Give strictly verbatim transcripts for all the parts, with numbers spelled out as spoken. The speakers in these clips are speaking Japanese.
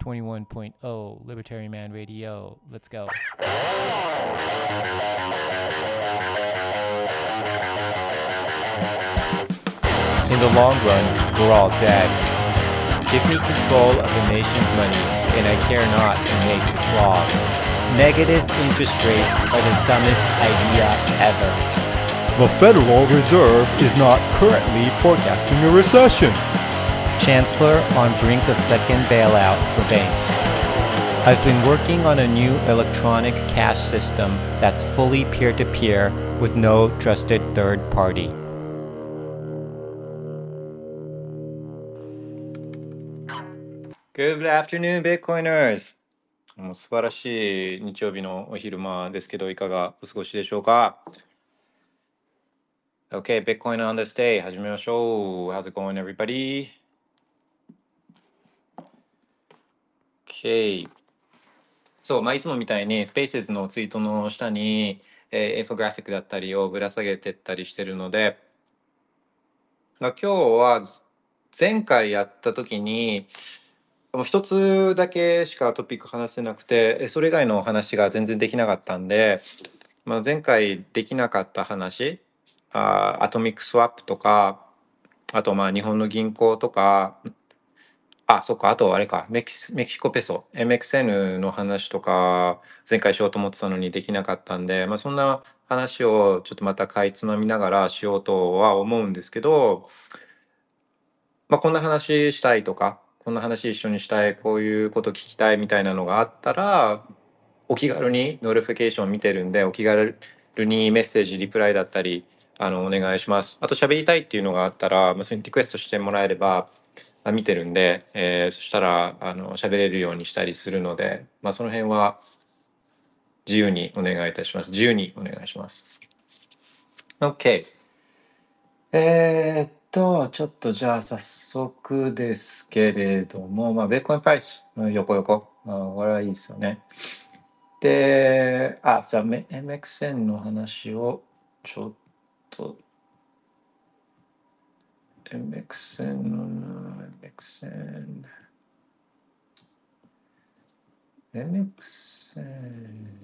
twenty-one point oh Libertarian Man Radio. Let's go. In the long run, we're all dead. Give me control of the nation's money, and I care not who makes its laws. Negative interest rates are the dumbest idea ever. The Federal Reserve is not currently forecasting a recession. Chancellor on brink of second bailout for banks. I've been working on a new electronic cash system that's fully peer-to-peer with no trusted third party. Good afternoon, Bitcoiners! もう素晴らしい日曜日のお昼間ですけど、いかがお過ごしでしょうか？ Okay, Bitcoin on this day 始めましょう。How's it going, everybody? Okay. そう、まあ、いつもみたいに Spaces のツイートの下に、えー、エフォグラフィックだったりをぶら下げてったりしてるので、まあ、今日は前回やった時にもう一つだけしかトピック話せなくて、それ以外の話が全然できなかったんで、まあ、前回できなかった話、あアトミックスワップとか、あとまあ日本の銀行とか、あ、そっか、あとあれか、メキシ、メキシコペソ、エムエックスエヌ の話とか、前回しようと思ってたのにできなかったんで、まあそんな話をちょっとまたかいつまみながらしようとは思うんですけど、まあこんな話したいとか、こんな話一緒にしたい、こういうこと聞きたいみたいなのがあったら、お気軽にノーティフィケーション見てるんで、お気軽にメッセージ、リプライだったり、あの、お願いします。あと喋りたいっていうのがあったら、まあ、それにリクエストしてもらえれば、あ見てるんで、えー、そしたら、あの、喋れるようにしたりするので、まあ、その辺は自由にお願いいたします。自由にお願いします。OK。えー、っと、ちょっとじゃあ早速ですけれども、まあ、ベーコンプライス、横横、まあ、これはいいですよね。で、あ、じゃあ エムエックスエヌ の話をちょっと、エムエックスエヌ の、エムエックスエヌ、エムエックスエヌ、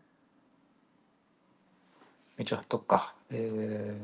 一応貼っとくか。えー、エ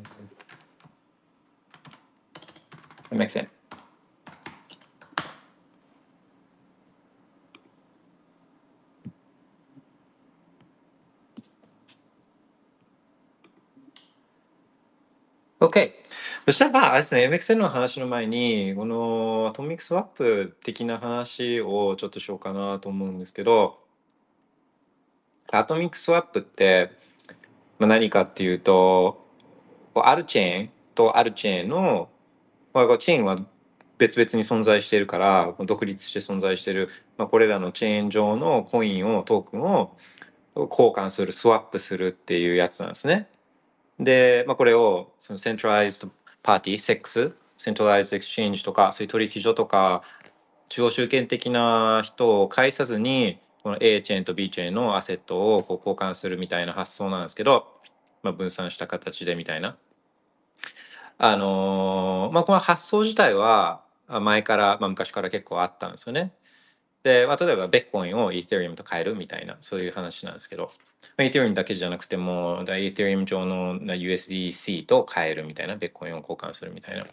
ムエックスエヌ。OK。そしたらまあ、あれですね、エムエックスエヌ の話の前に、このアトミックスワップ的な話をちょっとしようかなと思うんですけど、アトミックスワップって何かっていうと、あるチェーンとあるチェーンの、まあ、チェーンは別々に存在しているから、独立して存在している、まあ、これらのチェーン上のコインを、トークンを交換する、スワップするっていうやつなんですね。で、まあ、これをそのセントライズドパーティー、セックス、セントライズドエクスチェンジとか、そういう取引所とか、中央集権的な人を介さずに、この A チェーンと B チェーンのアセットをこう交換するみたいな発想なんですけど、まあ、分散した形でみたいな。あのーまあ、この発想自体は前から、まあ、昔から結構あったんですよね。で、まあ、例えばベッコインをイーサリアムと変えるみたいな、そういう話なんですけど、まあ、イーサリアムだけじゃなくても、イーサリアム上の ユーエスディーシー と変えるみたいな、ベッコインを交換するみたいな。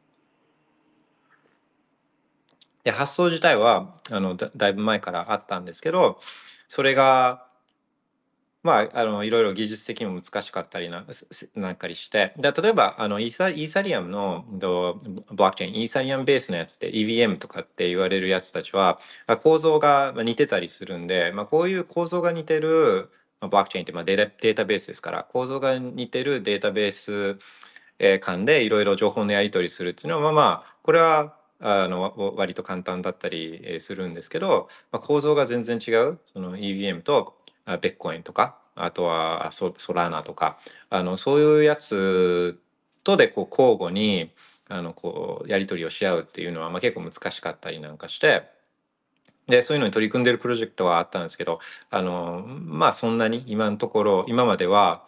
で、発想自体はあの だ, だいぶ前からあったんですけど、それがまあ、あのいろいろ技術的にも難しかったりななんかりして、で例えばあのイーサイーサリアムのブロックチェーン、イーサリアムベースのやつって イーブイエム とかって言われるやつたちは構造が似てたりするんで、まあ、こういう構造が似てるブロックチェーンってまあデータデータベースですから、構造が似てるデータベース間でいろいろ情報のやり取りするっていうのはまあまあこれはあの割と簡単だったりするんですけど、まあ、構造が全然違うその イーブイエム とベッコインとか、あとはソソラーナとか、あのそういうやつとでこう交互にあのこうやり取りをし合うっていうのは、まあ、結構難しかったりなんかして、でそういうのに取り組んでるプロジェクトはあったんですけど、あのまあそんなに今のところ今までは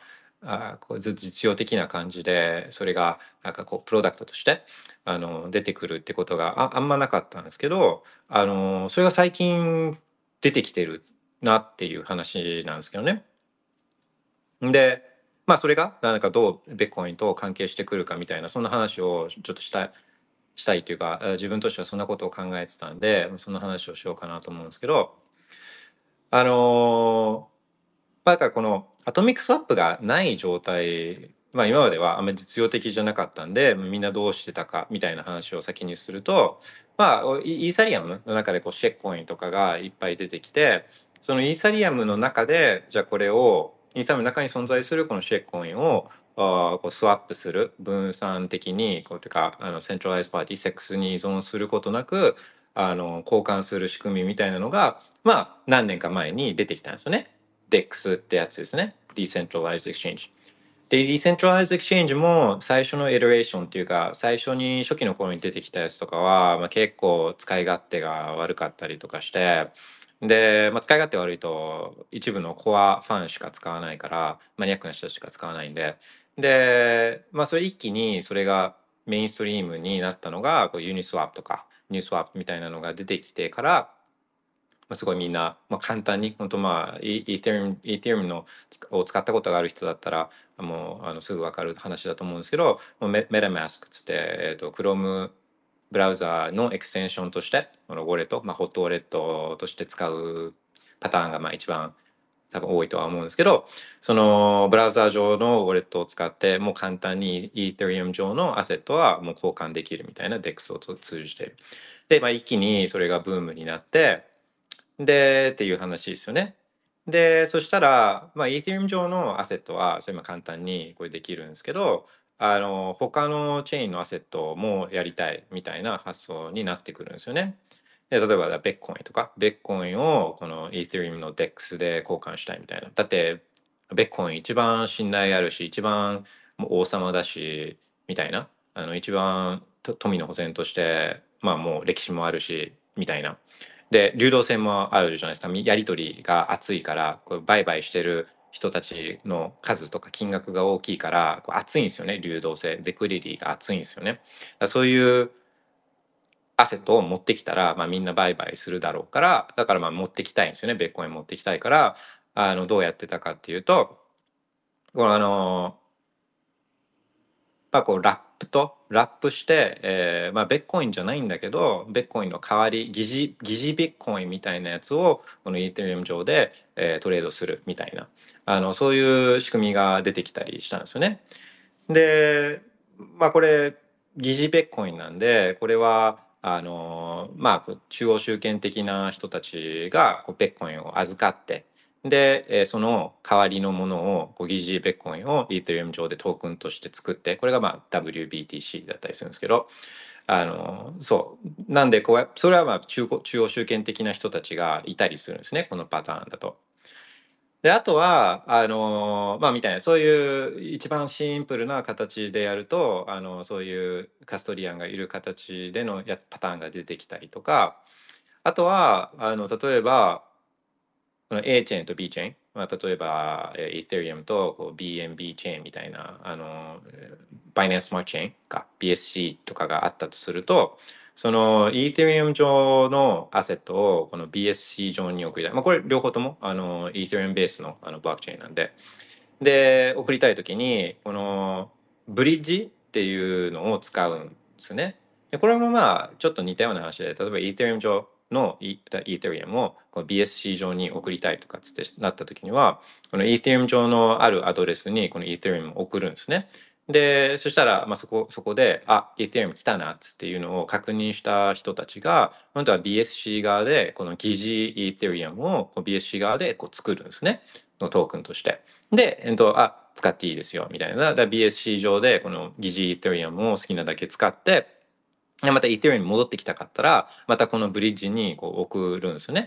あこうず実用的な感じでそれがなんかこうプロダクトとしてあの出てくるってことが あ, あんまなかったんですけど、あのそれが最近出てきてるなっていう話なんですけどね。でまあそれがなんかどうベッコインと関係してくるかみたいなそんな話をちょっとしたいしたいというか、自分としてはそんなことを考えてたんでそんな話をしようかなと思うんですけど、あのだからこのアトミックスワップがない状態、まあ今まではあんまり実用的じゃなかったんでみんなどうしてたかみたいな話を先にすると、まあイーサリアムの中でこうシェッコインとかがいっぱい出てきて、そのイーサリアムの中でじゃあこれをイーサリアムの中に存在するこのシェッコインをあこうスワップする、分散的にこうというかあのセントライズパーティーセックスに依存することなくあの交換する仕組みみたいなのがまあ何年か前に出てきたんですよね。デックス ってやつですね。Decentralized Exchange。で、Decentralized Exchange も最初のエレレーションっていうか、最初に初期の頃に出てきたやつとかは、まあ、結構使い勝手が悪かったりとかして、で、まあ、使い勝手悪いと一部のコアファンしか使わないから、マニアックな人しか使わないんで、で、まあ、それ一気にそれがメインストリームになったのが、こうユニスワップとか、ニュースワップみたいなのが出てきてから、すごいみんな、まあ、簡単に本当まあイーテリウム、イーテリウムのを使ったことがある人だったらもうあのすぐ分かる話だと思うんですけど、メメタマスクつって、えー、と Chrome ブラウザーのエクステンションとしてこのウォレット、まあ、ホットウォレットとして使うパターンがまあ一番多分多いとは思うんですけど、そのブラウザー上のウォレットを使ってもう簡単にイーテリウム上のアセットはもう交換できるみたいな デックス を通じている。で、まあ、一気にそれがブームになってでっていう話ですよね。でそしたら、まあ、イーテリウム上のアセットはそれ今簡単にこれできるんですけど、あの他のチェーンのアセットもやりたいみたいな発想になってくるんですよね。で例えばベッコインとかベッコインをこのイーテリウムの デックス で交換したいみたいな。だってベッコイン一番信頼あるし一番もう王様だしみたいな、あの一番と富の保全としてまあもう歴史もあるしみたいな。で流動性もあるじゃないですか。やり取りが熱いからこう売買してる人たちの数とか金額が大きいからこう熱いんですよね。流動性デクリティが熱いんですよね。だからそういうアセットを持ってきたら、まあ、みんな売買するだろうからだからまあ持ってきたいんですよね。ベッコイン持ってきたいからあのどうやってたかっていうとこのあのまあ、こうラップとラップして、えーまあ、ベッコインじゃないんだけどベッコインの代わり疑似疑似ベッコインみたいなやつをこのイーテリウム上で、えートレードするみたいなあのそういう仕組みが出てきたりしたんですよね。でまあこれ疑似ベッコインなんでこれはあのまあ中央集権的な人たちがこうベッコインを預かってで、えーその代わりのものをこう疑似ベッコインをイーテリウム上でトークンとして作ってこれがまあ ダブリュービーティーシー だったりするんですけど、あのそうなんでこうそれはまあ中中央集権的な人たちがいたりするんですね、このパターンだと。であとはあのまあみたいなそういう一番シンプルな形でやるとあのそういうカストリアンがいる形でのやパターンが出てきたりとか、あとはあの例えばこの A チェーンと B チェーン、まあ、例えばえー Ethereum とこう ビーエヌビー チェーンみたいなあのバイナンススマートチェーンか ビーエスシー とかがあったとすると、その Ethereum 上のアセットをこの ビーエスシー 上に送りたい、まあ、これ両方ともあの Ethereum ベースのあのブロックチェーンなんでで送りたいときにこのブリッジっていうのを使うんですね。でこれもまあちょっと似たような話で例えば Ethereum 上の Ethereum をこの ビーエスシー 上に送りたいとかつってなった時にはこの Ethereum 上のあるアドレスにこの Ethereum を送るんですね。でそしたらまあそこそこであ Ethereum 来たなっつっていうのを確認した人たちが本当は ビーエスシー 側でこの疑似 Ethereum をこう ビーエスシー 側でこう作るんですね、のトークンとして。で、えっと、あ使っていいですよみたいな。だ ビーエスシー 上でこの疑似 Ethereum を好きなだけ使ってまた Ethereum に戻ってきたかったらまたこのブリッジにこう送るんですよね。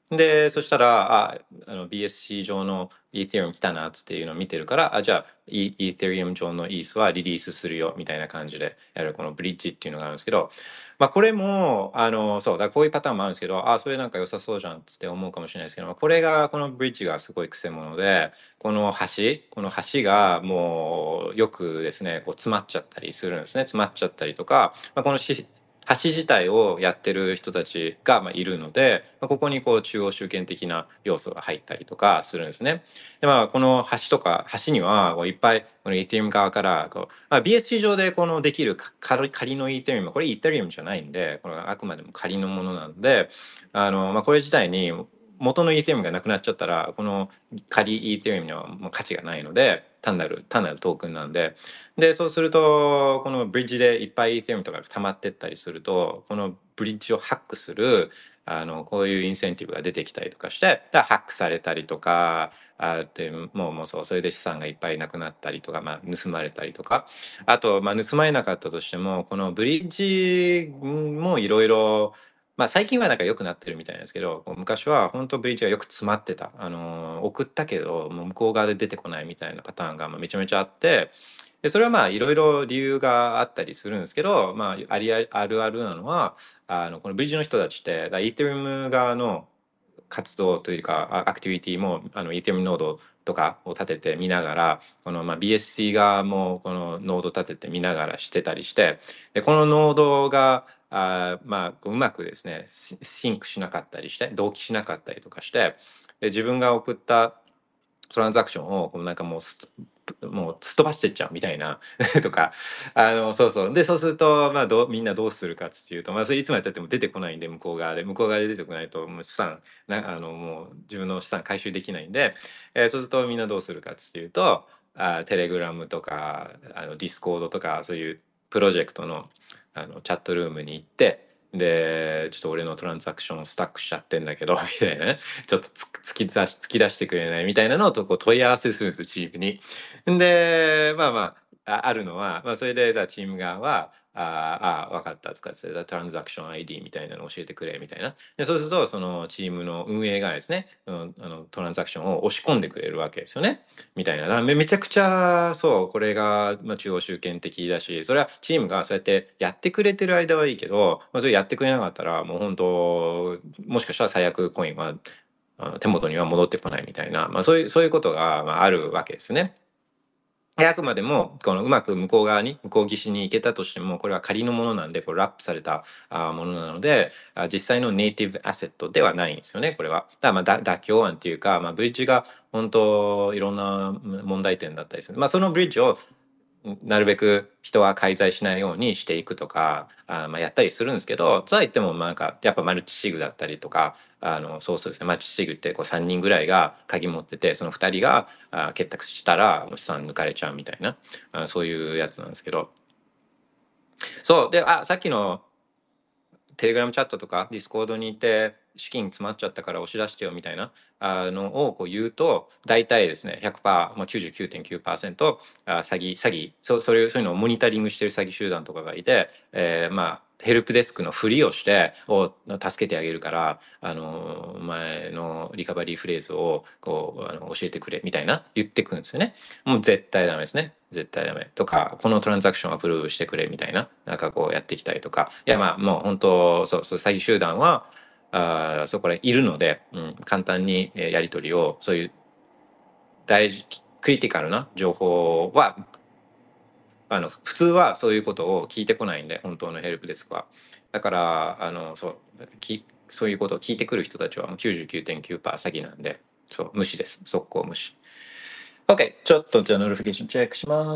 で、そしたら、あ、あの ビーエスシー 上の Ethereum 来たなっていうのを見てるから、あ、じゃあ、E- Ethereum 上の イーエス はリリースするよみたいな感じでやるこのブリッジっていうのがあるんですけど、まあこれも、あの、そう、だからこういうパターンもあるんですけど、あ、それなんか良さそうじゃんって思うかもしれないですけど、これが、このブリッジがすごい癖者で、この橋、この橋がもうよくですね、こう詰まっちゃったりするんですね。詰まっちゃったりとか、まあ、このし橋自体をやってる人たちがまあいるので、まあ、ここにこう中央集権的な要素が入ったりとかするんですね。でまあこの橋とか橋にはこういっぱいこの Ethereum 側からこう、まあ、ビーエスシー 上でこのできる仮仮の Ethereum、これ Ethereum じゃないんで、これはあくまでも仮のものなんで、あの、まあ、これ自体に元の Ethereum がなくなっちゃったら、この仮 Ethereum にはもう価値がないので、単なる単なるトークンなんで、でそうするとこのブリッジでいっぱい Ethereum とかが溜まってったりすると、このブリッジをハックするあのこういうインセンティブが出てきたりとかして、だハックされたりとか、あでもうもうそうそれで資産がいっぱいなくなったりとか、まあ、盗まれたりとか、あと、まあ、盗まれなかったとしてもこのブリッジもいろいろ、まあ、最近はなんか良くなってるみたいなんですけど、昔は本当ブリッジがよく詰まってた、あの送ったけどもう向こう側で出てこないみたいなパターンがまあめちゃめちゃあって、でそれはまあいろいろ理由があったりするんですけど、まあ、ありああるあるなのは、あのこのブリッジの人たちってイーテリウム側の活動というかアクティビティもあのイーテリウムノードとかを立てて見ながら、このまあ ビーエスシー 側もこのノード立てて見ながらしてたりして、でこのノードがあまあうまくですねシンクしなかったりして同期しなかったりとかして、で自分が送ったトランザクションをこうなんかもうすもうすっ飛ばしてっちゃうみたいなとか、あのそうそうでそうするとまあどうみんなどうするかっていうと、まあそれいつまでやっても出てこないんで、向こう側で向こう側で出てこないともう資産なあのもう自分の資産回収できないんで、えーそうするとみんなどうするかっていうと、あテレグラムとかあのディスコードとかそういうプロジェクトのあのチャットルームに行って、でちょっと俺のトランザクションスタックしちゃってんだけどみたいなね、ちょっとつ突き出し突き出してくれないみたいなのをとこう問い合わせするんですよ、チームに。でまあまあああるのは、まあ、それでだチーム側はああ分かったとかってトランザクション アイディー みたいなのを教えてくれみたいな。でそうするとそのチームの運営がですね、うん、あのトランザクションを押し込んでくれるわけですよねみたいな。だからめめちゃくちゃそうこれが、まあ、中央集権的だし、それはチームがそうやってやってくれてる間はいいけど、まあ、それやってくれなかったらもう本当もしかしたら最悪コインはあの手元には戻ってこないみたいな、まあ、そういうそういうことがまああるわけですね。であくまでもこのうまく向こう側に向こう岸に行けたとしても、これは仮のものなんで、これラップされたあものなので、あ実際のネイティブアセットではないんですよね、これは。だからまあだ妥協案っていうか、まあ、ブリッジが本当いろんな問題点だったりする。まあ、そのブリッジをなるべく人は介在しないようにしていくとか、あまあやったりするんですけど、とは言ってもなんかやっぱマルチシグだったりとか、あのそうそうですね、マルチシグってこうさんにんぐらいが鍵持ってて、そのふたりがあ結託したら資産抜かれちゃうみたいな、あそういうやつなんですけど、そうで、あさっきのテレグラムチャットとかディスコードにいて資金詰まっちゃったから押し出してよみたいなあのをこう言うと、大体ですね ひゃくパーセント、まあ、きゅうじゅうきゅうてんきゅうパーセント あ詐欺詐欺そそれそういうのをモニタリングしてる詐欺集団とかがいて、えー、まあヘルプデスクのふりをしてを助けてあげるから、あの前のリカバリーフレーズをこうあの教えてくれみたいな言ってくるんですよね。もう絶対ダメですね。絶対ダメとか、このトランザクションアプローブしてくれみたいな、なんかこうやってきたりとか、いやまあもう本当そうそう詐欺集団はあそこらいるので、うん、簡単にやり取りをそういう大事クリティカルな情報はあの普通はそういうことを聞いてこないんで、本当のヘルプデスクは。だからあのそうきそういうことを聞いてくる人たちはもう きゅうじゅうきゅうてんきゅうパーセント 詐欺なんで、そう無視です。速攻無視。OK、ちょっとじゃあノリフィケーションチェックします。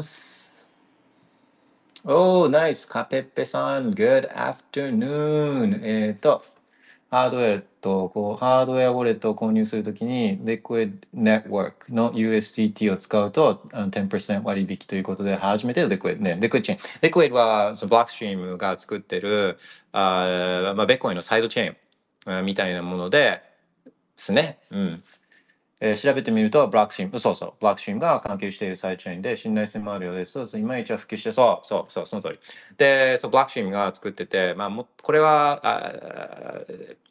おー、ナイス。カペッペさん、Good afternoon。えっと、ハードウェアと、こう、ハードウェアウォレットを購入するときに、Liquid Network の ユーエスディーティー を使うと、あのじゅっパーセント割引ということで、初めて Liquid ね、Liquid チェーン。Liquid は、そのブロックストリームが作ってる、あまあ、ベッコインのサイドチェーンみたいなものでですね。うん。えー、調べてみると、ブロックチェーン、そうそう、ブロックチェーンが関係しているサイドチェーンで信頼性もあるようです。そうそう、いまいちは普及して、そう、そう、そう、その通り。で、そう、ブロックチェーンが作ってて、まあ、もこれは、あ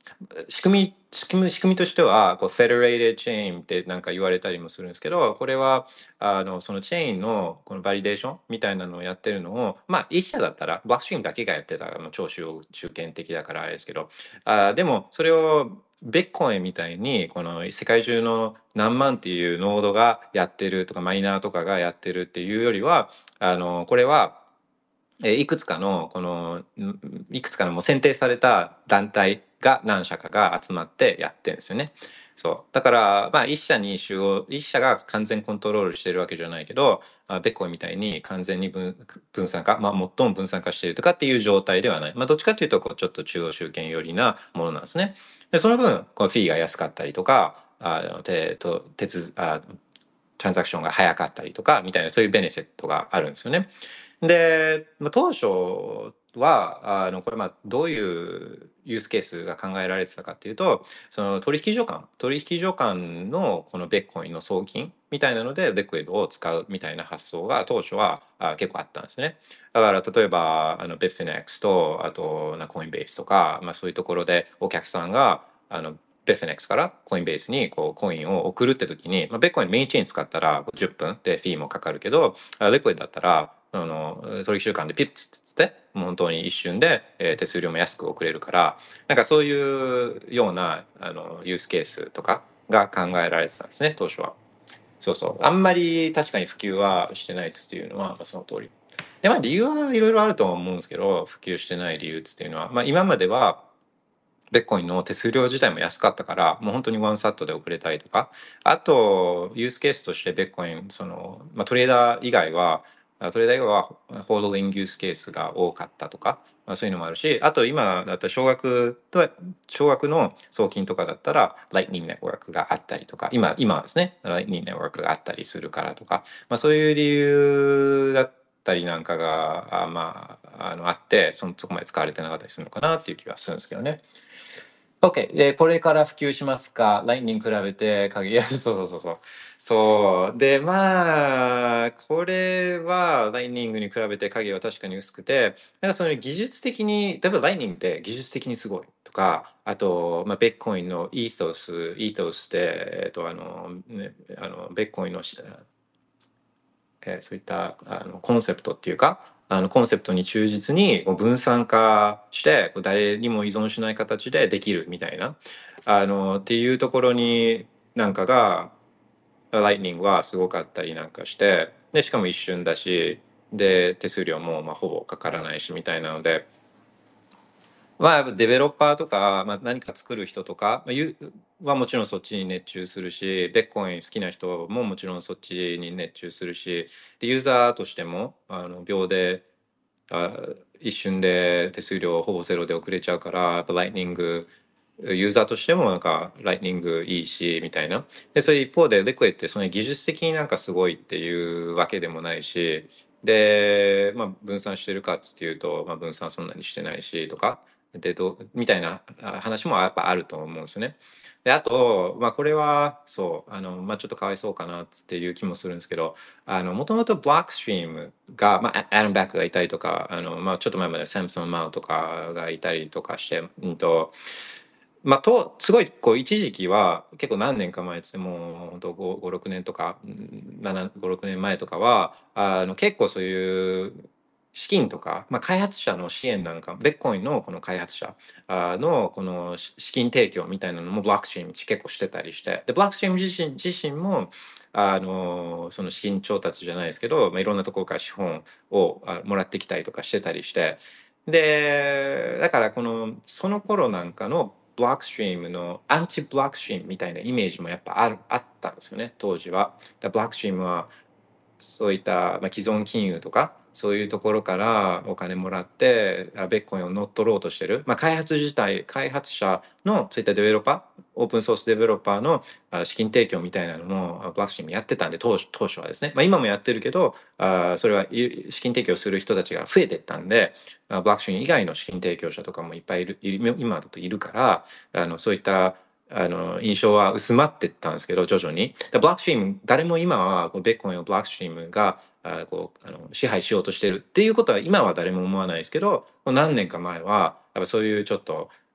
仕組み仕組み仕組みとしてはこうフェデレーテッドチェーンってなんか言われたりもするんですけど、これはあのそのチェーンのこのバリデーションみたいなのをやってるのを、まあ一社だったらブロックチェーンだけがやってたらもう超集集権的だからあれですけど、あでもそれをビットコインみたいにこの世界中の何万っていうノードがやってるとかマイナーとかがやってるっていうよりは、あのこれはいくつかのこのいくつかのもう選定された団体が何社かが集まってやってるんですよね。そうだからまあ一社に主要一社が完全コントロールしてるわけじゃないけど、ベッコインみたいに完全に分分散化、まあ、最も分散化しているとかっていう状態ではない。まあ、どっちかというとこうちょっと中央集権寄りなものなんですね。でその分こうフィーが安かったりとか、あ手と手つあトランザクションが早かったりとかみたいなそういうベネフィットがあるんですよね。で、まあ、当初はあのこれまあどういうユースケースが考えられてたかっていうと、その取引所間取引所間のこのベッコインの送金みたいなのでレクイドを使うみたいな発想が当初はあ結構あったんですね。だから例えばあのビッフィネックスとあとなコインベースとか、まあ、そういうところでお客さんがあのビッフィネックスからコインベースにこうコインを送るって時に、まあ、ベッコインメインチェーン使ったらじゅっぷんでフィーもかかるけど、レクイドだったらあの取引週間でピッつってもう本当に一瞬で、えー手数料も安く送れるから、なんかそういうようなあのユースケースとかが考えられてたんですね当初は。そうそうあんまり確かに普及はしてないっていうのはその通りで、まあ理由はいろいろあるとは思うんですけど、普及してない理由っていうのは、まあ、今まではベッコインの手数料自体も安かったからもう本当にワンサットで送れたりとか、あとユースケースとしてベッコインその、まあ、トレーダー以外はトレーダー以外はホールディングユースケースが多かったとか、まあ、そういうのもあるし、あと今だったら少額と少額の送金とかだったらライトニングネットワークがあったりとか、今今はですねライトニングネットワークがあったりするからとか、まあ、そういう理由だったりなんかがあまああのあってそのそこまで使われてなかったりするのかなっていう気がするんですけどね。OK。で、これから普及しますか？ライトニング比べて鍵、いや、そうそうそうそう。そう。で、まあ、これはライトニングに比べて影は確かに薄くて、なんかその技術的に、例えばライトニングって技術的にすごいとか、あと、まあ、ベッコインのイートス、イートスって、えっと、あの、ね、あの、ベッコインのしえーそういったあのコンセプトっていうか、あのコンセプトに忠実にこう分散化してこう誰にも依存しない形でできるみたいなあのっていうところになんかがライトニングはすごかったりなんかして、でしかも一瞬だし、で手数料もまあほぼかからないしみたいなので、まあ、デベロッパーとか、まあ、何か作る人とか、まあ、ゆはもちろんそっちに熱中するし、ベッコイン好きな人ももちろんそっちに熱中するし、でユーザーとしてもあの秒であ一瞬で手数料ほぼゼロで送れちゃうから、やっぱライトニングユーザーとしてもなんかライトニングいいしみたいな。でそれ一方でレクエってその技術的になんかすごいっていうわけでもないし、で、まあ、分散してるかっつっていうと、まあ、分散そんなにしてないしとかでどみたいなあ話もやっぱあると思うんですよね。であと、まあ、これはそうあの、まあ、ちょっとかわいそうかなっていう気もするんですけど、あのもともとブロックストリームが、まあ、アダム・バックがいたりとか、あの、まあ、ちょっと前までサムソン・マウとかがいたりとかして、うんとまあ、とすごいこう一時期は結構何年か前っつってもう本当ご、ろくねんとかご、ろくねんまえとかはあの結構そういう資金とか、まあ、開発者の支援なんかベッコインのこの開発者あのこのし資金提供みたいなのもブロックチェーン結構してたりしてでブロックチェーン自身自身もあのその資金調達じゃないですけど、まあ、いろんなところから資本をあもらってきたりとかしてたりしてでだからこのその頃なんかのブロックストリームのアンチブロックストリームみたいなイメージもやっぱあるあったんですよね当時は。だブロックストリームはそういった、まあ、既存金融とかそういうところからお金もらってベッコインを乗っ取ろうとしてる、まあ、開発自体開発者のそういったデベロッパーオープンソースデベロッパーのあ資金提供みたいなのもブロックチェーンやってたんで当初当初はですね、まあ、今もやってるけどあそれはい資金提供する人たちが増えてったんであブロックチェーン以外の資金提供者とかもいっぱいいるいる今だといるからあのそういったあの印象は薄まってったんですけど徐々にブロックチェーン誰も今はこうベッコインをブロックチェーンがあこうあの支配しようとしてるっていうことは今は誰も思わないですけど何年か前はやっぱそういうちょっと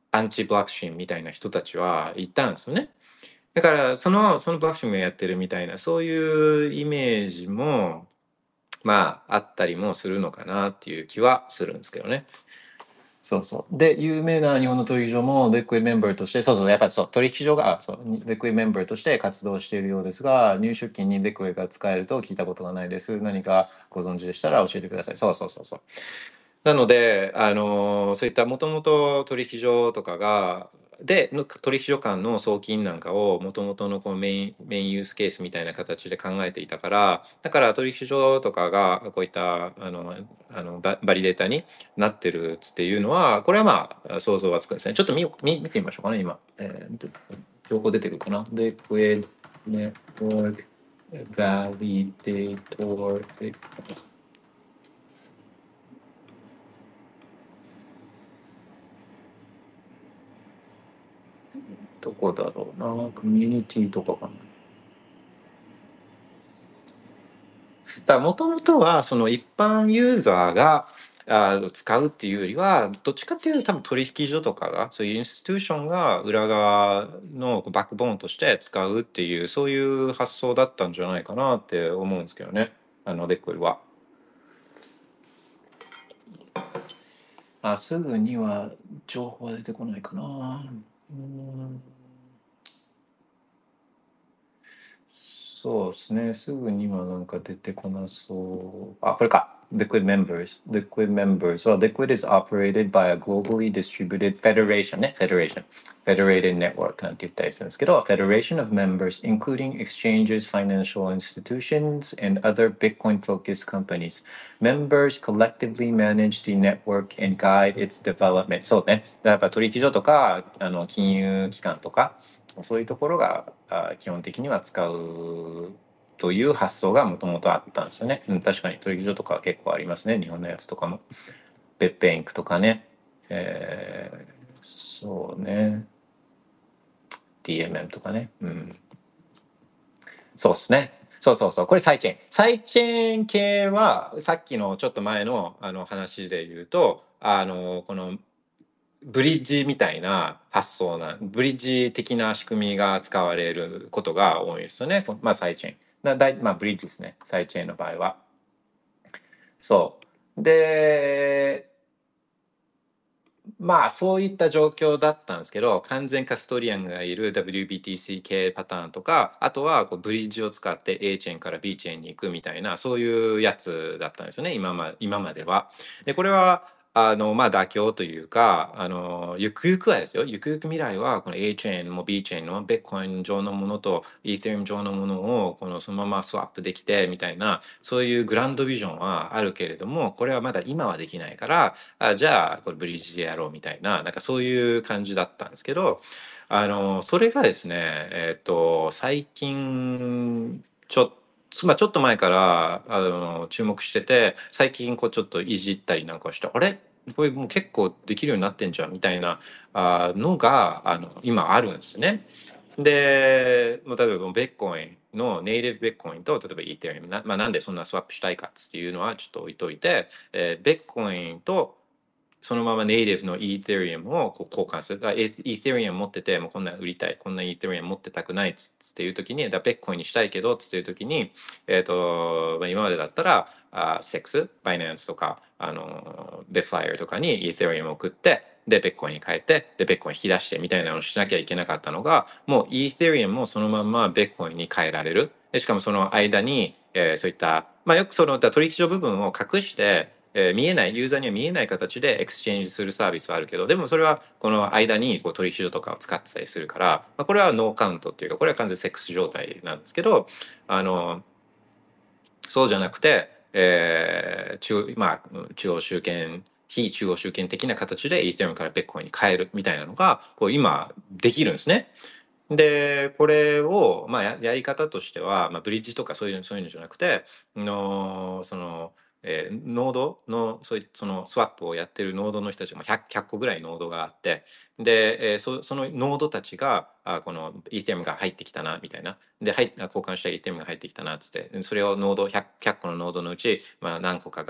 アンチブロックチェーンみたいな人たちはいたんですよね。だからそのそのブロックチェーンがやってるみたいなそういうイメージもまああったりもするのかなっていう気はするんですけどね。そうそう。で、有名な日本の取引所もリクイドメンバーとして、そうそう、やっぱりそう、取引所が、あそう、リクイドメンバーとして活動しているようですが、入出金にリクイドが使えると聞いたことがないです。何かご存知でしたら教えてください。そうそうそうそう。なので、あのそういったもともと取引所とかが、で、の取引所間の送金なんかをもともとのこのメイン、メインユースケースみたいな形で考えていたから、だから取引所とかがこういったあのあのババリデータになってるっていうのは、これはまあ想像はつくんですね。ちょっと見よ見見てみましょうかね、今。えー情報出てくるかな。で、Liquid Network Validator。どこだろうな、コミュニティとかかな。だもともとはその一般ユーザーがあ使うっていうよりはどっちかっていうと多分取引所とかがそういうインスティテューションが裏側のバックボーンとして使うっていうそういう発想だったんじゃないかなって思うんですけどね、あのデックルは。あ、すぐには情報は出てこないかな。うんそうですね。すぐにはなんか出てこなそう。あ、これか。Liquid members. Liquid members. Well, Liquid is operated by a globally distributed federation ね。Federation. Federated network なんて言ったりするんですけど、a federation of members, including exchanges, financial institutions, and other Bitcoin-focused companies. Members collectively manage the network and guide its development. そうね。やっぱ取引所とか、あの金融機関とか、そういうところがあ基本的には使うという発想がもともとあったんですよね。うん、確かに取引所とかは結構ありますね。日本のやつとかも。ベッペインクとかね。えー、そうね。ディーエムエム とかね。うん。そうですね。そうそうそう。これサイチェーン。サイチェーン系はさっきのちょっと前のあの話で言うと、あの、このブリッジみたいな発想な、ブリッジ的な仕組みが使われることが多いですよね。まあ、サイチェーン。だだいまあ、ブリッジですね。サイチェーンの場合は。そう。で、まあ、そういった状況だったんですけど、完全カストリアンがいる ダブリュービーティーシー 系パターンとか、あとはこうブリッジを使って A チェーンから B チェーンに行くみたいな、そういうやつだったんですよね、今ま今までは。で、これは、あの、まあ、妥協というか、あの、ゆくゆくはですよ、ゆくゆく未来は、この A チェーンも B チェーンの、ベッコイン上のものと Ethereum 上のものを、このそのままスワップできて、みたいな、そういうグランドビジョンはあるけれども、これはまだ今はできないから、あじゃあ、これブリッジでやろうみたいな、なんかそういう感じだったんですけど、あの、それがですね、えっと、最近、ちょっと、まあ、ちょっと前からあの注目してて、最近こうちょっといじったりなんかして、あれこれもう結構できるようになってんじゃんみたいなあのがあの今あるんですね。で、もう例えばベッコインのネイティブベッコインと例えばイーテリアムな、まあ、なんでそんなスワップしたいかっていうのはちょっと置いといて、えー、ベッコインとそのままネイティブのイーテリアムをこう交換する。だからイーテリアム持ってて、もうこんな売りたい、こんなイーテリアム持ってたくないっつっていう時に、だベッコインにしたいけどっつっていう時に、えっ、と、まあ、今までだったら、あセックス、バイナンスとか、あの、ベフライヤーとかにイーテリアムを送って、で、ベッコインに変えて、で、ベッコイン引き出してみたいなのをしなきゃいけなかったのが、もうイーテリアムもそのままベッコインに変えられる。でしかもその間に、えーそういった、まあよくその取引所部分を隠して、えー見えない、ユーザーには見えない形でエクスチェンジするサービスはあるけど、でもそれはこの間にこう取引所とかを使ってたりするから、まあ、これはノーカウントっていうか、これは完全セックス状態なんですけど、あの、そうじゃなくて、えー中まあ、中央集権、非中央集権的な形で イーテリアム からベッコインに変えるみたいなのが、こう今できるんですね。で、これを、まあ、ややり方としては、まあ、ブリッジとかそういうのそういうのじゃなくて、のその、えーノードのそういうそのスワップをやってるノードの人たちがまあ ひゃく, ひゃっこぐらいノードがあって、で、えーそそのノードたちがあこの イーテリアム が入ってきたなみたいな、で、はい、交換した イーテリアム が入ってきたなっつって、それをノード ひゃく, ひゃっこのノードのうち、まあ、何個かが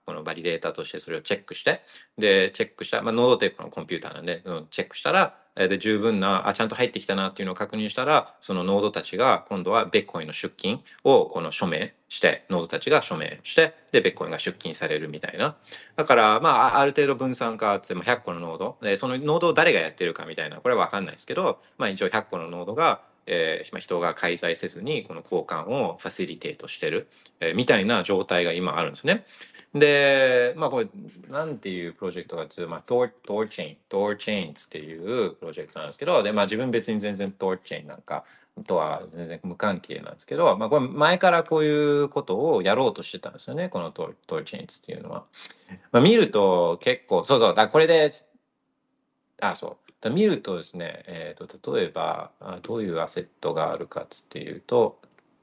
このバリデータとしてそれをチェックして、でチェックした、まあ、ノードってこのコンピューターなんで、うん、チェックしたらで十分なあちゃんと入ってきたなっていうのを確認したら、そのノードたちが今度はベッコインの出金をこの署名してノードたちが署名してでベッコインが出金されるみたいな。だからまあある程度分散化ってひゃっこのノードで、そのノードを誰がやってるかみたいなこれは分かんないですけど、まあ一応ひゃっこのノードがえー、人が介在せずにこの交換をファシリテートしてる、えー、みたいな状態が今あるんですね。で、まあこれなんていうプロジェクトかっていうと、まあ、Thor, Thor Chain、Thor Chains っていうプロジェクトなんですけど、で、まあ自分別に全然 Thor Chain なんかとは全然無関係なんですけど、まあこれ前からこういうことをやろうとしてたんですよね、この Thor, Thor Chains っていうのは。まあ見ると結構、そうそう、だこれで、あ、そう。だ見るとですね、えー、と例えばあどういうアセットがあるかっつっていうと、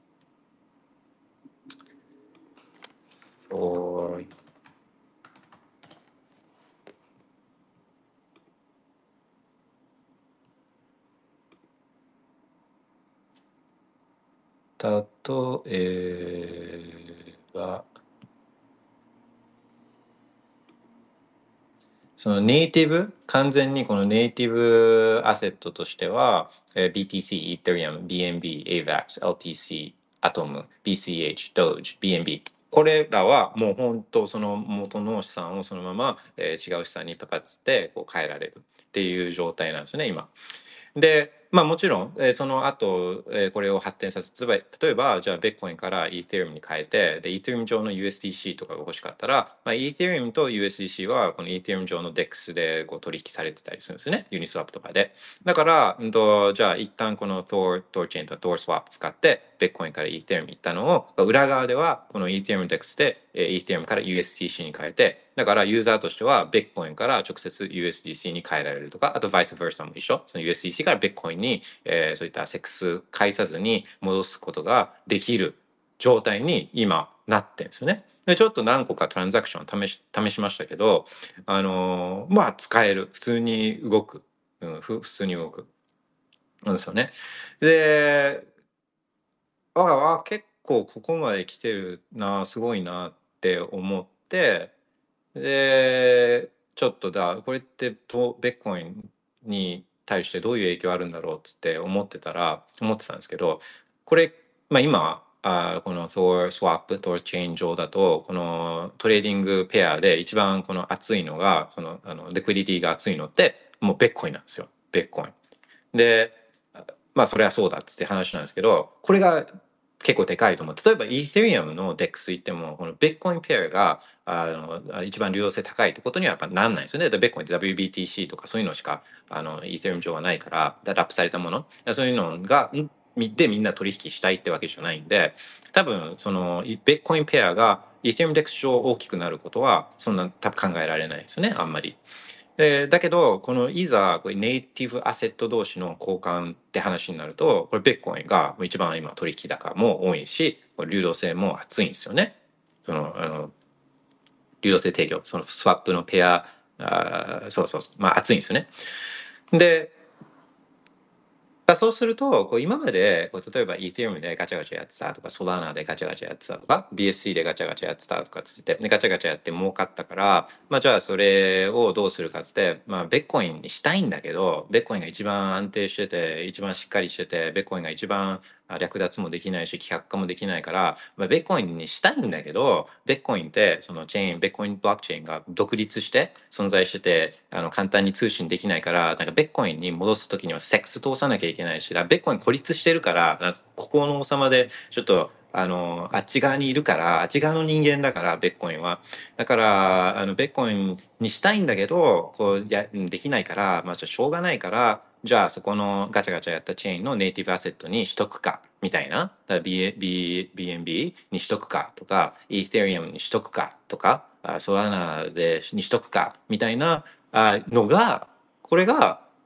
そう例えばそのネイティブ、完全にこのネイティブアセットとしては、えー ビーティーシー、Ethereum、ビーエヌビー、エーバックス、エルティーシー、Atom、ビーシーエイチ、Doge、ビーエヌビー。これらはもう本当その元の資産をそのまま、えー違う資産にパパッつってこう変えられるっていう状態なんですね、今。で、まあもちろん、えーその後、えーこれを発展させて、例えば、例えばじゃあ、ベッコインからイーテリウムに変えて、で、イーテリウム上の ユーエスディーシー とかが欲しかったら、まあ、イーテリウムと ユーエスディーシー は、このイーテリウム上の デックス でこう取引されてたりするんですよね。ユニスワップとかで。だから、うんと、じゃあ、一旦この Tor、Tor チェーンと Tor スワップ使って、ベッコインからイーテリウム行ったのを、裏側では、このイーテリウム デックス で、えーイーテリウムから ユーエスディーシー に変えて、だからユーザーとしては、ベッコインから直接 ユーエスディーシー に変えられるとか、あと、バイスバーサも一緒。その ユーエスディーシー からベッコインに、えーそういったセックス返さずに戻すことができる状態に今なってんですよね。でちょっと何個かトランザクション試し試しましたけど、あのーまあ使える、普通に動く、うん、ふ普通に動くなんですよね。で、ああ結構ここまで来てるな、すごいなって思って、でちょっとだこれってとベッコインに対してどういう影響あるんだろうっつって思ってたら思ってたんですけど、これ、まあ、今あこの Tor スワップ Tor チェーン上だとこのトレーディングペアで一番この熱いのがそのあのリクイディティが熱いのってもうベッコインなんですよ、ベッコインで。まあそれはそうだっつって話なんですけど、これが結構でかいと思う。例えばイーテリアムの デックス 行ってもこのベッコインペアがあの一番流動性高いってことにはやっぱなんないですよね。でベッコインって ダブリュービーティーシー とかそういうのしかあのイーテリアム上はないから、ラップされたものそういうのがでみんな取引したいってわけじゃないんで、多分そのベッコインペアがイーテリアム デックス 上大きくなることはそんな多分考えられないですよね、あんまり。でだけどこのいざこれネイティブアセット同士の交換って話になると、これベッコインが一番今取引高も多いし、これ流動性も厚いんですよね。そのあの流動性提供、そのスワップのペア、あそうそうそう、まあ厚いんですよね。でそうするとこう今までこう例えばイーテリウムでガチャガチャやってたとか、ソラーナでガチャガチャやってたとか、 ビーエスシー でガチャガチャやってたとかつってでガチャガチャやって儲かったから、まあじゃあそれをどうするかつって、まあベッコインにしたいんだけど、ベッコインが一番安定してて一番しっかりしてて、ベッコインが一番略奪もできないし希薄化もできないから、まあ、ベッコインにしたいんだけど、ベッコインってそのチェーンベッコインブロックチェーンが独立して存在しててあの簡単に通信できないから、なんかベッコインに戻す時にはセックス通さなきゃいけないし、ベッコイン孤立してるからなんかここの王様でちょっとあのあっち側にいるから、あっち側の人間だからベッコインは。だからあのベッコインにしたいんだけどこうやできないから、まあ、しょうがないから、じゃあそこのガチャガチャやったチェーンのネイティブアセットにしとくかみたいな、だから B- B- ビーエヌビー にしとくかとか、イーテリアムにしとくかとか、あソラナでにしとくかみたいなあのが、これがあ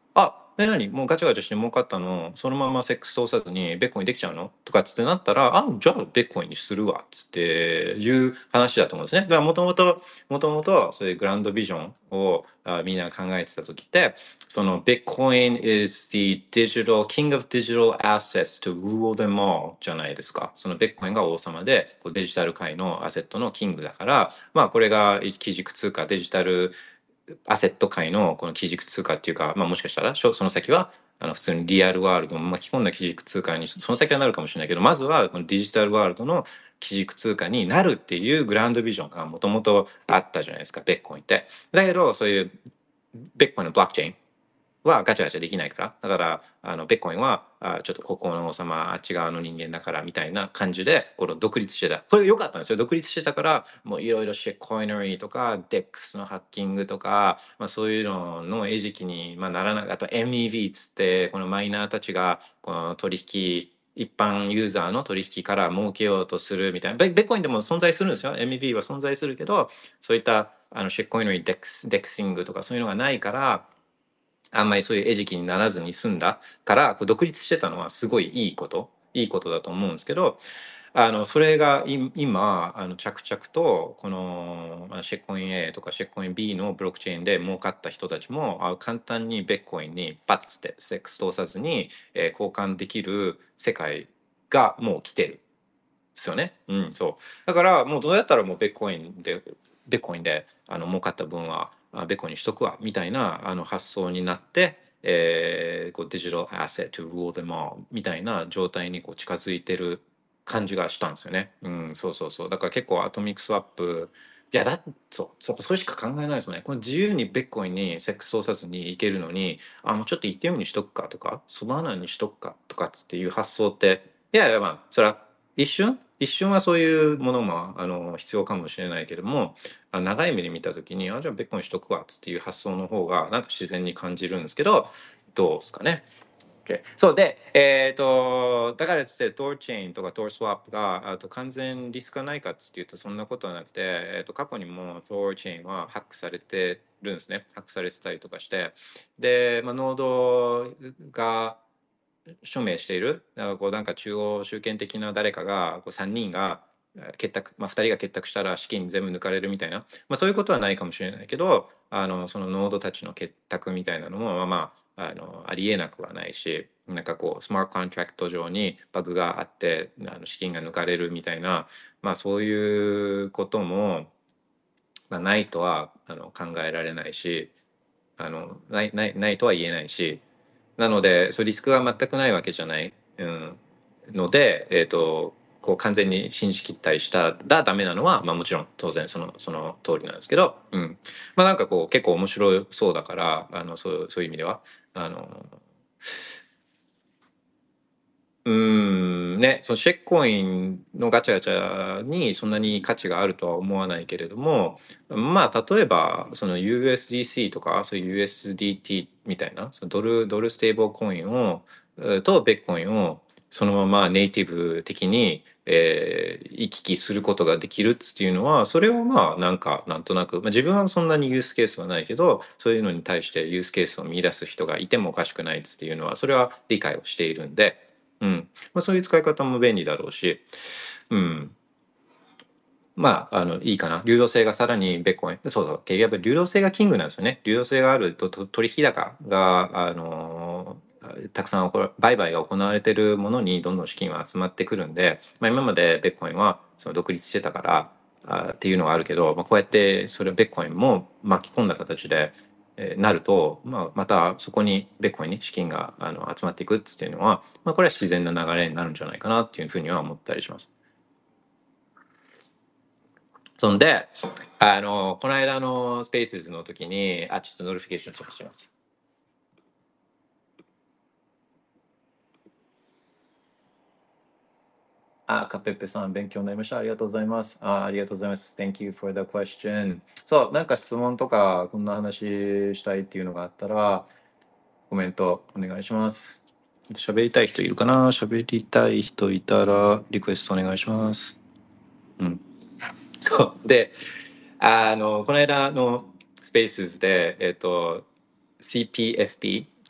え、何もうガチャガチャして儲かったの、そのままセックス通さずにベッコインできちゃうのとかっつってなったら、あ、じゃあベッコインにするわっつっていう話だと思うんですね。だからもともと、もともとそういうグランドビジョンをあみんな考えてた時って、その Bitcoin is the digital king of digital assets to rule them all じゃないですか。その Bitcoin が王様でこうデジタル界のアセットのキングだから、まあこれが基軸通貨デジタルアセット界のこの基軸通貨っていうか、まあ、もしかしたらその先はあの普通にリアルワールドも巻き込んだ基軸通貨にその先はなるかもしれないけど、まずはこのデジタルワールドの基軸通貨になるっていうグランドビジョンがもともとあったじゃないですか、ベッコインって。だけどそういうベッコインのブロックチェーンはガチャガチャできないから、だからあのベッコインはあちょっとここの王様あっち側の人間だからみたいな感じでこの独立してた。これ良かったんですよ。独立してたからもういろいろシェットコイナリーとか デックス のハッキングとか、まあ、そういうのの餌食に、まあ、ならなかった。あと エムイーブイ っつってこのマイナーたちがこの取引一般ユーザーの取引から儲けようとするみたいな。ベベッコインでも存在するんですよ。エムイーブイ は存在するけど、そういったあのシェットコイナリー、デックス、デックシングとかそういうのがないから、あんまりそういう餌食にならずに済んだからこう独立してたのはすごいいいこといいことだと思うんですけど、あのそれがい今あの着々とこのまあシェッコイン A とかシェッコイン B のブロックチェーンで儲かった人たちもあ簡単にベッコインにバッツってセックス通さずに、えー交換できる世界がもう来てるんですよね。うん、そうだからもうどうやったらもうベッコインでベッコインであの儲かった分はあベッコインにしとくわみたいなあの発想になって、えーこうデジタルアセット to rule them all みたいな状態にこう近づいてる感じがしたんですよね。うん、そうそうそう。だから結構アトミックスワップ、いやだ、そう、そうそれしか考えないですもんね。この自由にベッコインにセックス操作ずにいけるのに、あ、もうちょっとイテムにしとくかとか、ソバーナにしとくかとかっつっていう発想って、いやいやまあ、それは一瞬一瞬はそういうものもあの必要かもしれないけれども、あ長い目で見た時に、あ、じゃあベッコインしとくわっつっていう発想の方がなんか自然に感じるんですけど、どうですかね。OK そうで、えっ、と、だからといって、トーチェーンとかトースワップがあと完全リスクがないかっていうと、そんなことはなくて、えっ、と、過去にもトーチェーンはハックされてるんですね。ハックされてたりとかして。で、まあ、ノードが署名している、だからこうなんか中央集権的な誰かが、こうさんにんがえー結託、まあ、ふたりが結託したら資金全部抜かれるみたいな、まあ、そういうことはないかもしれないけど、あのそのノードたちの結託みたいなのも、まあまあ、あのありえなくはないし、なんかこうスマートコントラクト上にバグがあってあの資金が抜かれるみたいな、まあ、そういうことも、まあ、ないとはあの考えられないし、あのないないないとは言えないし、なのでそうリスクが全くないわけじゃない、うん、ので、えー、とこう完全に信じきったりしたらダメなのは、まあ、もちろん当然そのその通りなんですけど、うん、まあなんかこう結構面白そうだからあのそうそういう意味ではあのうーんね、そのシェッコインのガチャガチャにそんなに価値があるとは思わないけれども、まあ例えばその ユーエスディーシー とかそういう ユーエスディーティー みたいなそのドルドルステーブルコインをえーとベッコインをそのままネイティブ的に、えー行き来することができるっていうのはそれはまあなんかなんとなく、まあ、自分はそんなにユースケースはないけどそういうのに対してユースケースを見出す人がいてもおかしくないっていうのはそれは理解をしているんで。うんまあ、そういう使い方も便利だろうし、うん、まあ、あのいいかな。流動性がさらにベッコイン、そうそう、結局やっぱり流動性がキングなんですよね。流動性があると、と取引高が、あのたくさん売買が行われているものにどんどん資金は集まってくるんで、まあ、今までベッコインはその独立してたからあっていうのがあるけど、まあ、こうやってそれベッコインも巻き込んだ形で、えーなると、まあ、またそこにベッコインに資金があの集まっていくっていうのは、まあ、これは自然な流れになるんじゃないかなっていうふうには思ったりします。そんで、あの、この間のスペースの時に、あ、ちょっとノリフィケーションチェックします。あ、カペッペさん、勉強になりました。ありがとうございます。あ、ありがとうございます。Thank you for the question. そう、なんか質問とか、こんな話したいっていうのがあったら、コメントお願いします。喋りたい人いるかな？喋りたい人いたら、リクエストお願いします。うん。そう。で、あの、この間のスペースで、えっと、シーピーエフピー、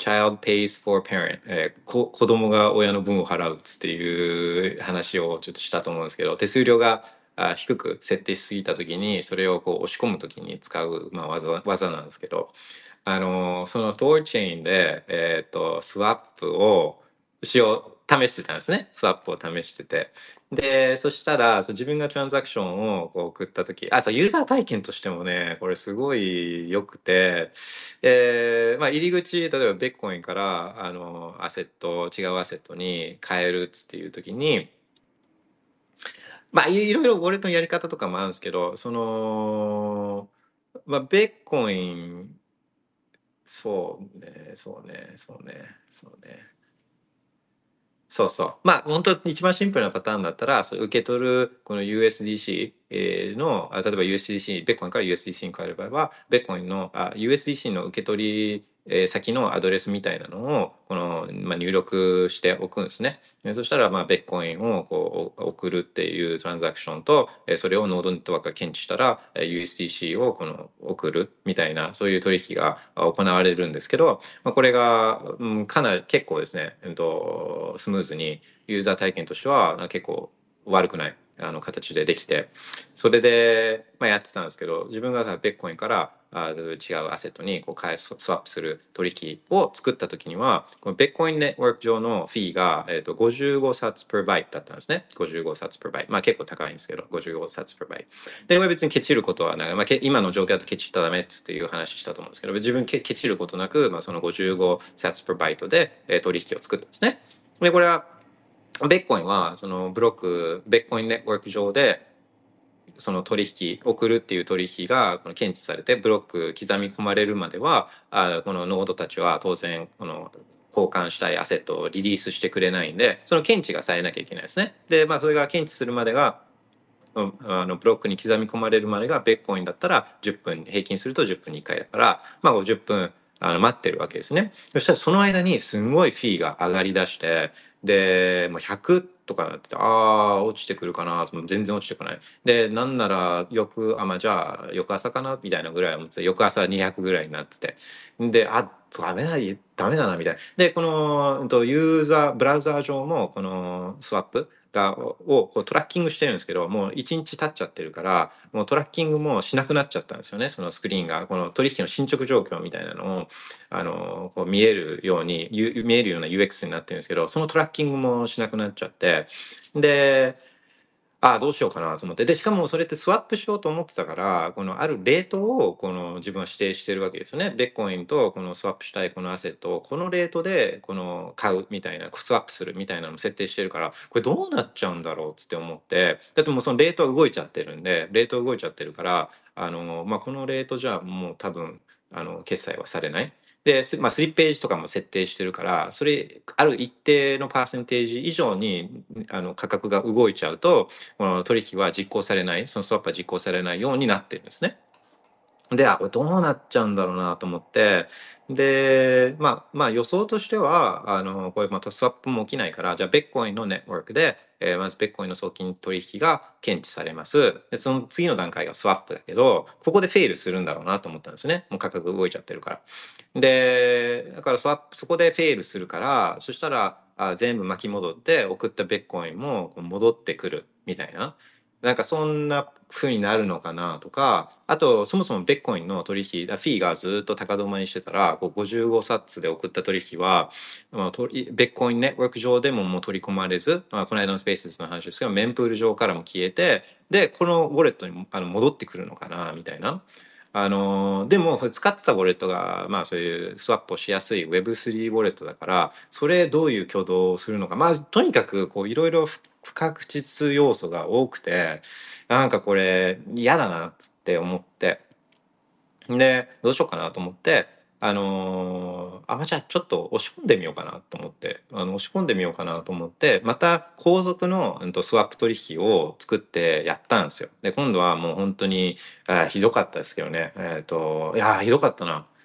child pays for parent、えー、こ子供が親の分を払うっていう話をちょっとしたと思うんですけど、手数料があ低く設定しすぎた時にそれをこう押し込む時に使う、まあ、技, 技なんですけど、あのその Tor チェーンで、えー、とスワップをしよう試してたんですね。スワップを試してて、でそしたらそう自分がトランザクションをこう送った時、あそうユーザー体験としてもねこれすごい良くて、えーまあ、入り口例えばベッコインからあのアセット違うアセットに変えるっつっていう時に、まあいろいろウォレットのやり方とかもあるんですけど、そのまあベッコインそうねそうねそうねそうねそうそう。まあ、本当一番シンプルなパターンだったら、それ受け取るこの ユーエスディーシー えーの、あ例えば ユーエスディーシー、ベッコインから ユーエスディーシー に変える場合は、ベッコインのあ ユーエスディーシー の受け取り、えー先のアドレスみたいなのをこの、まあ、入力しておくんですね。でそしたら、まあ、ベッコインをこうお送るっていうトランザクションと、えーそれをノードネットワークが検知したら、えー ユーエスディーシー をこの送るみたいな、そういう取引があ行われるんですけど、まあ、これが、うん、かなり結構ですね、うんと、スムーズにユーザー体験としては結構悪くないあの形でできて、それで、まあ、やってたんですけど、自分がベッコインからあ違うアセットにこう変えスワップする取引を作った時には、このベッコインネットワーク上のフィーが、えー、とごじゅうごサツ per byte だったんですね。ごじゅうごサツ per byte。まあ結構高いんですけど、ごじゅうごサツ per byte。で、これ別にケチることはない。まあ、け今の状況だとケチったらダメっていう話したと思うんですけど、自分ケケチることなく、まあ、そのごじゅうごサツ per byte で、えー取引を作ったんですね。で、これはベッコインはそのブロックベッコインネットワーク上でその取引送るっていう取引がこの検知されてブロック刻み込まれるまではあこのノードたちは当然この交換したいアセットをリリースしてくれないんで、その検知がされなきゃいけないですね。で、まあ、それが検知するまでがあのブロックに刻み込まれるまでがベッコインだったらじゅっぷん、平均するとじゅっぷんにいっかいだから、まあ、じゅっぷんあの待ってるわけですね。そしたらその間にすごいフィーが上がりだして、で、もうひゃくとかなってて、ああ、落ちてくるかな、全然落ちてこない。で、なんなら翌、あ、まあじゃあ翌朝かなみたいなぐらい思ってて、翌朝にひゃくぐらいになってて、で、あ、ダメだ、ダメだなみたいな。で、このユーザー、ブラウザー上もこのスワップ、がをこうトラッキングしてるんですけど、もういちにち経っちゃってるからもうトラッキングもしなくなっちゃったんですよね。そのスクリーンがこの取引の進捗状況みたいなのをあのこう見えるように見えるような ユーエックス になってるんですけど、そのトラッキングもしなくなっちゃって、でああどうしようかなと思って、でしかもそれってスワップしようと思ってたから、このあるレートをこの自分は指定してるわけですよね。ベッコインとこのスワップしたいこのアセットをこのレートでこの買うみたいな、スワップするみたいなのを設定してるから、これどうなっちゃうんだろうっつって思って、だってもうそのレートは動いちゃってるんで、レート動いちゃってるから、あのまあ、このレートじゃもう多分あの決済はされない。で、まあ、スリッページとかも設定してるから、それある一定のパーセンテージ以上にあの価格が動いちゃうと、この取引は実行されない、そのスワップは実行されないようになってるんですね。で、あ、これどうなっちゃうんだろうなと思って、で、まあ、まあ予想としては、あの、これまたスワップも起きないから、じゃあベッコインのネットワークで、えーまずベッコインの送金取引が検知されます。で、その次の段階がスワップだけど、ここでフェイルするんだろうなと思ったんですよね。もう価格動いちゃってるから。で、だからスワップ、そこでフェイルするから、そしたら、あ全部巻き戻って送ったベッコインも戻ってくるみたいな。なんかそんな風になるのかなとか、あとそもそもベッコインの取引、フィーがずっと高止まりしてたら、こうごじゅうごサッツで送った取引は、まあ、取りベッコインネットワーク上でももう取り込まれず、まあ、この間のスペースの話ですけど、メンプール上からも消えて、で、このウォレットにあの戻ってくるのかなみたいな。あのでも使ってたウォレットが、まあ、そういうスワップをしやすい ウェブスリー ウォレットだから、それどういう挙動をするのか、まあ、とにかくこういろいろ不確実要素が多くて、なんかこれ嫌だなっつって思って、でどうしようかなと思って、あのーあ、まあ、じゃあちょっと押し込んでみようかなと思って、あの押し込んでみようかなと思って、また後続の、うんと、スワップ取引を作ってやったんですよ。で今度はもう本当にあひどかったですけどね、えっといやひどかったな。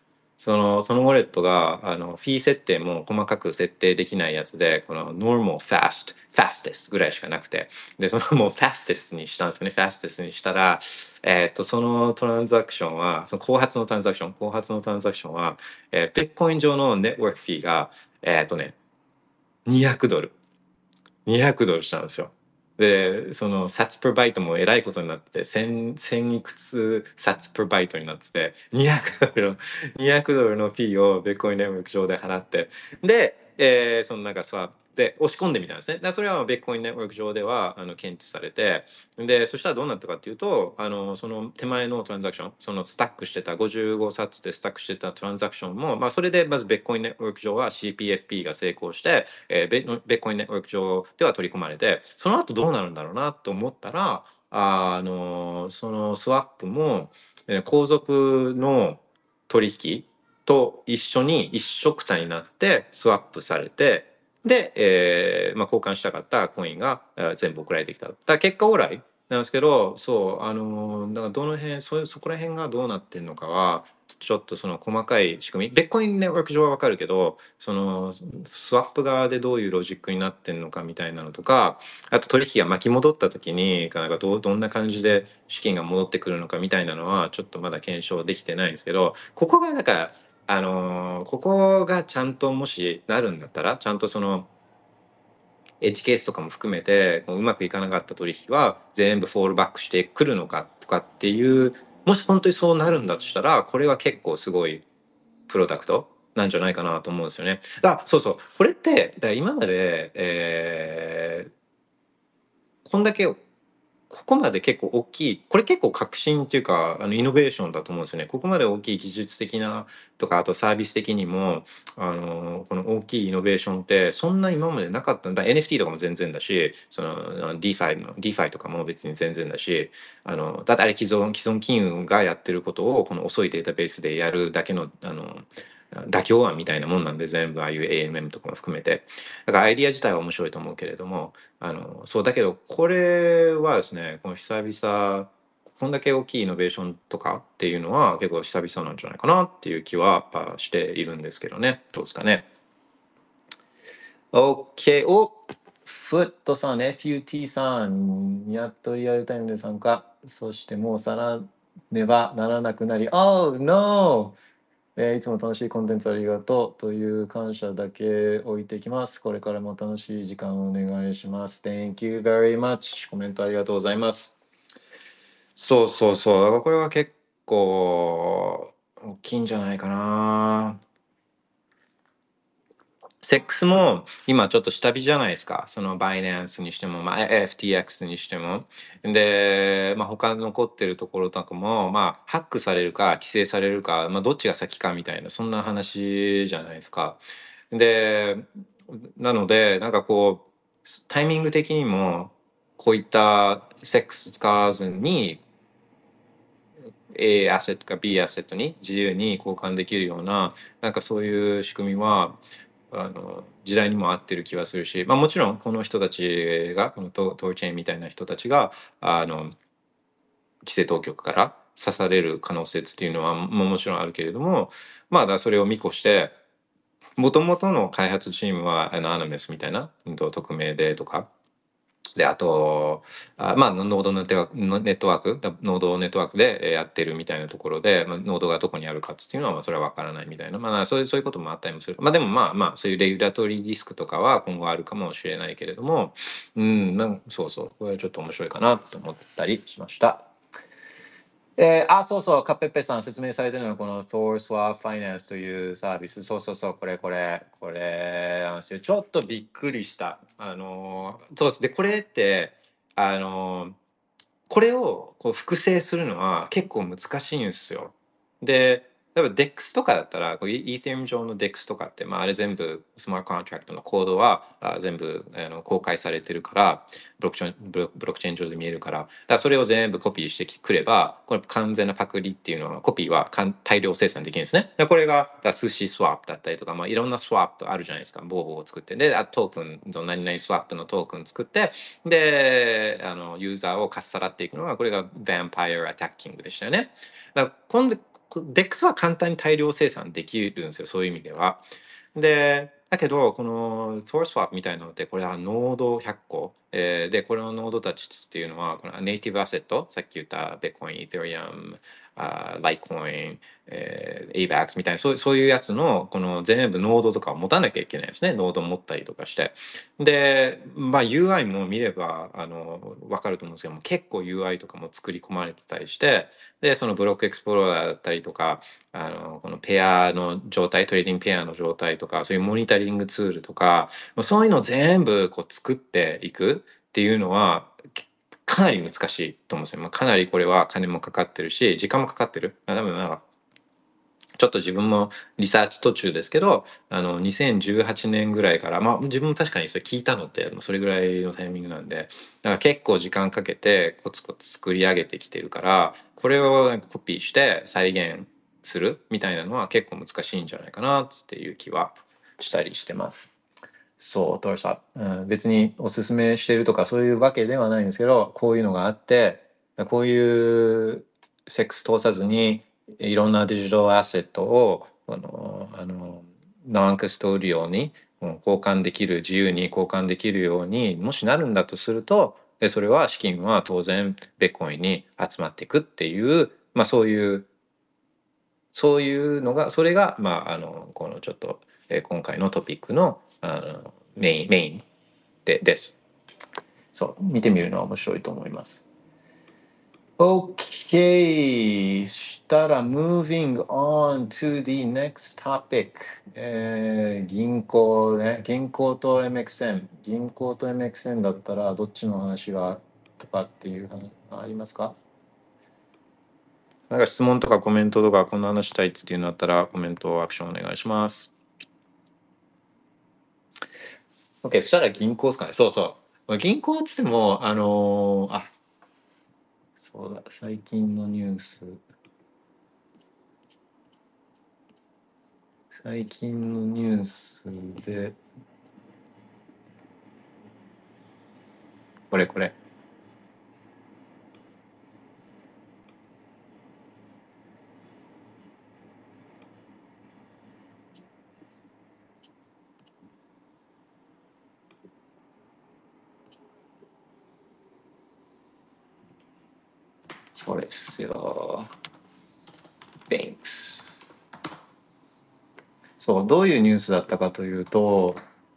そのそのウォレットがあのフィー設定も細かく設定できないやつで、この normal fast fastest ぐらいしかなくて、でそのもう fastest にしたんですよね。 fastest にしたら、えーっとそのトランザクションは、その後発のトランザクション後発のトランザクションは、えー、ビットコイン上のネットワークフィーがえーっとねにひゃくドルにひゃくドルしたんですよ。で、そのサツプバイトもえらいことになってて、千、千いくつサツプバイトになってて、にひゃくドルの、にひゃくドルのフィーをビットコインネットワーク上で払って、で、えーそのなんかさ、で、押し込んでみたんですね。だからそれはビットコインネットワーク上ではあの検知されて、で、そしたらどうなったかっていうと、あの、その手前のトランザクション、そのスタックしてた、ごじゅうごサツでスタックしてたトランザクションも、まあ、それでまずビットコインネットワーク上は シーピーエフピー が成功して、えー、ビットコインネットワーク上では取り込まれて、その後どうなるんだろうなと思ったら、あの、そのスワップも、えー後続の取引と一緒に一緒くたになってスワップされて、で、えーまあ、交換したかったコインがえー全部送られてきた。だから結果オーライなんですけど、そう、あのーだからどの辺、そ、そこら辺がどうなってるのかは、ちょっとその細かい仕組み、ビットコインネットワーク上はわかるけど、そのスワップ側でどういうロジックになってるのかみたいなのとか、あと取引が巻き戻った時に、なんかどう、どんな感じで資金が戻ってくるのかみたいなのは、ちょっとまだ検証できてないんですけど、ここがなんか、あのーここがちゃんともしなるんだったら、ちゃんとその、エッジケースとかも含めてうまくいかなかった取引は全部フォールバックしてくるのかとかっていう、もし本当にそうなるんだとしたら、これは結構すごいプロダクトなんじゃないかなと思うんですよね。だそうそう、これってだから今まで、えーこんだけここまで結構大きい、これ結構革新っていうか、あのイノベーションだと思うんですよね。ここまで大きい技術的なとか、あとサービス的にも、あの、この大きいイノベーションって、そんな今までなかったんだ。エヌエフティー とかも全然だし、その DeFi の、DeFi とかも別に全然だし、あの、だってあれ既存、既存金融がやってることを、この遅いデータベースでやるだけの、あの、妥協案みたいなもんなんで、全部ああいう エーエムエム とかも含めて。だからアイディア自体は面白いと思うけれども、あのそうだけどこれはですね、この久々こんだけ大きいイノベーションとかっていうのは結構久々なんじゃないかなっていう気はあしているんですけどね。どうですかね。 OK。 おフットさん エフユーティー さんやっとリアルタイムで参加。そしてもうさらねばならなくなり Oh no、えーいつも楽しいコンテンツありがとうという感謝だけ置いていきます。これからも楽しい時間をお願いします。Thank you very much。コメントありがとうございます。そうそうそう。だからこれは結構大きいんじゃないかな。セックスも今ちょっと下火じゃないですか。そのバイナンスにしても、まあ、エフティーエックス にしても。で、まあ、他の残ってるところとかも、まあ、ハックされるか、規制されるか、まあ、どっちが先かみたいな、そんな話じゃないですか。で、なので、なんかこう、タイミング的にも、こういったセックス使わずに、A アセットか B アセットに自由に交換できるような、なんかそういう仕組みは、あの時代にも合ってる気はするし、まあ、もちろんこの人たちがこのトトーチェーンみたいな人たちがあの規制当局から刺される可能性っていうのはももちろんあるけれども、まあだからそれを見越してもともとの開発チームはアナナメスみたいな、うんと匿名でとかで、あと、あまあ、ノードネットワーク、ノネットワーク、だノードネットワークでえーやってるみたいなところで、まあ、ノードがどこにあるかっていうのは、まあ、それはわからないみたいな、まあ、そういう、そういうこともあったりもする。まあ、でもまあまあ、そういうレギュラトリーリスクとかは今後あるかもしれないけれども、うん、なんそうそう、これはちょっと面白いかなと思ったりしました。えーあ、そうそう、カッペッペさん説明されてるのはこの Thor Swap Finance というサービス。そうそうそう、これこれ、これなんですよ。ちょっとびっくりした。あのー、そうです。で、これって、あのー、これをこう複製するのは結構難しいんですよ。で、例えば デックス とかだったら、こう Ethereum 上の デックス とかって、まあ、あれ全部スマートコントラクトのコードはあ全部あの公開されてるから、ブロックチェーンブロブロックチェーン上で見えるから、だからそれを全部コピーしてくれば、これ完全なパクリっていうのは、コピーはかん大量生産できるんですね。でこれが、だ寿司スワップだったりとか、まあ、いろんなスワップあるじゃないですか。ボーボーを作って。で、あトークン、その何々スワップのトークン作って、で、あのユーザーをかっさらっていくのが、これが Vampire Attacking でしたよね。だから今度デックス は簡単に大量生産できるんですよ、そういう意味では。で、だけど、この ThorSwap みたいなのって、これはノードひゃっこ、えーで、これのノードたちっていうのは、このネイティブアセット、さっき言ったベッコイン、イー r リアム、あライコイン、えー、エーバックス みたいな、そう、そういうやつの、この全部ノードとかを持たなきゃいけないですね。ノード持ったりとかして。で、まあ ユーアイ も見れば、あの、わかると思うんですけども、結構 ユーアイ とかも作り込まれてたりして、で、そのブロックエクスプローラーだったりとか、あの、このペアの状態、トレーディングペアの状態とか、そういうモニタリングツールとか、そういうのを全部こう作っていくっていうのは、かなり難しいと思うんですよ。まあ、かなりこれは金もかかってるし、時間もかかってる。多分なんかちょっと自分もリサーチ途中ですけど、あの、にせんじゅうはちねんぐらいから、まあ自分も確かにそれ聞いたのって、それぐらいのタイミングなんで、だから結構時間かけてコツコツ作り上げてきてるから、これをなんかコピーして再現するみたいなのは結構難しいんじゃないかなっていう気はしたりしてます。そう、トラさん、うん、別におすすめしてるとかそういうわけではないんですけど、こういうのがあって、こういうセックス通さずにいろんなデジタルアセットをあのあのノンカストリオに交換できる、自由に交換できるようにもしなるんだとすると、でそれは資金は当然ベッコインに集まっていくっていう、まあ、そういうそういうのが、それが、まあ、あのこのちょっと、えー今回のトピックの、あのメインメインでです。そう見てみるのは面白いと思います。OK。したら moving on to the next topic、えー銀行ね。銀行と エムエックスエム。銀行と エムエックスエム だったらどっちの話がとかっていう話ありますか？なんか質問とかコメントとかこんな話したいっていうのだったらコメントアクションお願いします。OK。そしたら銀行ですかね。そうそう。銀行って言っても、あのーあ、そうだ、最近のニュース。最近のニュースで、これこれ。これですよ。Banks。そう、どういうニュースだったかというと、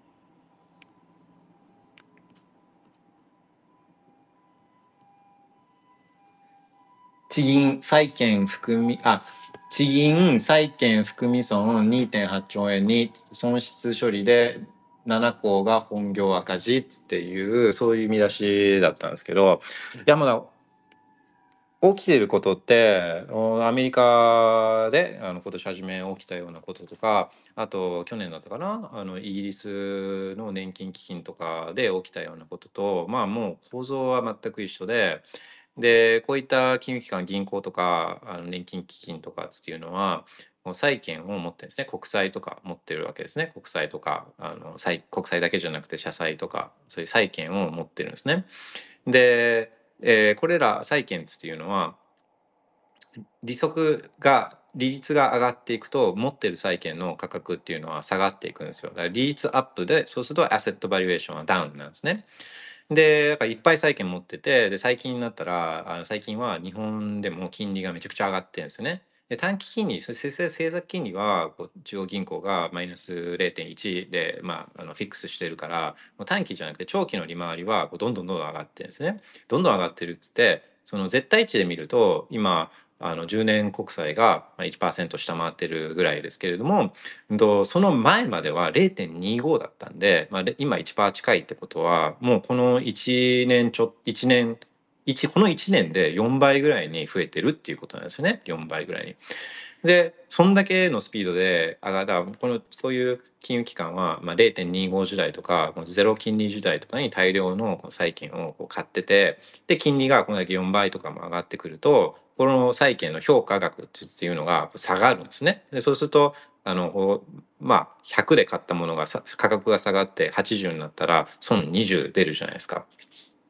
地銀債券含み、あ、地銀債券含み損 にてんはち 兆円に損失処理でななこうが本業赤字っていう、そういう見出しだったんですけど、いや、まだ起きていることってアメリカであの今年初め起きたようなこととか、あと去年だったかな、あのイギリスの年金基金とかで起きたようなことと、まあもう構造は全く一緒で、でこういった金融機関、銀行とかあの年金基金とかっていうのはもう債券を持ってるんですね。国債とか持ってるわけですね。国債とかあの債国債だけじゃなくて社債とかそういう債券を持ってるんですね。で、えーこれら債券っていうのは利息が利率が上がっていくと持ってる債券の価格っていうのは下がっていくんですよ。だから利率アップでそうするとアセットバリュエーションはダウンなんですね。で、だからいっぱい債券持ってて、で最近になったらあの最近は日本でも金利がめちゃくちゃ上がってるんですよね。で短期金利、せせ政策金利はこう中央銀行がマイナスれいてんいちで、まあ、あのフィックスしてるから、もう短期じゃなくて長期の利回りはこうどんどんどんどん上がってるんですね。どんどん上がってるっつって、その絶対値で見ると今あのじゅうねん国債がまあ いちパーセント 下回ってるぐらいですけれども、うんとその前までは れいてんにご だったんで、まあ、れ今 いちパーセント 近いってことはもうこのいちねんちょいちねん一このいちねんでよんばいぐらいに増えてるっていうことなんですよね。よんばいぐらいに。でそんだけのスピードで上がったこのこういう金融機関は、まあ、れいてんにご時代とかこのゼロ金利時代とかに大量のこの債券をこう買ってて、で金利がこれだけよんばいとかも上がってくるとこの債券の評価額っていうのが下がるんですね。でそうするとあのまあひゃくで買ったものがさ価格が下がってはちじゅうになったら損にじゅう出るじゃないですか。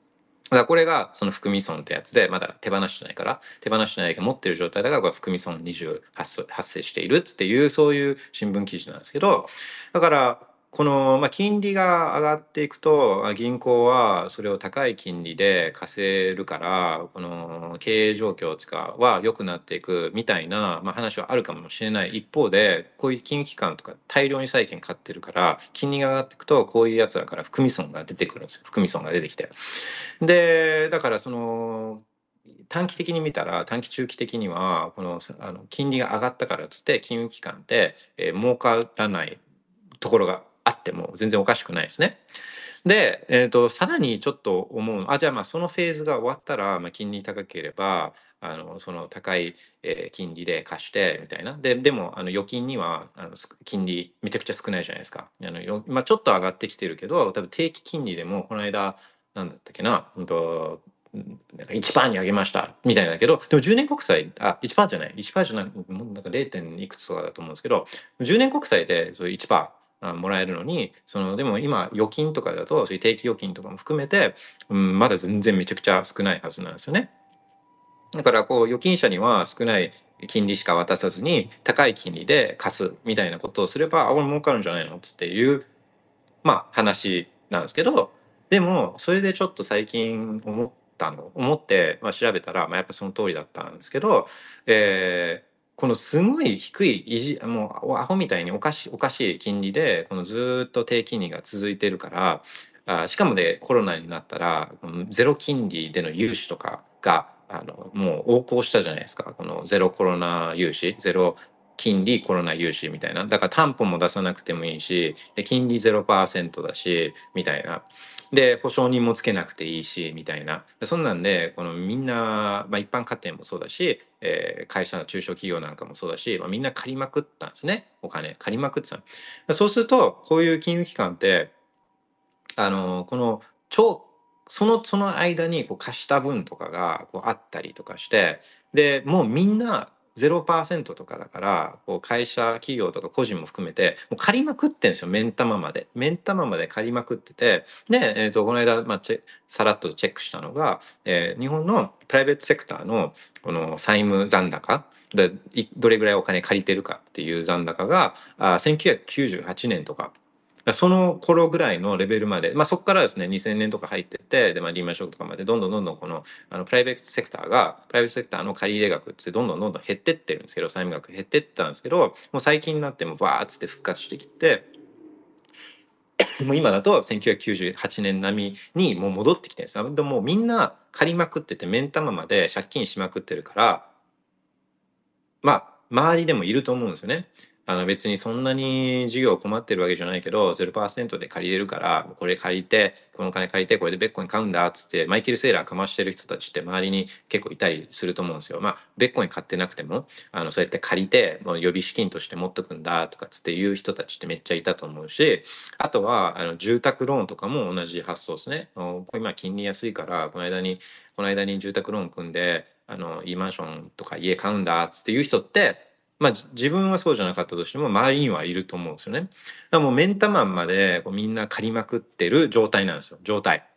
だからこれがその含み損ってやつで、まだ手放してないから、手放してないけど持ってる状態だからこれ含み損にじゅう発生しているっていう、そういう新聞記事なんですけど、だからこの、まあ、金利が上がっていくとあ銀行はそれを高い金利で貸せるからこの経営状況とかは良くなっていくみたいな、まあ、話はあるかもしれない一方で、こういう金融機関とか大量に債券買ってるから金利が上がっていくとこういうやつらから含み損が出てくるんですよ。含み損が出てきて、でだからその短期的に見たら短期中期的にはこのあの金利が上がったからっつって金融機関って、えー儲からないところがあっても全然おかしくないですね。で、えー、とさらにちょっと思うのあじゃあまあそのフェーズが終わったら、まあ、金利高ければあのその高い、えー金利で貸してみたいな。ででもあの預金にはあのす金利めちゃくちゃ少ないじゃないですか。あのよ、まあ、ちょっと上がってきてるけど多分定期金利でもこの間なんだったっけな、うんとなんかいちパーセントに上げましたみたいだけど、でもじゅうねん国債あ いちパーセント じゃない いちパーセント じゃなくもうなんか ゼロ. いくつとかだと思うんですけど、じゅうねん国債でそういう いちパーセントあもらえるのに、そのでも今預金とかだとそういう定期預金とかも含めて、うん、まだ全然めちゃくちゃ少ないはずなんですよね。だからこう預金者には少ない金利しか渡さずに高い金利で貸すみたいなことをすれば、あ、俺儲かるんじゃないのっていうまあ話なんですけど、でもそれでちょっと最近思ったの思って、まあ、調べたら、まあ、やっぱその通りだったんですけど、えーこのすごい低いいじもうアホみたいにおかしいおかしい金利でこのずっと低金利が続いてるから、あしかもでコロナになったらこのゼロ金利での融資とかがあのもう横行したじゃないですか。このゼロコロナ融資ゼロ金利コロナ融資みたいな。だから担保も出さなくてもいいし金利ゼロパーセントだしみたいな。で保証人もつけなくていいしみたいな。そんなんでこのみんな、まあ、一般家庭もそうだし、えー会社の中小企業なんかもそうだし、まあ、みんな借りまくったんですね。お金借りまくってたの。そうするとこういう金融機関ってあのこの超そのその間にこう貸した分とかがこうあったりとかして、でもうみんなゼロパーセントとかだからこう会社企業とか個人も含めてもう借りまくってんですよ。目ん玉まで目ん玉まで借りまくってて、で、えー、とこの間、まあ、チェさらっとチェックしたのが、えー日本のプライベートセクターのこの債務残高でいどれぐらいお金借りてるかっていう残高があせんきゅうひゃくきゅうじゅうはちねんとかその頃ぐらいのレベルまで、まあ、そこからですねにせんねんとか入ってってで、まあ、リーマンショックとかまでどんどんどんどんこのあのプライベートセクターがプライベートセクターの借入額ってどんどんどんどん減ってってるんですけど債務額減ってったんですけど、もう最近になってもバーッつって復活してきて、もう今だとせんきゅうひゃくきゅうじゅうはちねん並みにもう戻ってきてるんです。でもみんな借りまくってて目ん玉まで借金しまくってるから、まあ周りでもいると思うんですよね。あの別にそんなに授業困ってるわけじゃないけどゼロパーセントで借りれるからこれ借りてこの金借りてこれでベッコイン買うんだっつってマイケル・セーラーかましてる人たちって周りに結構いたりすると思うんですよ。まあベッコイン買ってなくてもあのそうやって借りてもう予備資金として持っとくんだとかつっていう人たちってめっちゃいたと思うし、あとはあの住宅ローンとかも同じ発想ですね。あの今金利安いからこの間にこの間に住宅ローン組んであのいいマンションとか家買うんだっつっていう人ってまあ、じ自分はそうじゃなかったとしても周りにはいると思うんですよね。だからもうメンタマンまでこうみんな借りまくってる状態なんですよ。状態。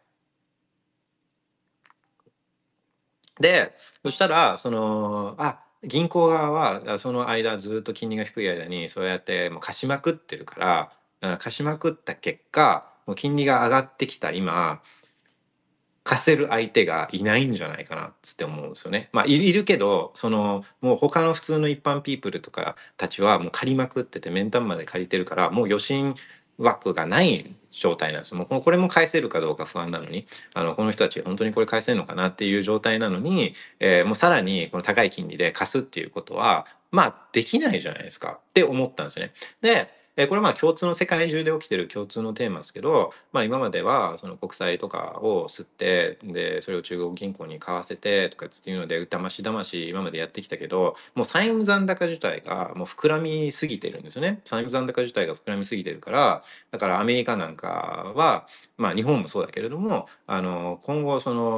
で、そしたらそのあ銀行側はその間ずっと金利が低い間にそうやってもう貸しまくってるから、貸しまくった結果もう金利が上がってきた今貸せる相手がいないんじゃないかなっつって思うんですよね。まあいるいるけどそのもう他の普通の一般ピープルとかたちはもう借りまくっててメンタンまで借りてるからもう余震枠がない状態なんですよ。もうこれも返せるかどうか不安なのにあのこの人たち本当にこれ返せるのかなっていう状態なのに、えーもうさらにこの高い金利で貸すっていうことはまあできないじゃないですかって思ったんですよね。でえーこれはまあ共通の世界中で起きてる共通のテーマですけど、まあ、今まではその国債とかを吸ってでそれを中国銀行に買わせてとかっていうのでだましだまし今までやってきたけど、もう債務残高自体がもう膨らみすぎてるんですよね。債務残高自体が膨らみすぎてるからだからアメリカなんかはまあ日本もそうだけれどもあの今後その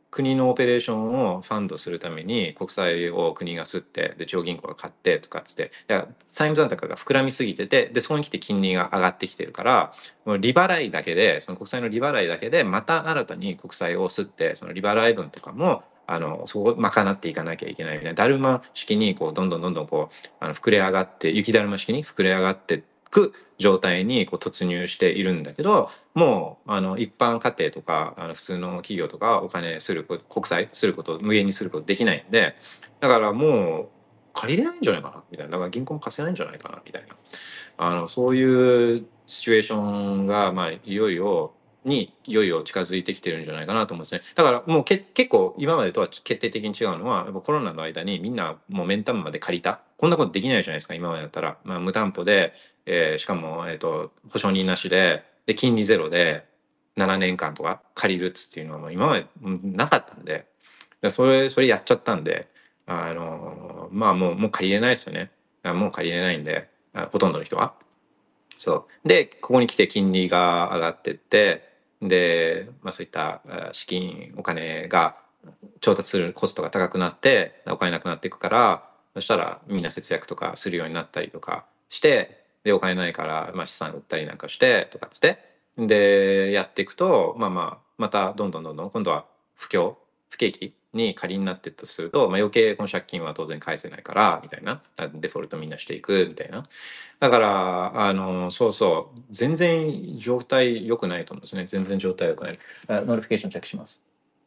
国のオペレーションをファンドするために国債を国が吸ってで中央銀行が買ってとかっつって債務残高が膨らみすぎててでそこに来て金利が上がってきてるからもう利払いだけでその国債の利払いだけでまた新たに国債を吸ってその利払い分とかもあのそこを賄っていかなきゃいけないみたいなだるま式にこうどんどんどんどんこうあの膨れ上がって雪だるま式に膨れ上がってく状態にこう突入しているんだけどもうあの一般家庭とかあの普通の企業とかお金する国債すること無限にすることできないんでだからもう借りれないんじゃないかなみたいなだから銀行も貸せないんじゃないかなみたいなあのそういうシチュエーションが、まあ、いよいよにいよいよ近づいてきてるんじゃないかなと思うんですね。だからもうけ結構今までとは決定的に違うのはやっぱコロナの間にみんなもうメンタンまで借りたこんなことできないじゃないですか今までだったら、まあ、無担保で、えーしかも、えー、と保証人なしでで金利ゼロでななねんかんとか借りるっつっていうのはもう今までなかったんででそれそれやっちゃったんであのまあもうもう借りれないですよね。あもう借りれないんであほとんどの人は。そうでここに来て金利が上がってってで、まあ、そういったあ資金お金が調達するコストが高くなってお金なくなっていくからそしたらみんな節約とかするようになったりとかしてでお金ないから、まあ、資産売ったりなんかしてとかっつってでやっていくとまあまあまたどんどんどんどん今度は不況不景気に仮になっていったとすると、まあ、余計この借金は当然返せないからみたいなデフォルトみんなしていくみたいなだからあのそうそう全然状態良くないと思うんですね全然状態良くないあノーティフィケーションチェックします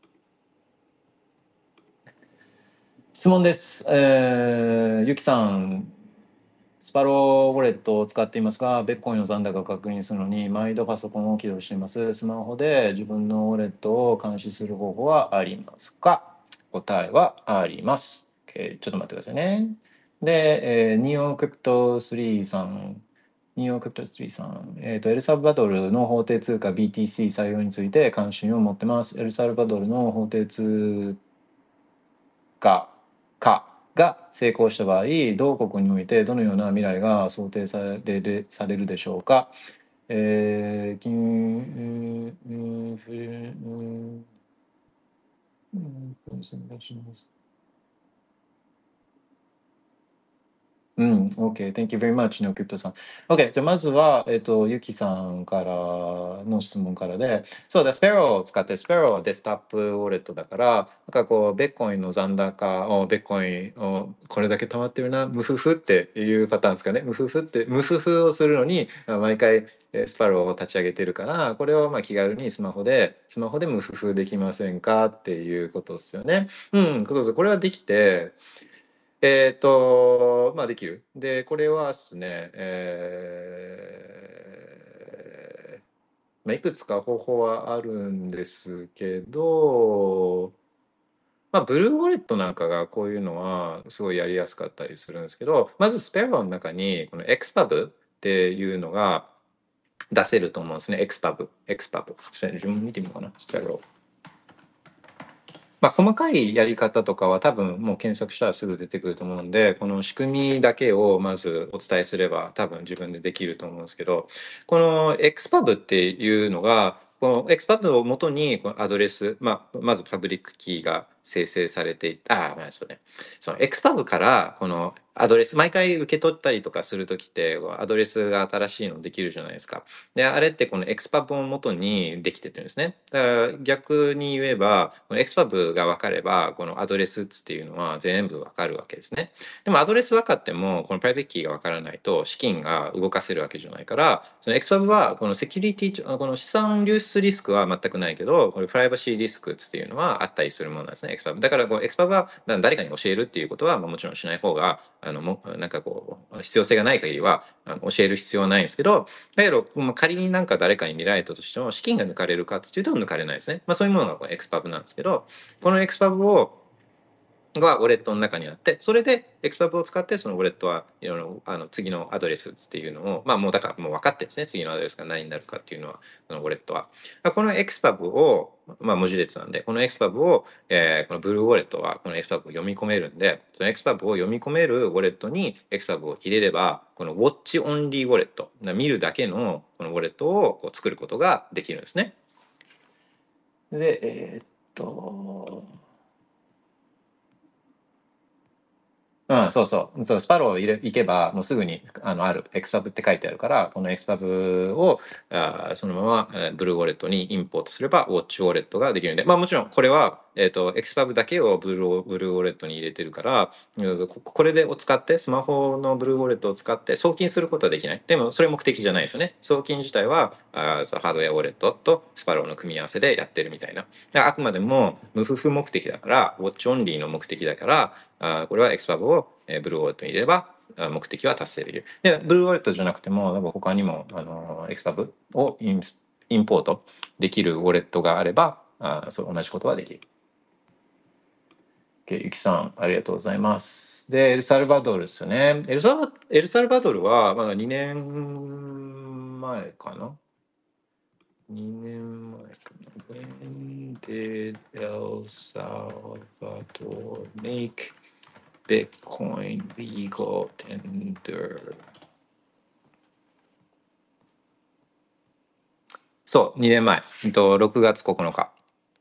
質問です、えー、ゆきさんスパローウォレットを使っていますが、ベッコインの残高を確認するのに毎度パソコンを起動しています。スマホで自分のウォレットを監視する方法はありますか？答えはあります。Okay、ちょっと待ってくださいね。で、えー、ニオクリプトスリーさん、ニオクリプトスリーさん、えーと、エルサルバドルの法定通貨 ビーティーシー 採用について関心を持ってます。エルサルバドルの法定通貨化が成功した場合、同国においてどのような未来が想定されるされるでしょうか。えー、金うんうんうんうんうん、OK。Thank you very much, のクリプトさん。OK。じゃあ、まずは、えっと、ゆきさんからの質問からで、そうだ、スペローを使って、スペローはデスクトップウォレットだから、なんかこう、ベッコインの残高を、ベッコインをこれだけ溜まってるな、ムフフっていうパターンですかね。ムフフって、ムフフをするのに、毎回スパローを立ち上げてるから、これをまあ気軽にスマホで、スマホでムフフできませんかっていうことですよね。うん、そうそう、これはできて、えっと、まあできる。で、これはですね、えーまあ、いくつか方法はあるんですけど、まあ、ブルーウォレットなんかがこういうのはすごいやりやすかったりするんですけど、まずスペローの中にこの エックスパブ っていうのが出せると思うんですね。エックスパブ。エックスパブ。自分見てみようかな。スペロー。まあ、細かいやり方とかは多分もう検索したらすぐ出てくると思うんでこの仕組みだけをまずお伝えすれば多分自分でできると思うんですけどこの エックスパブ っていうのがこの エックスパブ をもとにこのアドレス、まあ、まずパブリックキーが生成されていたあ、まあそうね、その エックスパブ からこのアドレス毎回受け取ったりとかするときってアドレスが新しいのできるじゃないですか。であれってこの エックスパブ を元にできてるんですね。だから逆に言えばこの エックスパブ が分かればこのアドレスっていうのは全部分かるわけですね。でもアドレス分かってもこのプライベートキーが分からないと資金が動かせるわけじゃないからその エックスパブ はこのセキュリティこの資産流出リスクは全くないけどこれプライバシーリスクっていうのはあったりするものなんですね エックスパブ。だからこう エックスパブ は誰かに教えるっていうことはもちろんしない方があのもなんかこう必要性がない限りはあの教える必要はないんですけどだけど仮になんか誰かに見られたとしても資金が抜かれるかっていうと抜かれないですね。まあそういうものがこの エックスパブ なんですけどこの エックスパブ をがウォレットの中にあってそれで エックスパブ を使ってそのウォレットはいろいろあの次のアドレスっていうのをまあもうだからもう分かってるんですね次のアドレスが何になるかっていうのはこのウォレットはこの エックスパブ をまあ文字列なんでこの エックスパブ を、えー、このブルーウォレットはこの エックスパブ を読み込めるんでその エックスパブ を読み込めるウォレットに エックスパブ を入れればこのウォッチオンリーウォレット見るだけのこのウォレットをこう作ることができるんですね。で、えーとうん、そうそう。そう、スパローを入れ行けば、もうすぐにあのある、エクスパブって書いてあるから、このエクスパブをあーそのまま、えーブルーウォレットにインポートすれば、ウォッチウォレットができるんで、まあもちろんこれは、えっと、エクスパブだけをブルーブルーウォレットに入れてるから、うんここれでを使って、スマホのブルーウォレットを使って送金することはできない。でも、それ目的じゃないですよね。送金自体は、あーそのハードウェアウォレットとスパローの組み合わせでやってるみたいな。だからあくまでも無夫婦目的だから、ウォッチオンリーの目的だから、あこれはエクスパブを、えーブルーウォレットに入れればあ目的は達成できる。で、ブルーウォレットじゃなくても、多分他にもあのエクスパブをインインポートできるウォレットがあれば、あそう同じことはできる。OK、ゆきさん、ありがとうございます。で、エルサルバドルですよね。エルサルエルサルバドルはまだにねんまえかな。にねんまえかな。When did El Salvador make Bitcoin legal tender? そう、にねんまえ、うんとろくがつここのか。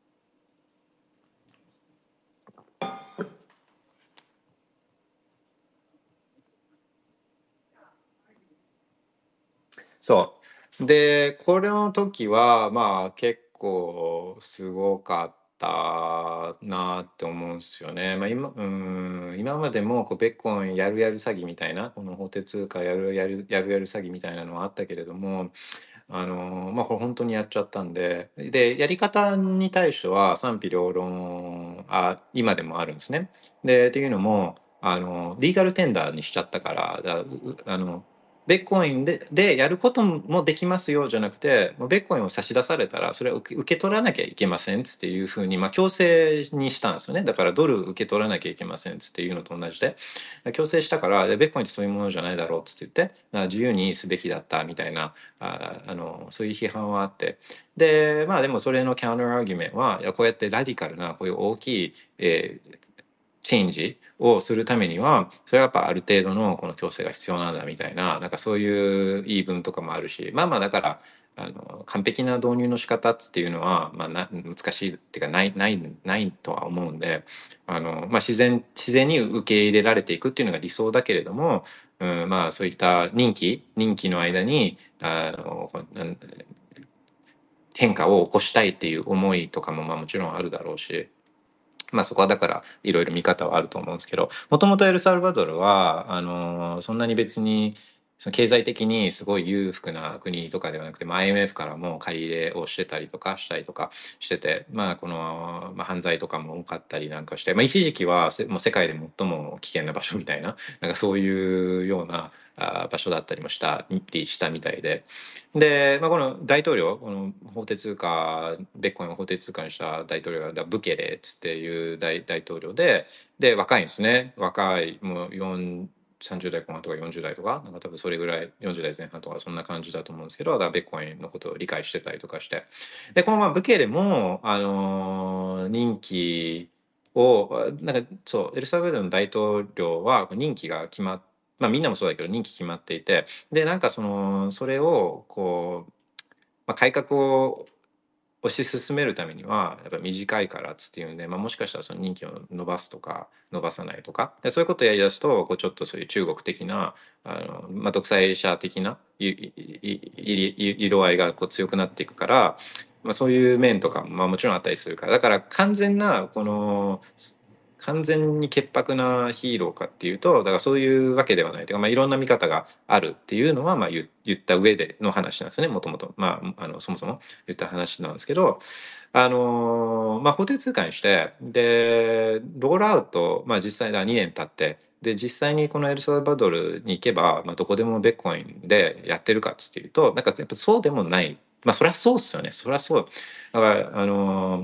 そうで、これの時はまあ結構すごかったなって思うんですよね。まあ、今うん今までもこうベッコンやるやる詐欺みたいな、この法定通貨やるやるやるやる詐欺みたいなのはあったけれども、あのまあこれ本当にやっちゃったんで、でやり方に対しては賛否両論あ今でもあるんですね。でっていうのもあのリーガルテンダーにしちゃったからだううあのベッコインででやることもできますよじゃなくて、もうベッコインを差し出されたらそれを受け受け取らなきゃいけませんっつっていうふうに、まあ、強制にしたんですよね。だからドル受け取らなきゃいけませんっつっていうのと同じで強制したから、でベッコインってそういうものじゃないだろうっつって言って、あ自由にすべきだったみたいなああのそういう批判はあって、でまあでもそれのキャウンターアーギュメントはいやこうやってラディカルなこういう大きい、えーチェンジをするためにはそれはやっぱある程度のこの強制が必要なんだみたいな、なんかそういう言い分とかもあるし、まあまあだからあの完璧な導入の仕方っていうのは、まあ、な難しいっていうかないないないとは思うんで、あの、まあ、自然自然に受け入れられていくっていうのが理想だけれども、うん、まあそういった任期任期の間にあのなん変化を起こしたいっていう思いとかもまあもちろんあるだろうし。まあそこはだからいろいろ見方はあると思うんですけど、もともとエルサルバドルはあのそんなに別にその経済的にすごい裕福な国とかではなくて、まあ、アイエムエフ からも借り入れをしてたりとかしたりとかしてて、まあこの、まあ、犯罪とかも多かったりなんかして、まあ、一時期はせもう世界で最も危険な場所みたいな、なんかそういうようなあ場所だったりもしたりしたみたいで。で、まあ、この大統領、この法定通貨、ベッコインを法定通貨にした大統領がだブケレっつっていう大大統領で、で、若いんですね。若い、もうよんさんじゅう代後半とかよんじゅう代とか、なんか多分それぐらい、よんじゅう代前半とかそんな感じだと思うんですけど、だからベッコインのことを理解してたりとかして。で、このまあブケレも、あのー任期を、なんかそう、エルサルバドルの大統領は任期が決まっまあみんなもそうだけど任期決まっていて、でなんかそのそれをこう、まあ、改革を推し進めるためにはやっぱ短いからっつっていうんで、まあ、もしかしたらその任期を伸ばすとか伸ばさないとかで、そういうことをやりだすとこうちょっとそういう中国的なあの、まあ、独裁者的ないいいい色合いがこう強くなっていくから、まあ、そういう面とかも、まあ、もちろんあったりするから、だから完全なこの完全に潔白なヒーローかっていうと、だからそういうわけではないというか、まあ、いろんな見方があるっていうのはまあ言言った上での話なんですね、もともと、まあ、あのそもそも言った話なんですけど、あのまあ、法定通貨にしてでロールアウト、まあ、実際だにねん経ってで実際にこのエルサルバドルに行けば、まあ、どこでもベッコインでやってるかっつっていうと、なんかやっぱそうでもない。まあそりゃそうっすよね、そりゃそう。だからあの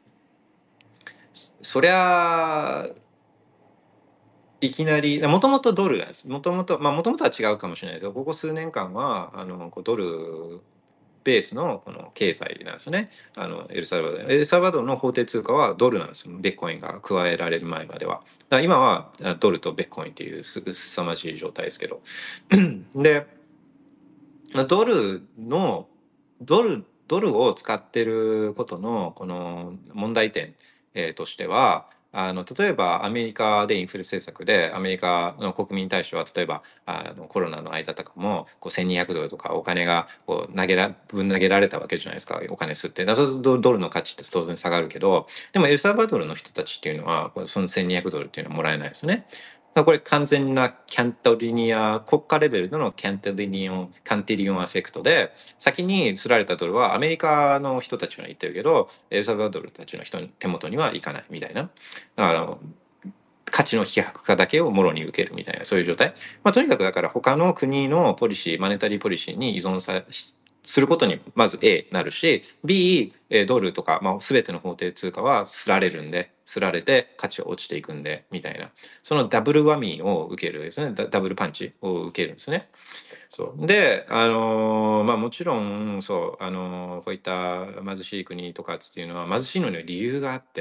そりゃいきなり、もともとドルなんです。もともと、まあもともとは違うかもしれないけど、ここ数年間は、あの、こうドルベースのこの経済なんですよね。あの、エルサルバドル。エルサルバドルの法定通貨はドルなんですよ。ベッコインが加えられる前までは。だから今はあドルとベッコインっていうすすさまじい状態ですけど。で、ドルの、ドルドルを使ってることのこの問題点、えーとしては、あの例えばアメリカでインフレ政策でアメリカの国民に対しては、例えばあのコロナの間とかもこうせんにひゃくドルとかお金がこう投げらぶん投げられたわけじゃないですか、お金吸って。だからそうするとドルの価値って当然下がるけど、でもエルサルバドルの人たちっていうのはこれそのせんにひゃくドルっていうのはもらえないですよね。だからこれ完全なキャントリニア国家レベルでのキャントリニオンカンティリオンエフェクトで、先に刷られたドルはアメリカの人たちには行ってるけどエルサルバドルたちの人の手元には行かないみたいな、だから価値の希薄化だけをもろに受けるみたいな、そういう状態。まあ、とにかくだから他の国のポリシー、マネタリーポリシーに依存さすることにまず A なるし、 B ドルとか、まあ、全ての法定通貨はすられるんで、すられて価値は落ちていくんでみたいな、そのダブルワミを受けるですね、ダブルパンチを受けるんですね。そうで、あのーまあもちろんそう、あのーこういった貧しい国とかっていうのは貧しいのには理由があって、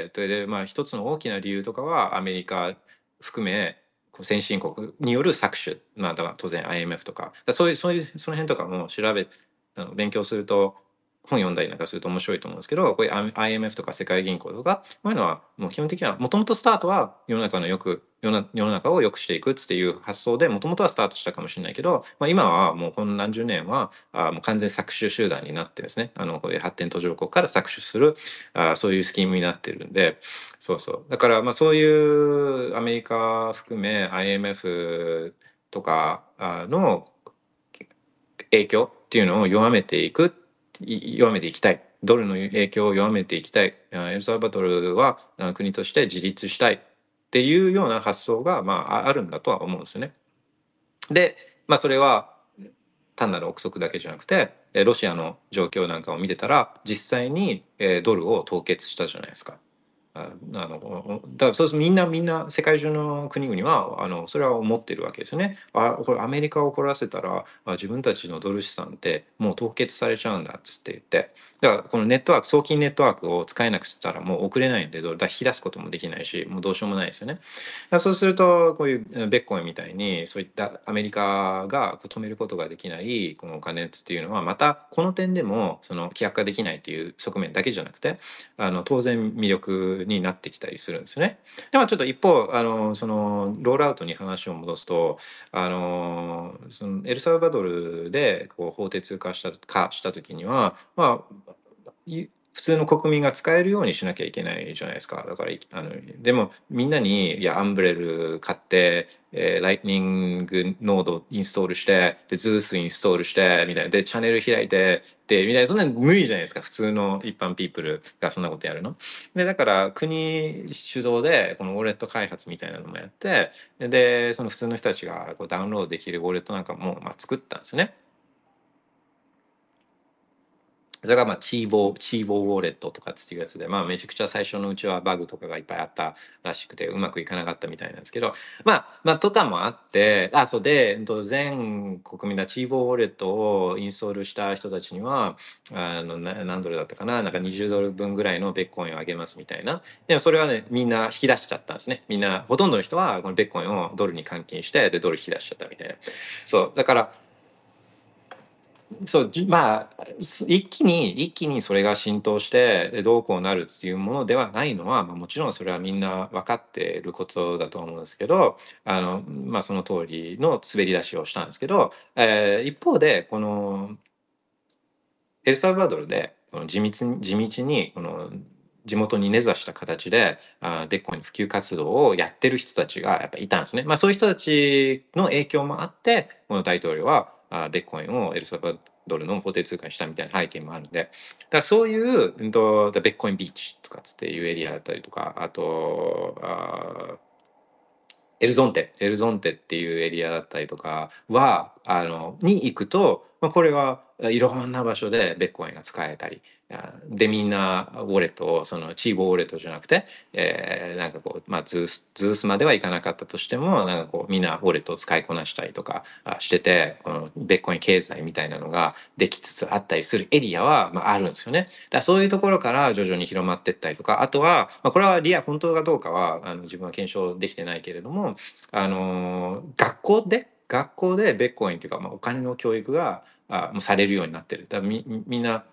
それでまあ一つの大きな理由とかはアメリカ含めこう先進国による搾取、まあだから当然 アイエムエフ とか、だそういうそういうその辺とかも調べあの勉強すると、本読んだりなんかすると面白いと思うんですけど、こういう アイエムエフ とか世界銀行とかこういうのはもう基本的にはもともとスタートは世の中のよく世の世の中を良くしていくっていう発想でもともとはスタートしたかもしれないけど、まあ、今はもうこの何十年はあもう完全搾取集団になってですね、あのこういう発展途上国から搾取するあそういうスキームになってるんで、そうそうだからまあそういうアメリカ含め アイエムエフ とかあの影響っていうのを弱めていく弱めていきたい、ドルの影響を弱めていきたい、エルサルバドルは国として自立したいっていうような発想が、まあ、あるんだとは思うんですよね。で、まあ、それは単なる憶測だけじゃなくてロシアの状況なんかを見てたら実際にドルを凍結したじゃないですか。ああのだからそうするとみんなみんな世界中の国々はあのそれは思ってるわけですよね。あこれアメリカを怒らせたらあ自分たちのドル資産ってもう凍結されちゃうんだっつって言って、だからこのネットワーク送金ネットワークを使えなくしたらもう送れないんで、ドルだ引き出すこともできないしもうどうしようもないですよね。だからそうするとこういうベッコインみたいにそういったアメリカが止めることができないこのお金っていうのはまたこの点でもその規約化できないっていう側面だけじゃなくてあの当然魅力になってきたりするんですよね。でもちょっと一方あのそのロールアウトに話を戻すと、あのそのエルサルバドルでこう法定通貨した化した時にはまあい普通の国民が使えるようにしなきゃいけないじゃないですか。だからあのでもみんなにいやアンブレル買って、えー、ライトニングノードインストールしてでズースインストールしてみたいなでチャンネル開いてでみたいな、そんなの無理じゃないですか、普通の一般ピープルがそんなことやるの。でだから国主導でこのウォレット開発みたいなのもやって、でその普通の人たちがこうダウンロードできるウォレットなんかもまあ作ったんですよね。それがまあチーボー、チーボーウォレットとかっていうやつで、まあめちゃくちゃ最初のうちはバグとかがいっぱいあったらしくて、うまくいかなかったみたいなんですけど、まあ、まあとかもあって、あ、そうで、全国民だチーボーウォレットをインストールした人たちには、あの、何ドルだったかな、なんかにじゅうドル分ぐらいのベッコインをあげますみたいな。でもそれはね、みんな引き出しちゃったんですね。みんな、ほとんどの人はこのベッコインをドルに換金して、で、ドル引き出しちゃったみたいな。そう、だから、そうまあ一気に一気にそれが浸透してどうこうなるっていうものではないのは、まあ、もちろんそれはみんな分かっていることだと思うんですけど、あの、まあ、その通りの滑り出しをしたんですけど、えー一方でこのエルサルバドルでこの地道に地道にこの地元に根ざした形であベッコインの普及活動をやってる人たちがやっぱいたんですね。まあそういう人たちの影響もあってこの大統領はあベッコインをエルサルバドルの法定通貨にしたみたいな背景もあるんで、だからそういう、うんと、ベッコインビーチとかつっていうエリアだったりとか、あとあエルゾンテ、エルゾンテっていうエリアだったりとかは、あの、に行くと、まあ、これはいろんな場所でベッコインが使えたり、あで、みんなウォレットを、そのチーボウォレットじゃなくて、えーなんかこう、まあ、ズース、ズースまではいかなかったとしても、なんかこう、みんなウォレットを使いこなしたりとかあしてて、このベッコイン経済みたいなのができつつあったりするエリアは、まあ、あるんですよね。だからそういうところから徐々に広まっていったりとか、あとは、まあ、これはリア、本当かどうかは、あの、自分は検証できてないけれども、あの学校で学校でベッコインっていうか、まあ、お金の教育があもうされるようになってる。だからみみんな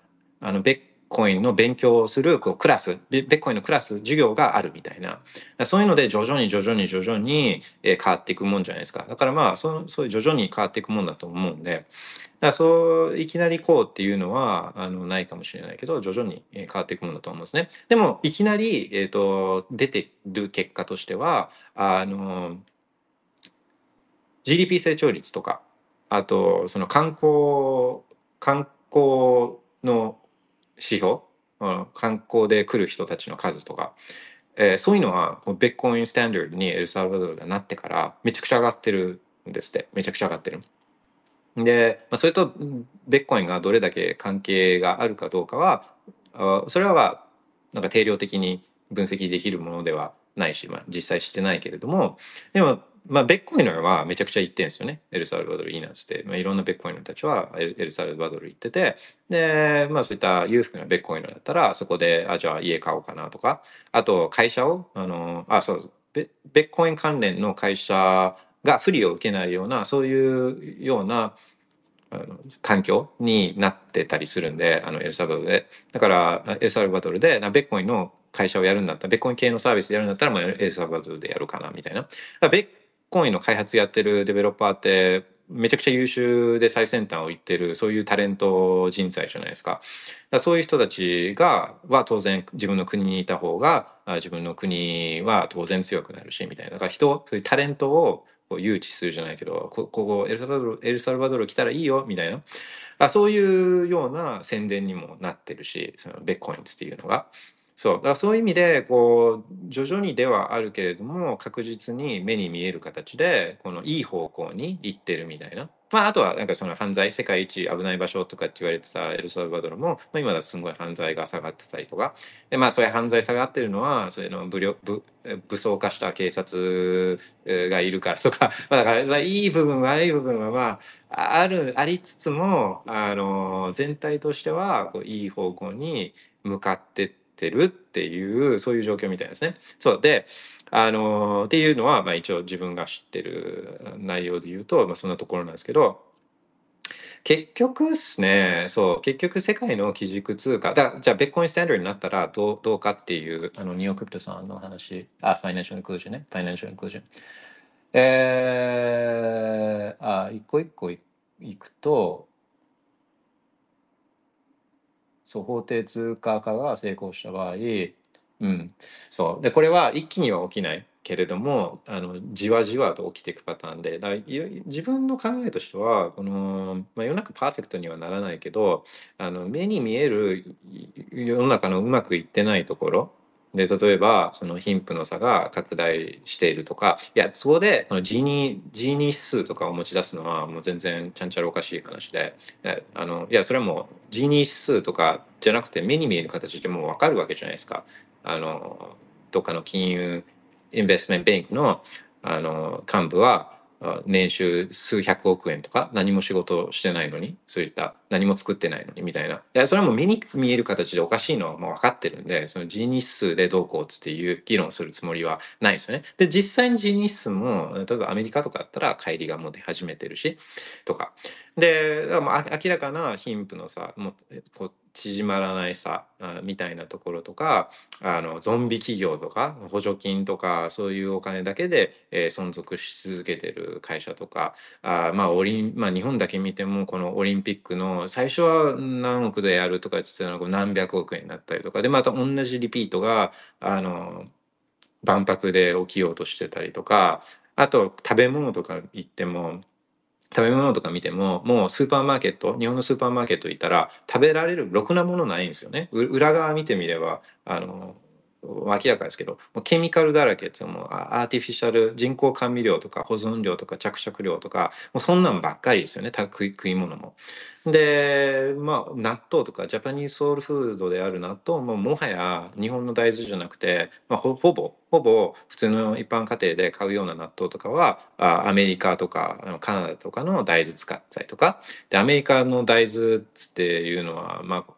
あのベッコインの勉強をするこうクラス、ベッコインのクラス授業があるみたいな、そういうので徐々に徐々に徐々に、えー変わっていくもんじゃないですか。だからまあそそういう徐々に変わっていくもんだと思うんで、だからそういきなりこうっていうのはあのないかもしれないけど、徐々にえー変わっていくもんだと思うんですね。でもいきなり、えー、と出てる結果としてはあの ジーディーピー 成長率とか、あとその観光観光の指標、うん観光で来る人たちの数とか、えーそういうのはこうベッコインスタンダードにエルサルバドルがなってからめちゃくちゃ上がってるんですって。めちゃくちゃ上がってる。で、まあ、それとベッコインがどれだけ関係があるかどうかは、あそれはなんか定量的に分析できるものではないし、まあ、実際してないけれども、でも、まあ、ベッコインのはめちゃくちゃ言ってるんですよね。エルサルバドルいいなっつって、まあ、いろんなベッコインのたちはエルエルサルバドル行ってて、で、まあ、そういった裕福なベッコインのだったら、そこで、あ、じゃあ家買おうかなとか、あと会社を、あの、あ、そうそう、ベベッコイン関連の会社が不利を受けないような、そういうようなあの環境になってたりするんで、あのエルサルバドルで。だからエルサルバドルでなベッコインの会社をやるんだったら、ベッコイン系のサービスやるんだったら、まあ、エルサルバドルでやるかなみたいな。だからベッコインの開発やってるデベロッパーってめちゃくちゃ優秀で最先端を行ってるそういうタレント人材じゃないですか。だからそういう人たちがは当然自分の国にいた方があ自分の国は当然強くなるしみたいな。だから人そういうタレントをこう誘致するじゃないけど、こここエルサルバドルエルサルバドル来たらいいよみたいな、あそういうような宣伝にもなってるし、そのベッコインっていうのが。そうだからそういう意味でこう徐々にではあるけれども確実に目に見える形でこのいい方向に行ってるみたいな。まあ、あとはなんかその犯罪世界一危ない場所とかって言われてたエルサルバドルも、まあ、今だとすごい犯罪が下がってたりとかで、まあ、それ犯罪下がってるのはそれの武力武武装化した警察がいるからとか、まあ、だからいい部分悪い部分はまああるありつつもあの全体としてはこういい方向に向かってってるっていうそういう状況みたいですね。そうであのっていうのは、まあ、一応自分が知ってる内容で言うと、まあ、そんなところなんですけど、結局ですね、そう結局世界の基軸通貨だじゃあベッコインスタンダードになったらどうどうかっていうあのニオクリプトさんの話、あファイナンシャルインクルージョンね、ファイナンシャルインクルージョン。えー、あ一個一個いいくと、そう法定通貨化が成功した場合、うん、そうでこれは一気には起きないけれどもあのじわじわと起きていくパターンで、だいろ自分の考えとしてはこの、まあ、世の中パーフェクトにはならないけどあの目に見える世の中のうまくいってないところで、例えばその貧富の差が拡大しているとか、いやそこでこのジーニー、ジーニー指数とかを持ち出すのはもう全然ちゃんちゃらおかしい話で、えあのいやそれはもうジーニー指数とかじゃなくて目に見える形でもう分かるわけじゃないですか。あのどっかの金融インベストメントバンクのあの幹部はあ年収数百億円とか何も仕事してないのに、そういった何も作ってないのにみたいな、いやそれはもう目に見える形でおかしいのはもう分かってるんで、そのジーニー指数でどうこうっつっていう議論するつもりはないですよね。で実際にジーニー指数も例えばアメリカとかだったら乖離がもう出始めてるしとかで、だからまあ明らかな貧富の差もこう縮まらない差あみたいなところとか、あのゾンビ企業とか補助金とかそういうお金だけで、えー存続し続けてる会社とか、あまあオリン、まあ、日本だけ見てもこのオリンピックの最初は何億でやるとか言ってたのが何百億円になったりとかで、また同じリピートがあの万博で起きようとしてたりとか、あと食べ物とか言っても食べ物とか見てももうスーパーマーケット日本のスーパーマーケット行ったら食べられるろくなものないんですよね。う裏側見てみればあの明らかですけどもうケミカルだらけっていうのもあアーティフィシャル人工甘味料とか保存料とか着色料とかもうそんなんばっかりですよね、た食い食い物も。でまあ納豆とかジャパニーズソウルフードである納豆ももはや日本の大豆じゃなくて、まあ、ほほぼほぼ普通の一般家庭で買うような納豆とかはあアメリカとかあのカナダとかの大豆使ったりとかで、アメリカの大豆っていうのはまあ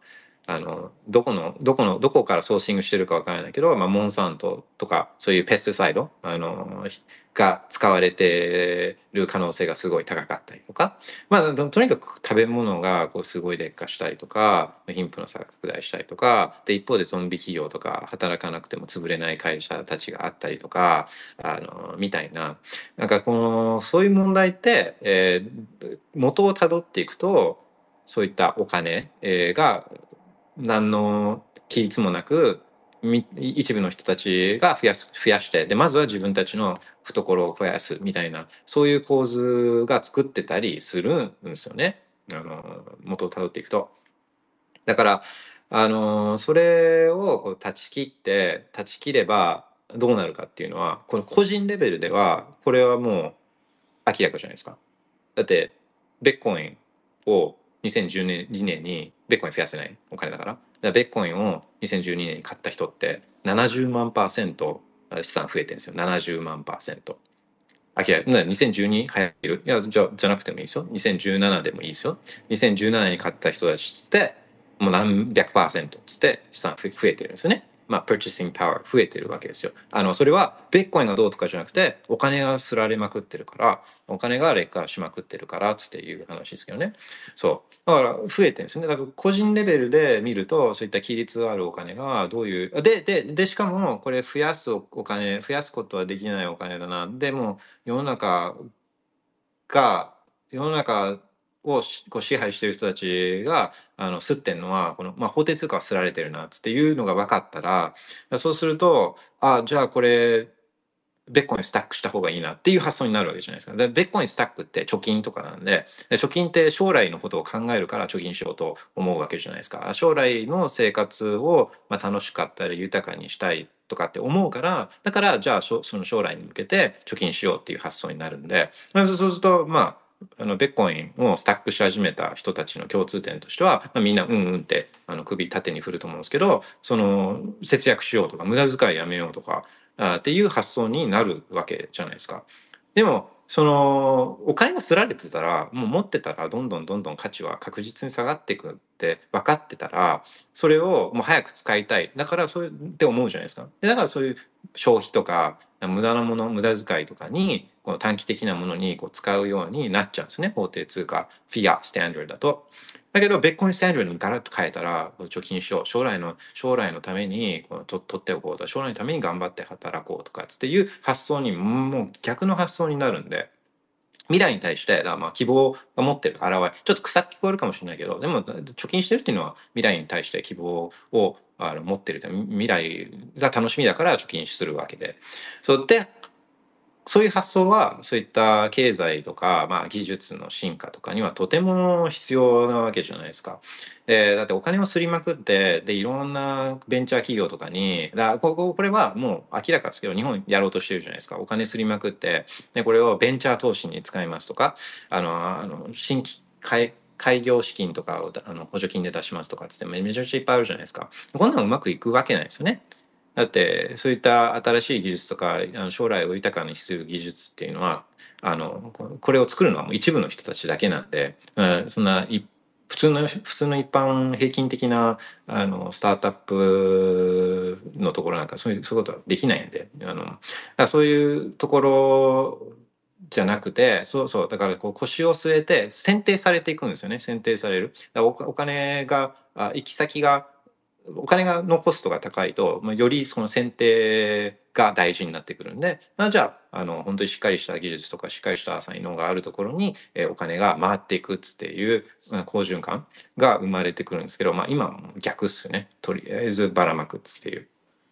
あのどこのどこのどこからソーシングしてるかわからないけど、まあ、モンサントとかそういうペスティサイドあのが使われてる可能性がすごい高かったりとか、まあ、とにかく食べ物がこうすごい劣化したりとか貧富の差が拡大したりとかで、一方でゾンビ企業とか働かなくても潰れない会社たちがあったりとかあのみたいな、なんかこのそういう問題って、えー元をたどっていくとそういったお金、えーが何の規律もなく一部の人たちが増やす増やしてでまずは自分たちの懐を増やすみたいな、そういう構図が作ってたりするんですよね、あの元をたどっていくと。だからあのそれをこう断ち切って断ち切ればどうなるかっていうのは、この個人レベルではこれはもう明らかじゃないですか。だってベッコインをにせんじゅうにねんにベッコイン増やせないお金だから、だからベッコインをにせんじゅうにねんに買った人ってななじゅうまんパーセント資産増えてるんですよ。ななじゅうまんパーセント。明らかににせんじゅうに流行ってる、いやじゃじゃなくてもいいですよ。にせんじゅうななでもいいですよ。にせんじゅうななに買った人たちってもう何百パーセントつって資産増えてるんですよね。まあ、purchasing power 増えてるわけですよ。あの、それは、ベッコインがどうとかじゃなくて、お金がすられまくってるから、お金が劣化しまくってるから、つっていう話ですけどね。そう。だから、増えてるんですよね。だから、個人レベルで見ると、そういった規律あるお金がどういう、で、で、で、しかも、これ増やすお金、増やすことはできないお金だな。でも、世の中が、世の中をこう支配している人たちがあの吸ってるのはこの、まあ、法定通貨は吸られてるなっていうのが分かったら、そうするとあじゃあこれベッコインスタックした方がいいなっていう発想になるわけじゃないですか。でベッコインスタックって貯金とかなんで、で貯金って将来のことを考えるから貯金しようと思うわけじゃないですか。将来の生活を、まあ、楽しかったり豊かにしたいとかって思うから、だからじゃあその将来に向けて貯金しようっていう発想になるんで、そうするとまああのベッコインをスタックし始めた人たちの共通点としては、まあ、みんなうんうんってあの首縦に振ると思うんですけど、その節約しようとか無駄遣いやめようとかあっていう発想になるわけじゃないですか。でもそのお金がすられてたらもう持ってたらどんどんどんどん価値は確実に下がっていくって分かってたら、それをもう早く使いたい、だからそうって思うじゃないですか。でだからそういう消費とか無駄なもの無駄遣いとかにこの短期的なものにこう使うようになっちゃうんですね、法定通貨フィアスタンダードだと。だけどベッコインスタンダードにガラッと変えたら貯金しよう、将来の将来のためにこうと取っておこうと、将来のために頑張って働こうとかっていう発想にもう逆の発想になるんで、未来に対してだからまあ希望が持ってる現れ、ちょっと臭く聞こえるかもしれないけど、でも貯金してるっていうのは未来に対して希望をあの持ってる、未来が楽しみだから貯金するわけで、そうでそういう発想はそういった経済とか、まあ、技術の進化とかにはとても必要なわけじゃないですか。でだってお金をすりまくってでいろんなベンチャー企業とかにだこここれはもう明らかですけど日本やろうとしてるじゃないですか。お金すりまくってでこれをベンチャー投資に使いますとか、あのあの新規開開業資金とかをあの補助金で出しますとかっつってめちゃめちゃいっぱいあるじゃないですか。こんなのうまくいくわけないですよね。だってそういった新しい技術とかあの将来を豊かにする技術っていうのはあのこれを作るのはもう一部の人たちだけなんで、うん、そんない普通の普通の一般平均的なあのスタートアップのところなんかそういうそういうことはできないんで、あのだからそういうところじゃなくて、そうそうだからこう腰を据えて選定されていくんですよね。選定される。だからおお金があ行き先がお金がのコストが高いと、まあ、よりその選定が大事になってくるんで、まあ、じゃああの本当にしっかりした技術とかしっかりした才能があるところに、えー、お金が回っていくっつっていう、まあ、好循環が生まれてくるんですけど、まあ、今はもう逆っすね。とりあえずばらまくっつっていう。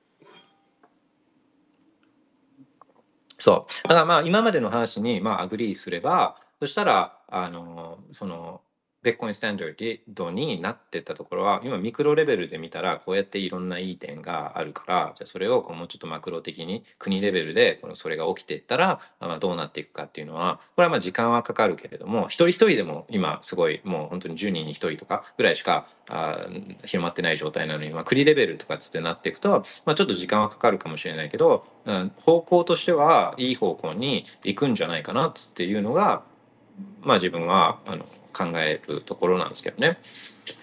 そうだからまあ今までの話にまあアグリーすれば、そしたらあのそのベッコインスタンダードになってったところは今ミクロレベルで見たらこうやっていろんないい点があるから、じゃあそれをこうもうちょっとマクロ的に国レベルでこのそれが起きていったら、まあ、どうなっていくかっていうのはこれはまあ時間はかかるけれども、一人一人でも今すごいもう本当にじゅうにんにひとりとかぐらいしかあ広まってない状態なのに、まあ、国レベルとかつってなっていくと、まあ、ちょっと時間はかかるかもしれないけど、うん、方向としてはいい方向に行くんじゃないかなっつっていうのがまあ自分はあの考えるところなんですけどね。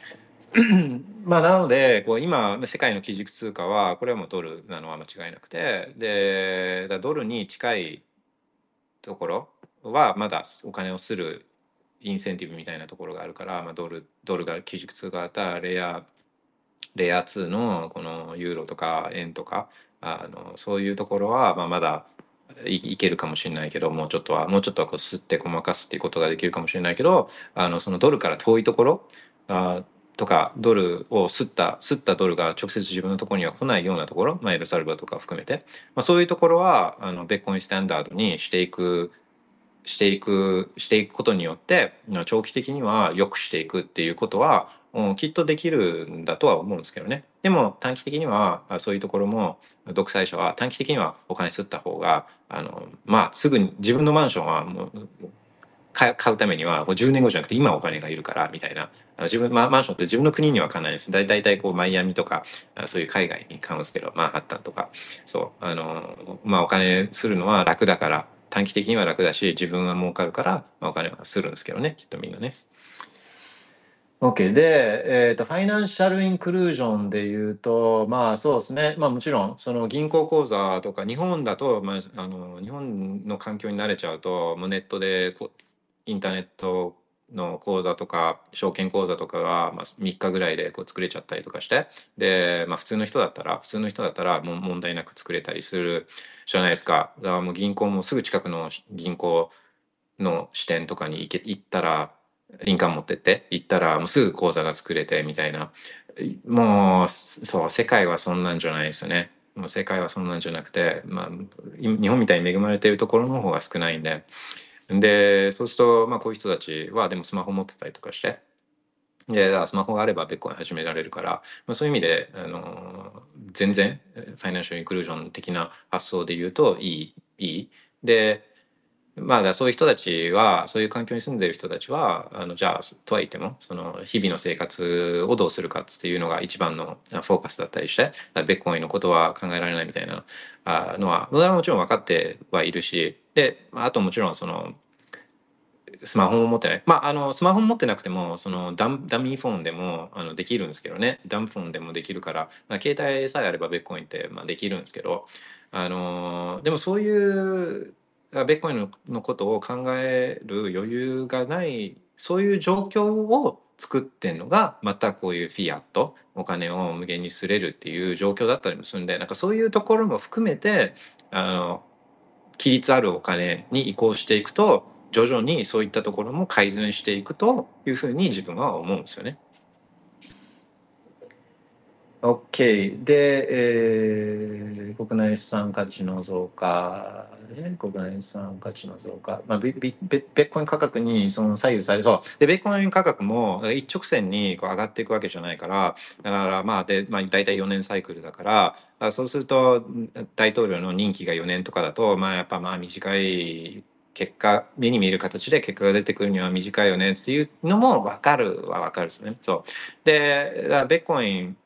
まあなのでこう今世界の基軸通貨はこれはもうドルなのは間違いなくて、でだドルに近いところはまだお金をするインセンティブみたいなところがあるから、まあ、ドルドルが基軸通貨だったらレイヤーレイヤーツーのこのユーロとか円とかあのそういうところはまあまだい、いけるかもしれないけど、もうちょっとはもうちょっとはこう吸ってごまかすっていうことができるかもしれないけど、あのそのドルから遠いところあとかドルを吸った吸ったドルが直接自分のところには来ないようなところ、まあ、エルサルバとか含めて、まあ、そういうところはあのベッコインスタンダードにしていくしていくしていくことによって長期的には良くしていくっていうことはうんきっとできるんだとは思うんですけどね。でも短期的にはあそういうところも独裁者は短期的にはお金吸った方があのまあすぐに自分のマンションはもう買買うためにはこうじゅうねんごじゃなくて今お金がいるからみたいな、あの自分、ま、マンションって自分の国には買わないです。だいたいこうマイアミとかあそういう海外に買うんですけど、マンハッタンとかそうあのまあお金するのは楽だから、短期的には楽だし自分は儲かるから、まあ、お金はするんですけどね、きっとみんなね。OK で、えーと、ファイナンシャルインクルージョンでいうと、まあそうですね、まあもちろんその銀行口座とか日本だと、まあ、あの日本の環境に慣れちゃうともうネットでこインターネットの口座とか証券口座とかが、まあ、みっかぐらいでこう作れちゃったりとかして、で、まあ、普通の人だったら普通の人だったらもう問題なく作れたりするじゃないですか。だからもう銀行もすぐ近くの銀行の支店とかに行け行ったら印鑑持ってって行ったらもうすぐ口座が作れてみたいな、もうそう世界はそんなんじゃないですよね。もう世界はそんなんじゃなくて、まあ、日本みたいに恵まれているところの方が少ないんで、でそうすると、まあ、こういう人たちはでもスマホ持ってたりとかして、でスマホがあればベッコイン始められるから、まあ、そういう意味で、あの全然ファイナンシャルインクルージョン的な発想で言うといいいいで、まあそういう人たちはそういう環境に住んでいる人たちはあのじゃあとは言ってもその日々の生活をどうするかっていうのが一番のフォーカスだったりして、ベッコインのことは考えられないみたいなあのはもちろん分かってはいるし、であともちろんそのスマホも持ってない。まあ、あの、スマホ持ってなくても、そのダン、ダミーフォンでもあのできるんですけどね。ダンフォンでもできるから、まあ、携帯さえあればベッコインって、まあ、できるんですけど、あの、でもそういうあベッコインの、のことを考える余裕がない、そういう状況を作ってんのが、またこういうフィアット、お金を無限にすれるっていう状況だったりもするんで、なんかそういうところも含めて、あの、規律あるお金に移行していくと徐々にそういったところも改善していくというふうに自分は思うんですよね。OK で、えー、国内資産価値の増加、ね、国内資産価値の増加、まあ、ビビベベッコイン価格にその左右されそうで、ベッコイン価格も一直線にこう上がっていくわけじゃないから、だからまあで、まあ、大体よねんサイクルだから、あそうすると大統領の任期がよねんとかだと、まあやっぱまあ短い結果、目に見える形で結果が出てくるには短いよねっていうのも分かるは分かるですね。そうで、だからベッコイン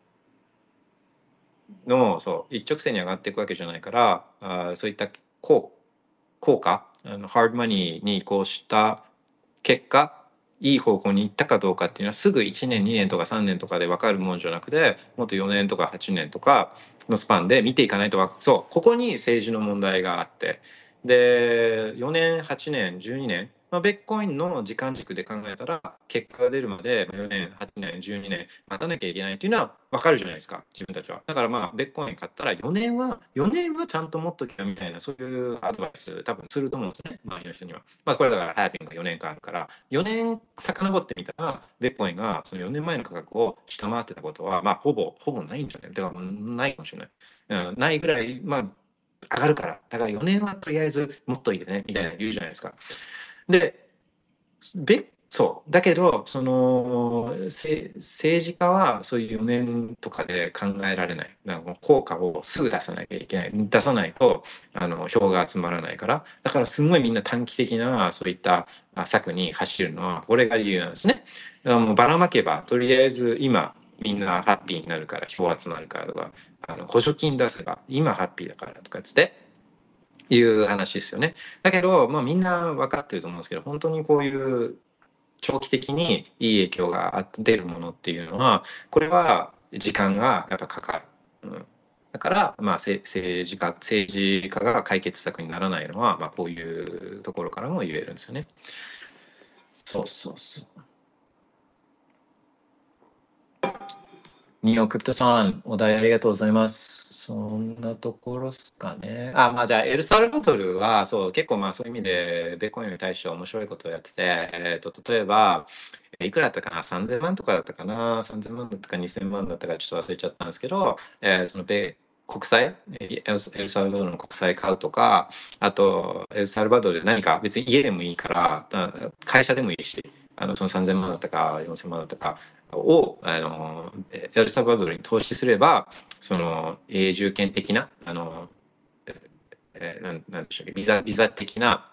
のそう一直線に上がっていくわけじゃないから、あそういった効効果あのハードマニーに移行した結果いい方向に行ったかどうかっていうのはすぐいちねんにねんとかさんねんとかで分かるもんじゃなくて、もっとよねんとかはちねんとかのスパンで見ていかないとわそうここに政治の問題があって、でよねんはちねんじゅうにねん、まあ、ベッコインの時間軸で考えたら結果が出るまでよねんはちねんじゅうにねん待たなきゃいけないっていうのは分かるじゃないですか、自分たちは。だからまあベッコイン買ったらよねんはよねんはちゃんと持っときゃみたいな、そういうアドバイス多分すると思うんですよね、周りの人には。まあこれだからハーピングがよねんかんあるからよねん遡ってみたらベッコインがそのよねんまえの価格を下回ってたことはまあほぼほぼないんじゃない、だからないかもしれない、うん、ないぐらいまあ上がるから、だからよねんはとりあえず持っといてねみたいな言うじゃないですか。でべそうだけどその政治家はそういうよねんとかで考えられない、だからもう効果をすぐ出さなきゃいけない、出さないとあの票が集まらないから、だからすごいみんな短期的なそういった策に走るのはこれが理由なんですね。だからもうばらまけばとりあえず今みんなハッピーになるから票集まるからとか、あの補助金出せば今ハッピーだからとかつっていう話ですよね。だけど、まあ、みんな分かってると思うんですけど、本当にこういう長期的にいい影響が出るものっていうのは、これは時間がやっぱかかる。うん、だから、まあ、せ政治家政治家が解決策にならないのは、まあ、こういうところからも言えるんですよね。そうそうそう。ニオクリプトさん、お題ありがとうございます。そんなところですかね。あ、まあじゃあ、エルサルバドルは、そう、結構まあそういう意味で、ベーコンに対しては面白いことをやってて、えっと、例えば、いくらだったかな ?さんぜん 万とかだったかな ?さんぜん 万だったかにせんまんだったかちょっと忘れちゃったんですけど、えーその米国債、エルエルサルバドルの国債買うとか、あと、エルサルバドルで何か別に家でもいいから、あ会社でもいいし、あのそのさんぜんまんだったかよんせんまんだったかをあのエルサルバドルに投資すれば、その永住権的な、あの、えー、なんなんでしょう、ビザビザ的な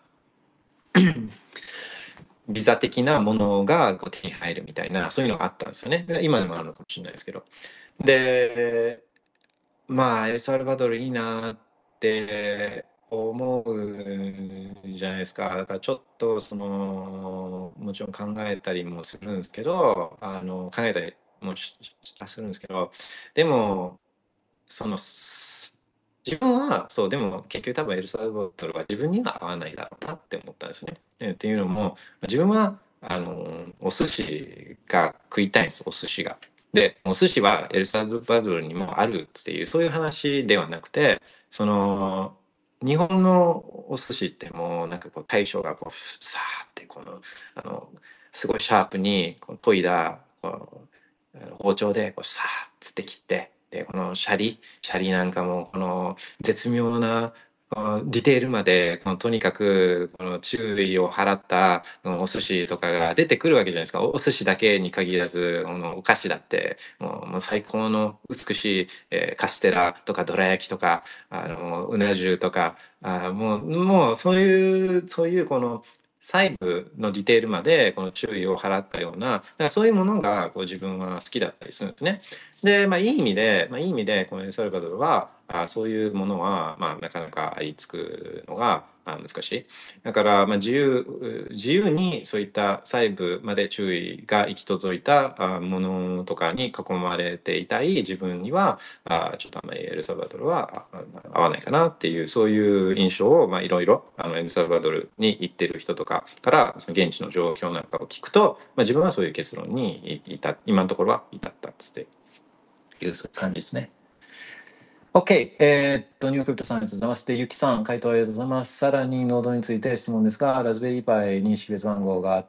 ビザ的なものがこう手に入るみたいな、そういうのがあったんですよね。今でもあるのかもしれないですけど。で、まあ、エルサルバドルいいなって思うじゃないですか。だからちょっとその、もちろん考えたりもするんですけど、あの考えたりもしするんですけど、でも、その、自分は、そう、でも結局多分エルサルバドルは自分には合わないだろうなって思ったんですよね。えっていうのも、自分は、あの、お寿司が食いたいんです、お寿司が。で、お寿司はエルサルバドルにもあるっていう、そういう話ではなくて、その、日本のお寿司ってもうなんかこう大将がこうさーってこのあのすごいシャープにこう研いだこう包丁でこうさーっつって切って、でこのシャリシャリなんかもこの絶妙なこのディテールまでこのとにかくこの注意を払ったこのお寿司とかが出てくるわけじゃないですか。お寿司だけに限らずこのお菓子だってもうもう最高の美しい、えーカステラとかどら焼きとかあのうな重とかあもうもうそういうそういうこの細部のディテールまでこの注意を払ったような、だからそういうものがこう自分は好きだったりするんですね。で、まあいい意味で、まあいい意味でこのエルサルバドルはあそういうものはまあなかなかありつくのがあ難しい。だからまあ自由自由にそういった細部まで注意が行き届いたあものとかに囲まれていたい自分にはあちょっとあんまりエルサルバドルはあ合わないかなっていうそういう印象をまあいろいろあのエルサルバドルに行ってる人とかからその現地の状況なんかを聞くと、まあ、自分はそういう結論に至今のところは至ったっつっていうそういう感じですね。OK。えーっと、ニューヨークビットさんありがとうございます。で、ゆきさん、回答ありがとうございます。さらに、ノードについて質問ですが、ラズベリーパイに識別番号があって、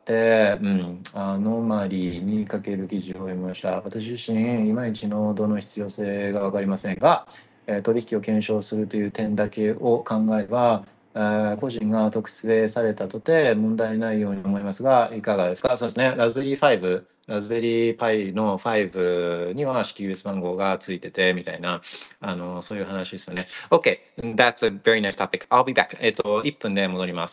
うん、あノーマリーにかける記事を読みました。私自身、いまいちノードの必要性が分かりませんが、えー取引を検証するという点だけを考えれば、えー個人が特定されたとて問題ないように思いますが、いかがですか？そうですね。ラズベリーご、ラズベリーパイのごには識別番号がついてて、みたいな、あの、そういう話ですよね。OK。That's a very nice topic. I'll be back. えっと、いっぷんで戻ります。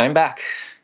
I'm back!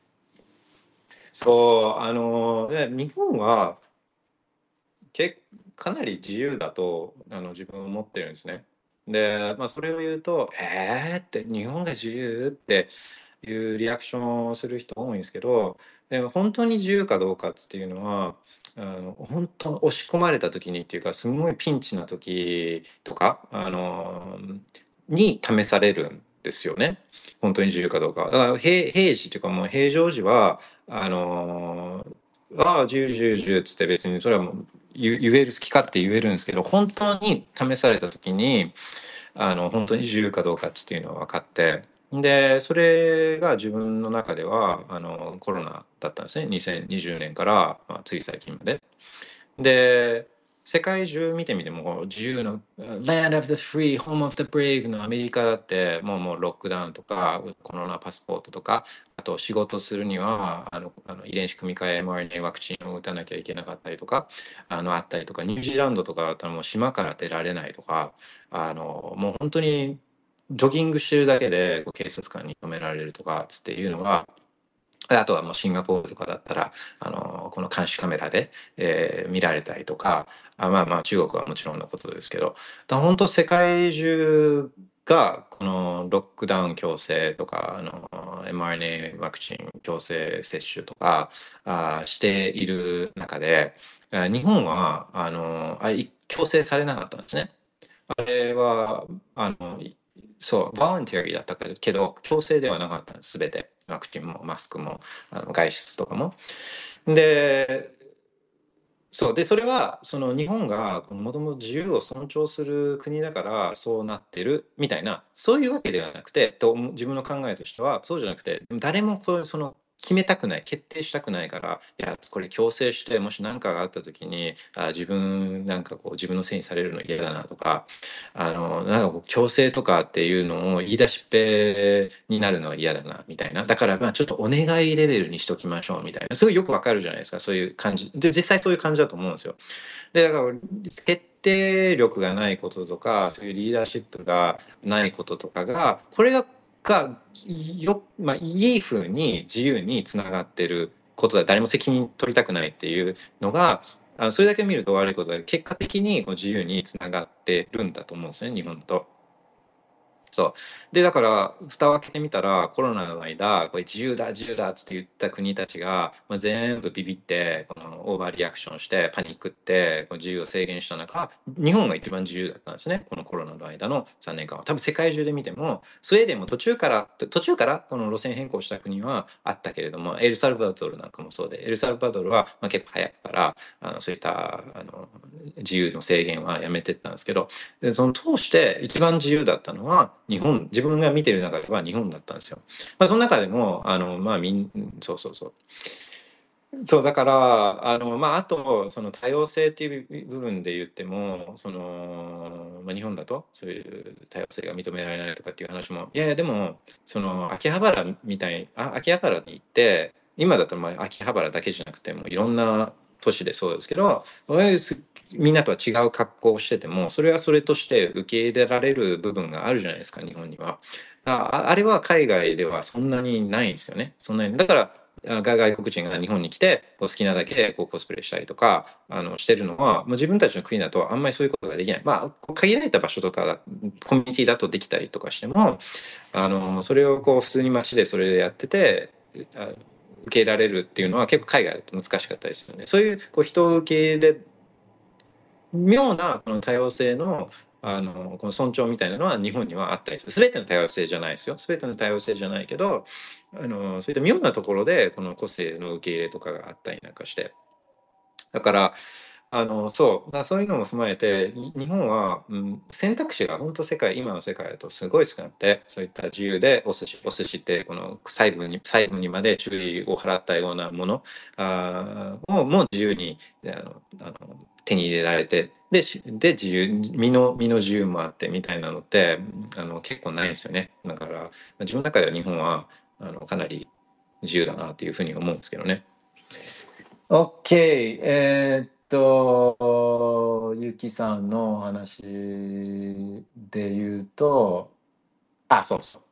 そう、あの、ね、日本はけかなり自由だとあの自分は思ってるんですね。で、まあ、それを言うと、えーって日本が自由っていうリアクションをする人多いんですけど、でも本当に自由かどうかっていうのは、あの本当に押し込まれた時にっていうか、すごいピンチな時とか、あのに試されるんですよね。本当に自由かどうか。だから平平時というかもう平常時はあのああ自由自由自由っつって別にそれはもう言言える好き勝手言えるんですけど、本当に試された時にあの本当に自由かどうかっていうのは分かって、でそれが自分の中ではあのコロナだったんですね。にせんにじゅうねんから、まあ、つい最近まで。で世界中見てみても自由の Land of the Free, Home of the Brave のアメリカだってもうもうロックダウンとかコロナパスポートとか、あと仕事するにはあのあの遺伝子組み換え エムアールエヌエー ワクチンを打たなきゃいけなかったりとか、あのあったりとか、ニュージーランドとかだったらもう島から出られないとか、あのもう本当にジョギングしてるだけでこう警察官に止められるとかつっていうのが、あとはもうシンガポールとかだったらあのこの監視カメラで、えー見られたりとか、あまあまあ中国はもちろんのことですけど、だから本当世界中がこのロックダウン強制とかあの エムアールエヌエー ワクチン強制接種とかあしている中で、あ日本はあのあれ強制されなかったんですね。あれはあのそう、ボランティアリーだったけど、強制ではなかったんです、すべて。ワクチンもマスクもあの外出とかも。で、そうでそれはその日本がもともと自由を尊重する国だからそうなってるみたいな、そういうわけではなくてと自分の考えとしてはそうじゃなくて、誰もこれその決めたくない決定したくないから、いやこれ強制してもし何かがあった時にあ自分なんかこう自分のせいにされるの嫌だなとか、あのなんかこう強制とかっていうのを言い出しっぺになるのは嫌だなみたいな、だからまあちょっとお願いレベルにしときましょうみたいな、すごいよくわかるじゃないですか、そういう感じで、実際そういう感じだと思うんですよ。でだから決定力がないこととか、そういうリーダーシップがないこととかが、これががよ、まあ、いい風に自由につながってることだ、誰も責任取りたくないっていうのが、あそれだけ見ると悪いことだけど、結果的にこう自由につながってるんだと思うんですね、日本と。そうでだから蓋を開けてみたら、コロナの間これ自由だ自由だっつって言った国たちが、まあ、全部ビビってこのオーバーリアクションしてパニックってこう自由を制限した中、日本が一番自由だったんですね、このコロナの間のさんねんかんは。多分世界中で見てもスウェーデンも途中から途中からこの路線変更した国はあったけれども、エルサルバドルなんかもそうで、エルサルバドルはまあ結構早くからあのそういったあの自由の制限はやめてったんですけど、でその通して一番自由だったのは日本、自分が見てる中では日本だったんですよ。まあ、その中でもあのまあみんそうそうそうそうだからあのまああとその多様性っていう部分で言っても、その、まあ、日本だとそういう多様性が認められないとかっていう話も、いやいやでもその秋葉原みたい、あ秋葉原に行って、今だとまあ秋葉原だけじゃなくてもいろんな都市でそうですけど、みんなとは違う格好をしててもそれはそれとして受け入れられる部分があるじゃないですか、日本には。ああれは海外ではそんなにないんですよね。そんなにだからあが外国人が日本に来てこう好きなだけこうコスプレしたりとかあのしてるのは、もう自分たちの国だとあんまりそういうことができない。まあこう限られた場所とかコミュニティだとできたりとかしても、あのそれをこう普通に街でそれでやっててあ受け入れられるっていうのは結構海外だと難しかったりするよね。そういうこう人を受け入れ妙なこの多様性のあのこの尊重みたいなのは日本にはあったりする。全ての多様性じゃないですよ。全ての多様性じゃないけど、あのそういった妙なところでこの個性の受け入れとかがあったりなんかして。だからあのそうだそういうのも踏まえてに日本は、うん、選択肢が本当世界今の世界だとすごい少なくて、そういった自由でお寿司お寿司ってこの細部に細部にまで注意を払ったようなものあをもう自由にあのあの手に入れられて、でしで自由身の身の自由もあってみたいなのってあの結構ないんですよね。だから自分の中では日本はあのかなり自由だなっていうふうに思うんですけどね。OK、えーっと、ゆきさんのお話で言うと、あ、そうそう。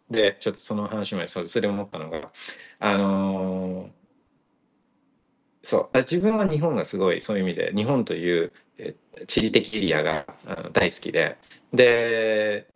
でちょっとその話もそれそれ思ったのがあのーそう自分は日本がすごいそういう意味で日本というえ地理的エリアがあの大好きでで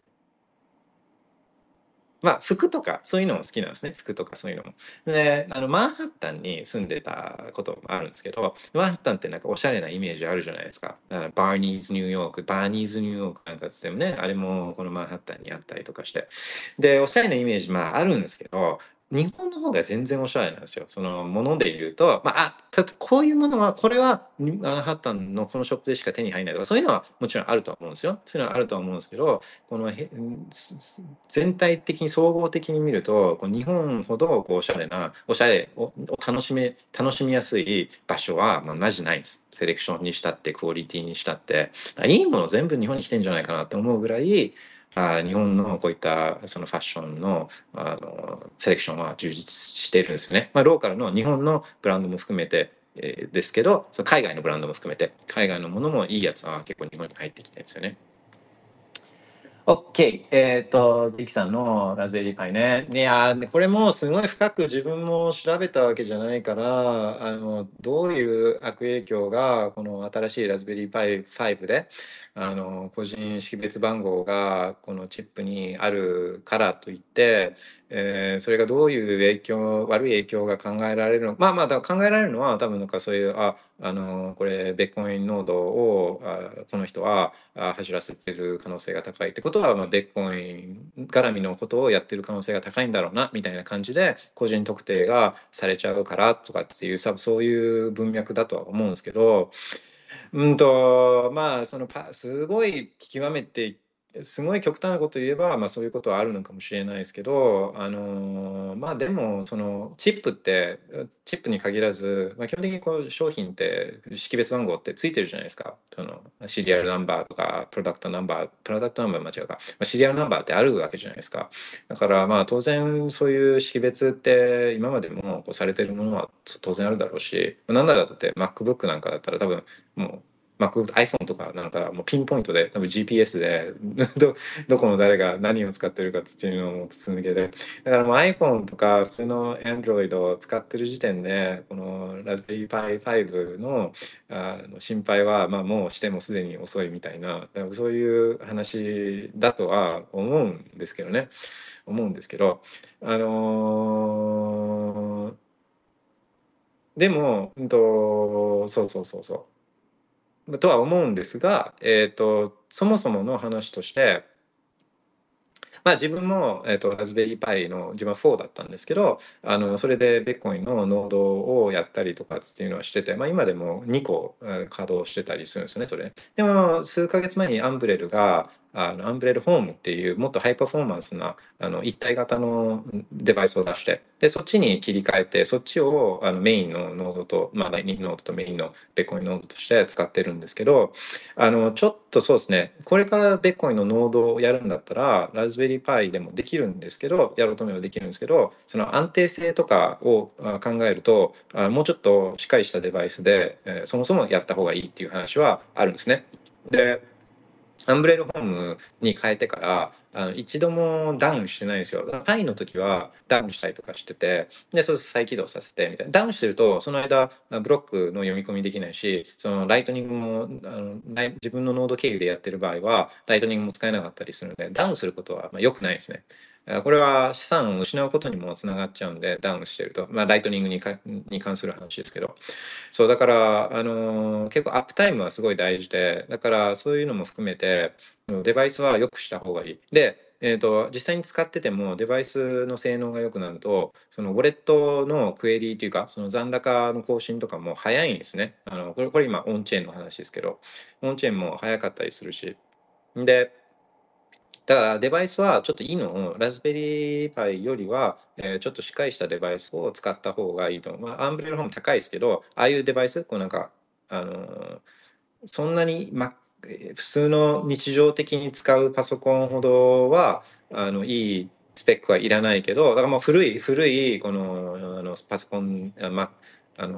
まあ服とかそういうのも好きなんですね服とかそういうのも。であのマンハッタンに住んでたこともあるんですけどマンハッタンってなんかおしゃれなイメージあるじゃないですか。あのバーニーズニューヨークバーニーズニューヨークなんかつってもねあれもこのマンハッタンにあったりとかしてでおしゃれなイメージまああるんですけど日本の方が全然おしゃれなんですよ。そのもので言うと、まあ、あ、たこういうものは、これはにマンハッタンのこのショップでしか手に入らないとか、そういうのはもちろんあるとは思うんですよ。そういうのはあるとは思うんですけど、このへすす全体的に総合的に見ると、こう日本ほどこうおしゃれな、おしゃれをを楽しめ、楽しみやすい場所は、まあ、マジないです。セレクションにしたって、クオリティにしたって、いいもの全部日本に来てんじゃないかなって思うぐらい、あ日本のこういったそのファッションのあのセレクションは充実しているんですよね。まあ、ローカルの日本のブランドも含めて、えーですけど、その海外のブランドも含めて、海外のものもいいやつは結構日本に入ってきてるんですよね。OK。えっと、ジキさんのラズベリーパイね。いやー、これもすごい深く自分も調べたわけじゃないから、あの、どういう悪影響が、この新しいラズベリーパイファイブで、あの、個人識別番号がこのチップにあるからといって、えーそれがどういう影響、悪い影響が考えられるのまあまあ、だから考えられるのは多分なんかそういう、あ、あの、これ、ベッコインノードを、あこの人はあ走らせてる可能性が高いってことは、まあ、ベッコイン絡みのことをやってる可能性が高いんだろうなみたいな感じで個人特定がされちゃうからとかっていうさそういう文脈だとは思うんですけどうんとまあそのパすごい極めてすごい極端なこと言えば、まあ、そういうことはあるのかもしれないですけど、あのまあでもそのチップってチップに限らず、まあ、基本的にこう商品って識別番号ってついてるじゃないですか。そのシリアルナンバーとかプロダクトナンバープロダクトナンバー間違うか、まあ、シリアルナンバーってあるわけじゃないですか。だからまあ当然そういう識別って今までもこうされてるものは当然あるだろうし、なんならだって MacBook なんかだったら多分もうMacBook、iPhone とかなんかもうピンポイントで多分 ジーピーエス でどどこの誰が何を使ってるかっていうのを筒抜けでだからもう iPhone とか普通の Android を使ってる時点でこの Raspberry Pi ファイブのあの心配はまあもうしてもすでに遅いみたいなだからそういう話だとは思うんですけどね思うんですけどあのーでも、うんと、そうそうそうそう。とは思うんですが、えっと、そもそもの話として、まあ自分も、えっと、ラズベリーパイの自分はフォーだったんですけど、あの、それでベッコインのノードをやったりとかっていうのはしてて、まあ今でもにこえー稼働してたりするんですよね、それ。でも、数ヶ月前にアンブレルが、あのアンブレルホームっていうもっとハイパフォーマンスなあの一体型のデバイスを出してでそっちに切り替えてそっちをあのメインのノードと、まあ、ライニングノードとメインのベッコインノードとして使ってるんですけどあのちょっとそうですねこれからベッコインのノードをやるんだったらラズベリーパイでもできるんですけどやろうと思えばできるんですけどその安定性とかをあ考えるとあもうちょっとしっかりしたデバイスで、えーそもそもやった方がいいっていう話はあるんですね。でアンブレルホームに変えてからあの一度もダウンしてないんですよ。パイの時はダウンしたりとかしててでそれ再起動させてみたいなダウンしてるとその間ブロックの読み込みできないしそのライトニングもあのライ自分のノード経由でやってる場合はライトニングも使えなかったりするのでダウンすることはまあ良くないですね。あこれは資産を失うことにもつながっちゃうんでダウンしてると、まあ、ライトニングにかに関する話ですけどそうだからあのー結構アップタイムはすごい大事でだからそういうのも含めてデバイスは良くした方がいい。で、えーと、実際に使っててもデバイスの性能が良くなるとそのウォレットのクエリーというかその残高の更新とかも早いんですね。あのこれこれ今オンチェーンの話ですけどオンチェーンも早かったりするしでだからデバイスはちょっといいのをラズベリーパイよりは、えーちょっとしっかりしたデバイスを使った方がいいと思う。まあ、アンブレラホーム高いですけど、ああいうデバイス、こうなんか、あのーそんなに、ま、えー普通の日常的に使うパソコンほどは、あの、いいスペックはいらないけど、だからもう古い、古い、この、あの、パソコン、あま、あの、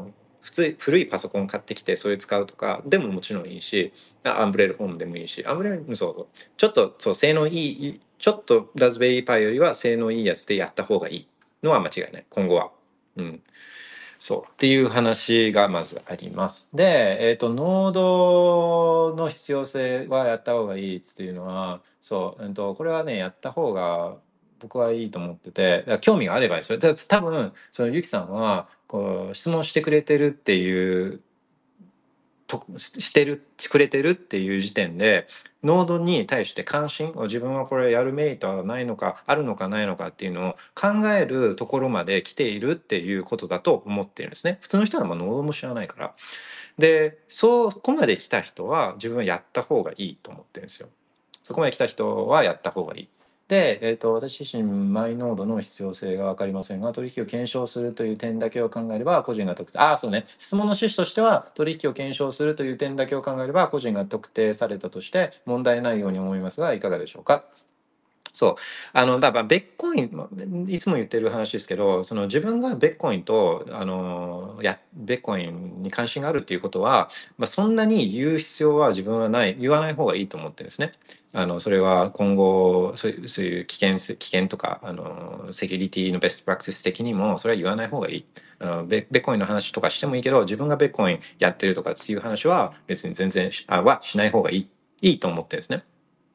普通古いパソコン買ってきてそれ使うとかでももちろんいいし、アンブレラホームでもいいし、アンブレラそうそうちょっとそう性能いいちょっとラズベリーパイよりは性能いいやつでやった方がいいのは間違いない、今後は。うんそうっていう話がまずあります。で、えっ、と、ノードの必要性はやった方がいいっていうのは、そう、えっと、これはね、やった方が僕はいいと思ってて、だから興味があればですよ。た多分、そのゆきさんは、こう、質問してくれてるっていうとしてるくれてるっていう時点でノードに対して関心を自分はこれやるメリットはないのかあるのかないのかっていうのを考えるところまで来ているっていうことだと思っているんですね。普通の人はまあノードも知らないから。でそこまで来た人は自分はやった方がいいと思ってるんですよ。そこまで来た人はやった方がいい。で、えー、と私自身マイノードの必要性が分かりませんが、取引を検証するという点だけを考えれば個人が特定ああそうね質問の趣旨としては取引を検証するという点だけを考えれば個人が特定されたとして問題ないように思いますがいかがでしょうか。そうあのだからベッコインいつも言ってる話ですけど、その自分がベッコインとあのやベッコインに関心があるっていうことは、まあ、そんなに言う必要は自分はない言わない方がいいと思ってるんですね。あのそれは今後そういう、そういう危険せ危険とかあのセキュリティのベストプラクティス的にもそれは言わない方がいい。あのベベッコインの話とかしてもいいけど自分がベッコインやってるとかっていう話は別に全然あはしない方がいいいいと思ってるんですね。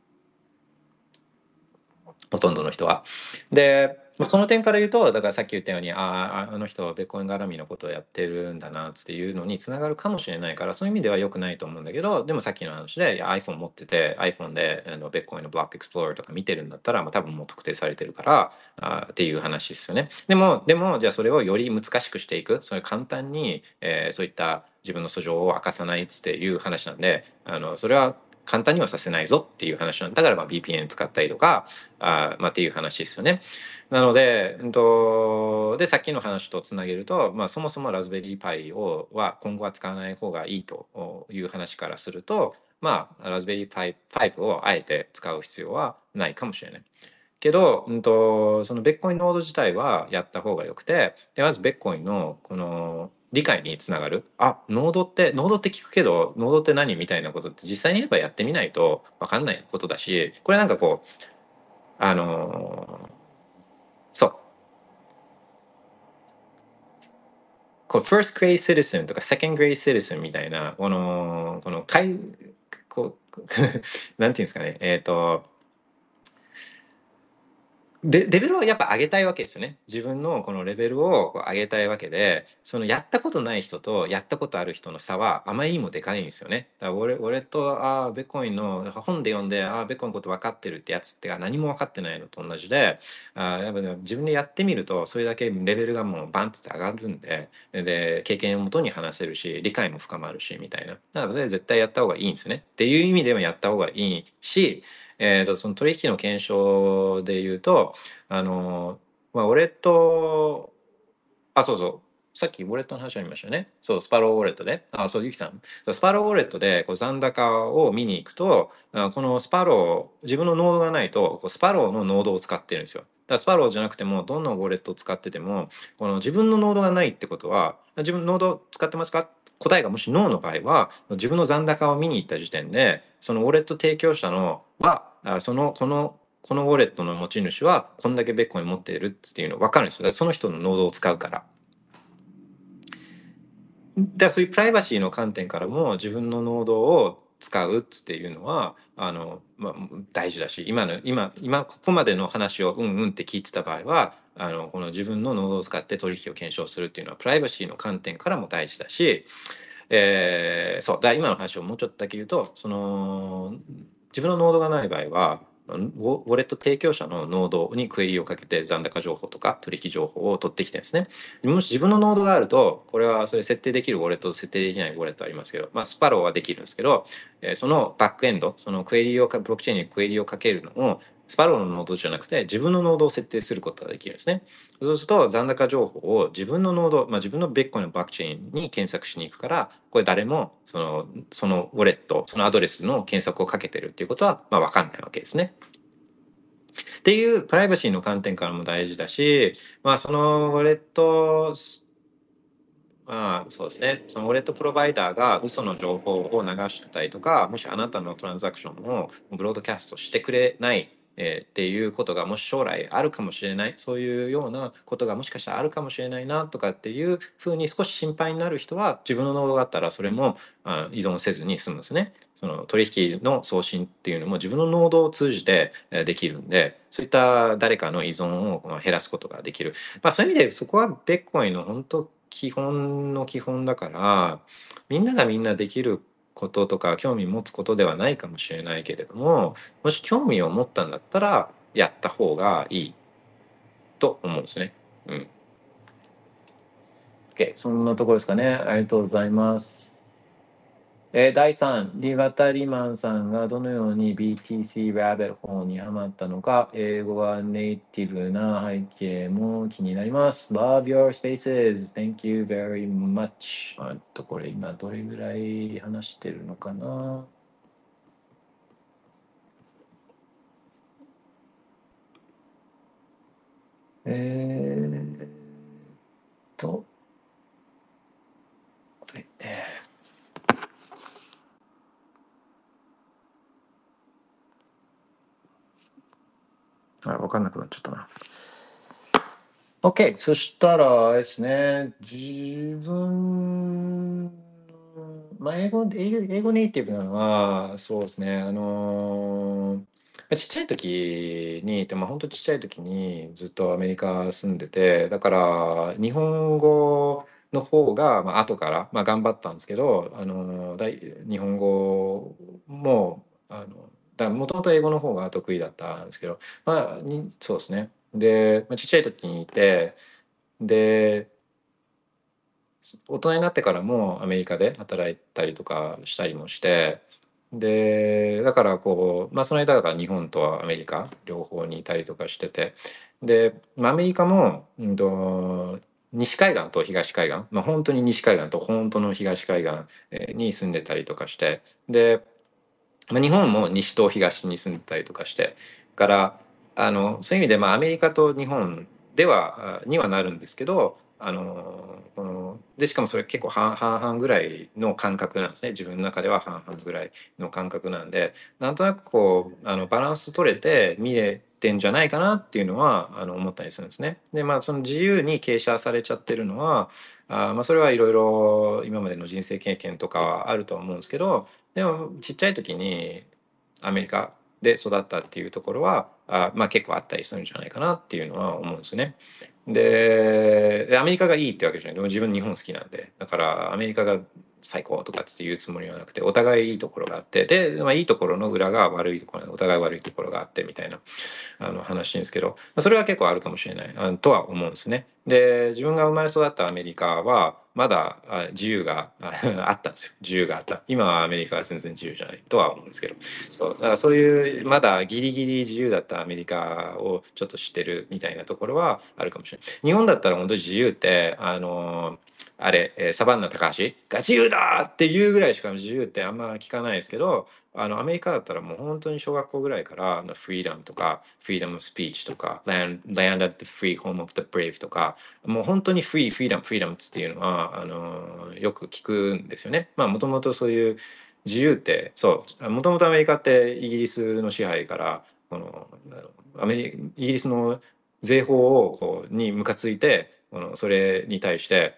ほとんどの人は。で、まあ、その点から言うとだからさっき言ったようにあああの人はベッコイン絡みのことをやってるんだなっていうのにつながるかもしれないから、そういう意味では良くないと思うんだけど、でもさっきの話でいや iPhone 持ってて iPhone であのベッコインのブロックエクスプローラーとか見てるんだったら、まあ、多分もう特定されてるからあっていう話ですよね。でもでもじゃあそれをより難しくしていく、それ簡単に、えーそういった自分の訴状を明かさないっていう話なんで、あのそれは簡単にはさせないぞっていう話なんだから、まあ、ブイピーエヌ 使ったりとかあ、まあ、っていう話ですよね。なので、うんと、でさっきの話とつなげると、まあ、そもそもラズベリーパイをは今後は使わない方がいいという話からすると、まあ、ラズベリーパイフをあえて使う必要はないかもしれない。けど、うんと、そのベッコインノード自体はやった方がよくて、でまずベッコインのこの理解につながる。あ、ノードってノードって聞くけどノードって何みたいなことって実際にやっぱやってみないと分かんないことだし、これなんかこうあのそうこう first grade citizen とか second grade citizen みたいなこのこのかいこうなんていうんですかね、えっ、とレレベルをやっぱ上げたいわけですよね。自分のこのレベルをこう上げたいわけで、そのやったことない人とやったことある人の差はあまりにもでかいんですよね。だから俺俺とあーベッコインの本で読んであーベッコインのこと分かってるってやつって何も分かってないのと同じで、あーやっぱ、ね、自分でやってみるとそれだけレベルがもうバンって上がるんで、で経験をもとに話せるし理解も深まるしみたいな。だからそれ絶対やった方がいいんですよね。っていう意味でもやった方がいいし。えー、とその取引の検証で言うとあの、まあ、ウォレットあそうそうさっきウォレットの話ありましたよね。そうスパローウォレットであそうゆきさんスパローウォレットでこう残高を見に行くとあこのスパロー自分のノードがないとこうスパローのノードを使ってるんですよ。だからスパローじゃなくてもどんなウォレットを使っててもこの自分のノードがないってことは自分のノード使ってますか、答えがもしノーの場合は自分の残高を見に行った時点でそのウォレット提供者のはそのこのこのウォレットの持ち主はこんだけベッコイン持っているっていうの分かるんですよ。だからその人のノードを使うから。だからそういうプライバシーの観点からも自分のノードを使うっていうのはあの、まあ、大事だし、今の今今ここまでの話をうんうんって聞いてた場合はあのこの自分のノードを使って取引を検証するっていうのはプライバシーの観点からも大事だし、えー、そうだ今の話をもうちょっとだけ言うとその自分のノードがない場合はウォレット提供者のノードにクエリをかけて残高情報とか取引情報を取ってきてですね。もし自分のノードがあるとこれはそれ設定できるウォレットと設定できないウォレットありますけど、まあ、スパローはできるんですけど、えー、そのバックエンドそのクエリをブロックチェーンにクエリをかけるのをスパローのノードじゃなくて自分のノードを設定することができるんですね。そうすると残高情報を自分のノード、まあ、自分のベッコインのブロックチェーンに検索しに行くからこれ誰もそのそのウォレットそのアドレスの検索をかけてるっていうことはまあ分かんないわけですね。っていうプライバシーの観点からも大事だし、まあ、そのウォレットまあそうですね、そのウォレットプロバイダーが嘘の情報を流してたりとか、もしあなたのトランザクションをブロードキャストしてくれない、えーっていうことがもし将来あるかもしれない、そういうようなことがもしかしたらあるかもしれないなとかっていうふうに少し心配になる人は、自分のノードがあったらそれもあ依存せずに済むんですね。その取引の送信っていうのも自分のノードを通じてえーできるんで、そういった誰かの依存をまあ減らすことができる。まあそういう意味でそこはベッコインの本当基本の基本だから、みんながみんなできることとか興味持つことではないかもしれないけれども、もし興味を持ったんだったらやった方がいいと思うんですね。うん。OK、そんなところですかね。ありがとうございます。えー、だいさん、リバタリマンさんがどのように ビーティーシー ラベルフォンにハマったのか、英語はネイティブな背景も気になります。Love your spaces. Thank you very much. あと、これ今どれぐらい話してるのかな。えーっと、えーあ、わかんなくなっちゃったな。OK、そしたらですね、自分、まあ、英語、英語英語ネイティブなのは、そうですね、あのーまあちっちゃい時に、でも本当ちっちゃい時にずっとアメリカ住んでて、だから日本語の方が、まあ後から、まあ、頑張ったんですけど、あのーだい日本語も、あの、だもともと英語の方が得意だったんですけど、まあ、にそうですね。で、まあ、ちっちゃい時にいて、で、大人になってからもアメリカで働いたりとかしたりもして、で、だからこう、まあその間だから日本とアメリカ両方にいたりとかしてて、で、まあ、アメリカも、うんと、西海岸と東海岸、まあ本当に西海岸と本当の東海岸えーに住んでたりとかして、で、まあ、日本も西と東に住んでたりとかして、からあのそういう意味で、まあ、アメリカと日本ではにはなるんですけど、あのこのでしかもそれ結構半半々ぐらいの感覚なんですね。自分の中では半々ぐらいの感覚なんで、なんとなくこうあのバランス取れて見れてんじゃないかなっていうのはあの思ったりするんですね。で、まあその自由に傾斜されちゃってるのは、あまあそれはいろいろ今までの人生経験とかはあるとは思うんですけど、でもちっちゃい時にアメリカで育ったっていうところはあ、まあ、結構あったりするんじゃないかなっていうのは思うんですね。でアメリカがいいってわけじゃない。でも自分日本好きなんで、だからアメリカが最高とかっていうつもりはなくて、お互いいいところがあって、で、まあ、いいところの裏が悪いところ、お互い悪いところがあってみたいなあの話ですけど、それは結構あるかもしれないあとは思うんですね。で、自分が生まれ育ったアメリカはまだあ自由がああったんですよ。自由があった。今はアメリカは全然自由じゃないとは思うんですけど、そうだからそういうまだギリギリ自由だったアメリカをちょっと知ってるみたいなところはあるかもしれない。日本だったら本当に自由ってあのあれ、えーサバンナ高橋が自由だっていうぐらいしか自由ってあんま聞かないですけど、あのアメリカだったらもう本当に小学校ぐらいからフリーダムとかフリーダムオブスピーチとか Land, Land of the Free Home of the Brave とか、もう本当にフリーフリーダムフリーダムっていうのはあのよく聞くんですよね。まあもともとそういう自由ってそうもともとアメリカってイギリスの支配からこのアメリイギリスの税法をこうにムカついてこのそれに対して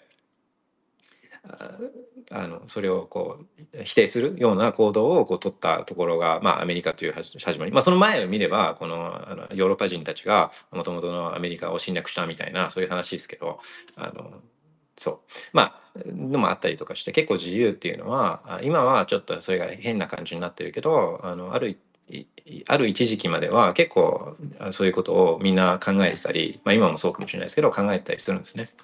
あのそれをこう否定するような行動をこう取ったところが、まあ、アメリカという始まり、まあ、その前を見ればこのあのヨーロッパ人たちがもともとのアメリカを侵略したみたいなそういう話ですけど、あのそうまあのもあったりとかして結構自由っていうのは今はちょっとそれが変な感じになってるけど、あのあるある一時期までは結構そういうことをみんな考えてたり、まあ、今もそうかもしれないですけど考えてたりするんですね。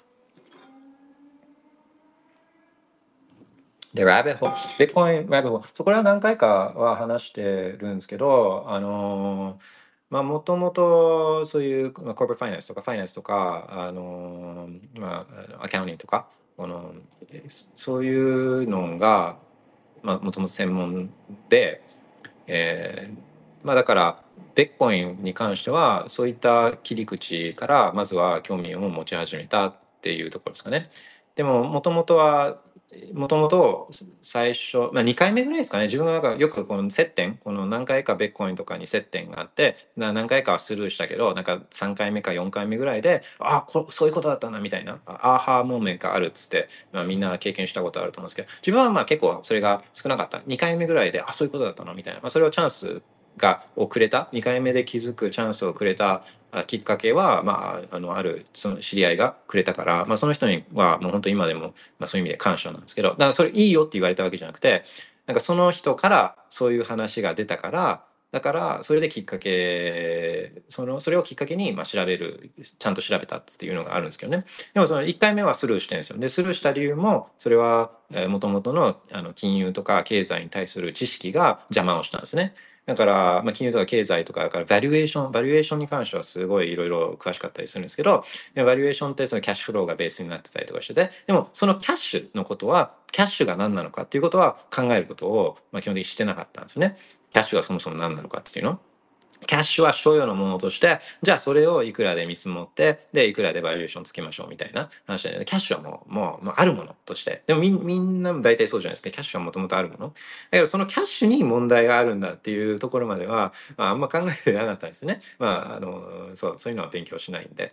で、ラビットホール、ビットコインラビットホール、そこらは何回かは話してるんですけど、あのーまあ、もともとそういう、まあ、コーポレートファイナンスとか、ファイナンスとか、あのーまあ、あのアカウンティングとか、この、えそういうのが、まあ、もともと専門で、えーまあ、だから、ビットコインに関しては、そういった切り口から、まずは興味を持ち始めたっていうところですかね。 でももともとはもともと最初、まあ、にかいめぐらいですかね。自分がなんかよくこの接点、この何回かベッコインとかに接点があって、な何回かはスルーしたけど、なんかさんかいめかよんかいめぐらいで、あこそういうことだったなみたいな、あアーハーモーメントがあるっつって、まあ、みんな経験したことあると思うんですけど、自分はまあ結構それが少なかった。にかいめぐらいで、あそういうことだったのみたいな、まあ、それをチャンスがをくれた、にかいめで気づくチャンスをくれたあきっかけは、まあ、あのあるその知り合いがくれたから、まあ、その人にはもう本当今でも、まあ、そういう意味で感謝なんですけど、だからそれいいよって言われたわけじゃなくて、なんかその人からそういう話が出たから、だからそれできっかけそのそれをきっかけにまあ調べる、ちゃんと調べたっていうのがあるんですけどね。でもそのいっかいめはスルーしてるんですよ。でスルーした理由もそれはもともとのあの金融とか経済に対する知識が邪魔をしたんですね。だから、まあ、金融とか経済とかだからバリュエーションバリュエーションに関してはすごいいろいろ詳しかったりするんですけど、バリュエーションってそのキャッシュフローがベースになってたりとかしてて、でもそのキャッシュのことはキャッシュが何なのかっていうことは考えることを、まあ、基本的にしてなかったんですよね。キャッシュがそもそも何なのかっていうの。キャッシュは所有のものとして、じゃあそれをいくらで見積もって、で、いくらでバリエーションつけましょうみたいな話だよね。キャッシュはもう、もう、もうあるものとして。でもみみんなも大体そうじゃないですか。キャッシュはもともとあるもの。だけどそのキャッシュに問題があるんだっていうところまでは、まあ、あんま考えてなかったんですね。まあ、あの、そう、そういうのは勉強しないんで。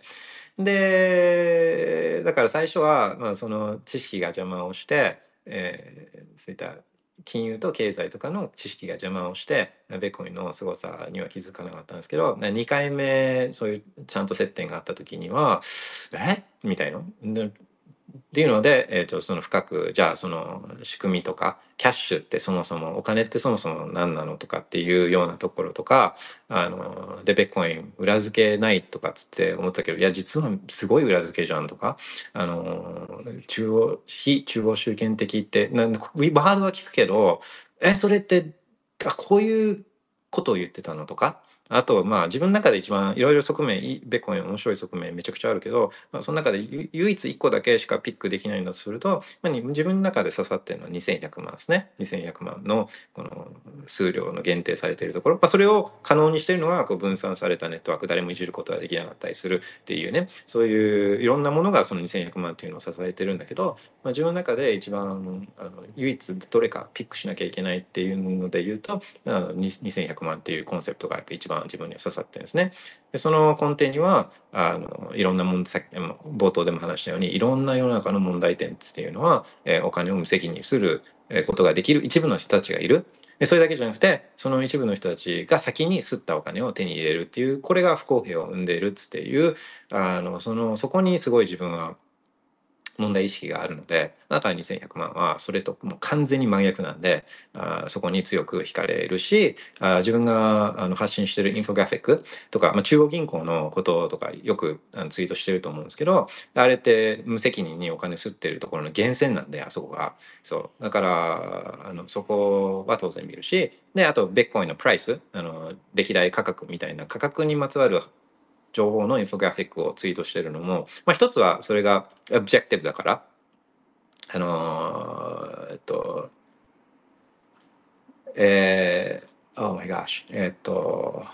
で、だから最初は、まあ、その知識が邪魔をして、えーそういった金融と経済とかの知識が邪魔をしてベッコインの凄さには気づかなかったんですけど、にかいめそういうちゃんと接点があった時にはえみたいな。でっていうので、えー、とその深くじゃあその仕組みとかキャッシュってそもそもお金ってそもそも何なのとかっていうようなところとか、あのでベッコイン裏付けないとかっつって思ったけど、いや実はすごい裏付けじゃんとか、あの中央非中央集権的ってなんワードは聞くけど、えそれってあこういうことを言ってたのとか。あとまあ自分の中で一番いろいろ側面いベッコイン面白い側面めちゃくちゃあるけど、まあ、その中でゆ唯一いっこだけしかピックできないんだとすると、まあ、に自分の中で刺さってるのはにせんひゃくまんですね。にせんひゃくまんのこの数量の限定されているところ、まあ、それを可能にしているのがこう分散されたネットワーク、誰もいじることができなかったりするっていうね、そういういろんなものがそのにせんひゃくまんっていうのを支えてるんだけど、まあ、自分の中で一番あの唯一どれかピックしなきゃいけないっていうので言うと、あのにせんひゃくまんっていうコンセプトがやっぱ一番自分には刺さってるんですね。でその根底にはあのいろんな問題、さっきも冒頭でも話したようにいろんな世の中の問題点っていうのは、えーお金を無責任にすることができる一部の人たちがいる。でそれだけじゃなくてその一部の人たちが先に吸ったお金を手に入れるっていう、これが不公平を生んでいるっていう、あのそのそこにすごい自分は問題意識があるので、あなたはにせんひゃくまんはそれともう完全に真逆なんで、あそこに強く惹かれるし、あ自分があの発信してるインフォグラフィックとか、まあ、中央銀行のこととかよくあのツイートしてると思うんですけど、あれって無責任にお金吸ってるところの源泉なんで、あそこがそうだからあのそこは当然見るし、であとベッコインのプライス、あの歴代価格みたいな価格にまつわる情報のインフォグラフィックをツイートしてるのも、まあ、一つはそれがオブジェクティブだから、あのー、えっとえー、Oh my gosh えっと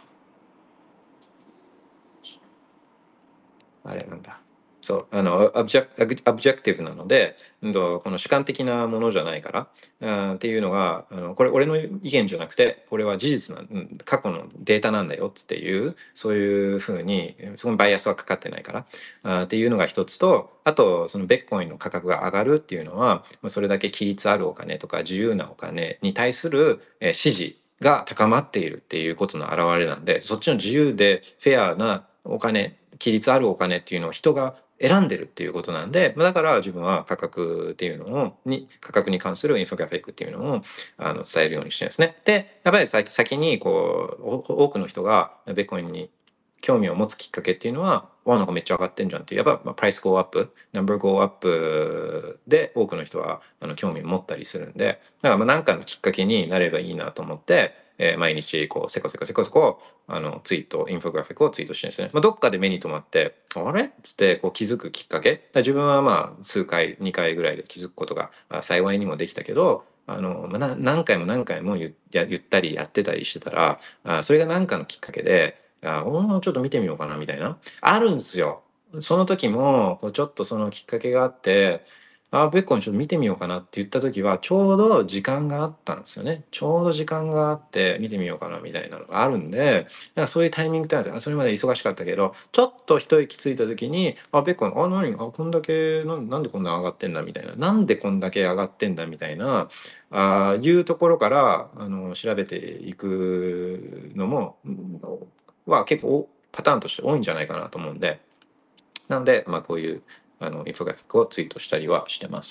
あれなんだそうあのオブジェクオブジェクティブなので、この主観的なものじゃないからっていうのが、あのこれ俺の意見じゃなくてこれは事実な過去のデータなんだよっていう、そういうふうにそこにバイアスはかかってないからっていうのが一つと、あとそのベッコインの価格が上がるっていうのはそれだけ規律あるお金とか自由なお金に対する支持が高まっているっていうことの表れなんで、そっちの自由でフェアなお金、規律あるお金っていうのを人が選んでるっていうことなんで、だから自分は価格っていうのをに価格に関するインフォグラフィックっていうのをあの伝えるようにしてるんですね。でやっぱり先先にこう多くの人がベッコインに興味を持つきっかけっていうのは、わなんかめっちゃ上がってんじゃんっていう、やっぱプライスゴーアップ、ナンバーゴーアップで多くの人はあの興味を持ったりするんで、だからまあ何かのきっかけになればいいなと思って、えー、毎日こうせこせこせこせこあのツイート、インフォグラフィックをツイートしてるんですね。まあ、どっかで目に留まって、あれってこう気づくきっかけ。自分はまあ数回、にかいぐらいで気づくことが幸いにもできたけど、あの、まあ、何回も何回も言や言ったりやってたりしてたら、あそれが何かのきっかけで、あもうちょっと見てみようかなみたいなあるんですよ。その時もこうちょっとそのきっかけがあって、 あベッコインちょっと見てみようかなって言った時はちょうど時間があったんですよね。ちょうど時間があって見てみようかなみたいなのがあるんで、なんかそういうタイミングってあるんですよ。それまで忙しかったけどちょっと一息ついた時にあベッコインあ何あこんだけななんでこんな上がってんだみたいな、なんでこんだけ上がってんだみたいなあいうところからあの調べていくのもは結構パターンとして多いんじゃないかなと思うんで、なので、まあ、こういうあのインフォグラフィックをツイートしたりはしてます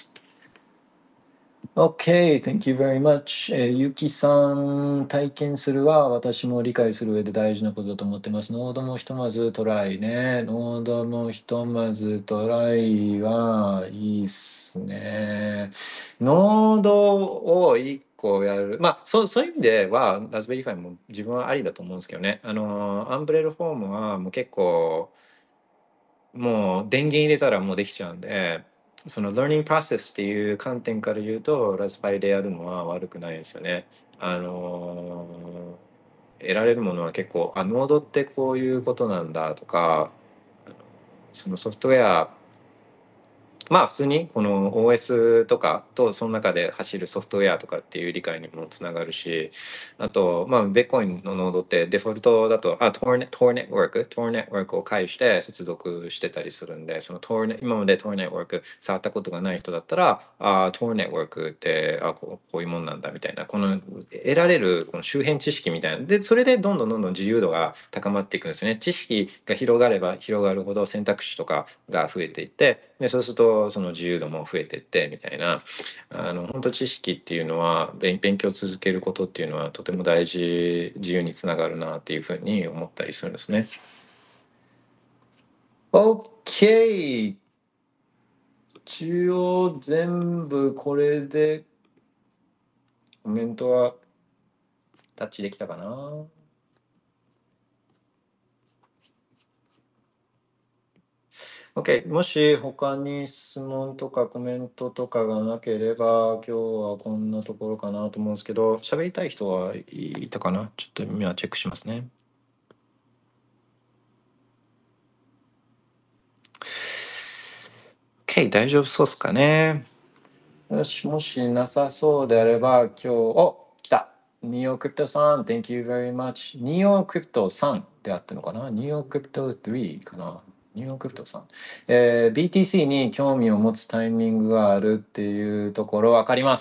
。Okay, thank you very much. えーゆきさん、体験するは私も理解する上で大事なことだと思ってます。ノードもひとまずトライね。ノードもひとまずトライはいいっすね。ノードをいっこやる。まあ、そう、そういう意味では、ラズベリーパイも自分はありだと思うんですけどね。あの、アンブレルフォームはもう結構、もう電源入れたらもうできちゃうんで、その learning process っていう観点から言うとラズパイでやるのは悪くないですよね。あのー得られるものは結構あノードってこういうことなんだとか、そのソフトウェアまあ普通にこの オーエス とかとその中で走るソフトウェアとかっていう理解にもつながるし、あとまあベッコインのノードってデフォルトだとあ Tor ネ Tor ネットワーク Tor ネットワークを介して接続してたりするんで、その Tor ネ今まで Tor ネットワーク触ったことがない人だったらあ Tor ネットワークってあこうこういうもんなんだみたいな、この得られるこの周辺知識みたいなで、それでどんどんどんどん自由度が高まっていくんですよね。知識が広がれば広がるほど選択肢とかが増えていって、でそうするとその自由度も増えていってみたいな、あの本当知識っていうのは勉勉強を続けることっていうのはとても大事、自由につながるなっていうふうに思ったりするんですね。OK、 一応全部これでコメントはタッチできたかな。OK、もし他に質問とかコメントとかがなければ、今日はこんなところかなと思うんですけど、喋りたい人はいたかな。ちょっと今チェックしますね。OK、大丈夫そうっすかね。よし、もしなさそうであれば、今日、お、来た。ニオクリプトさん、Thank you very much。ニオクリプトさんってあってるのかな？ニオクリプトさんかな？ニオクリプトさん。えー、ビーティーシー に興味を持つタイミングがあるっていうところ分かります。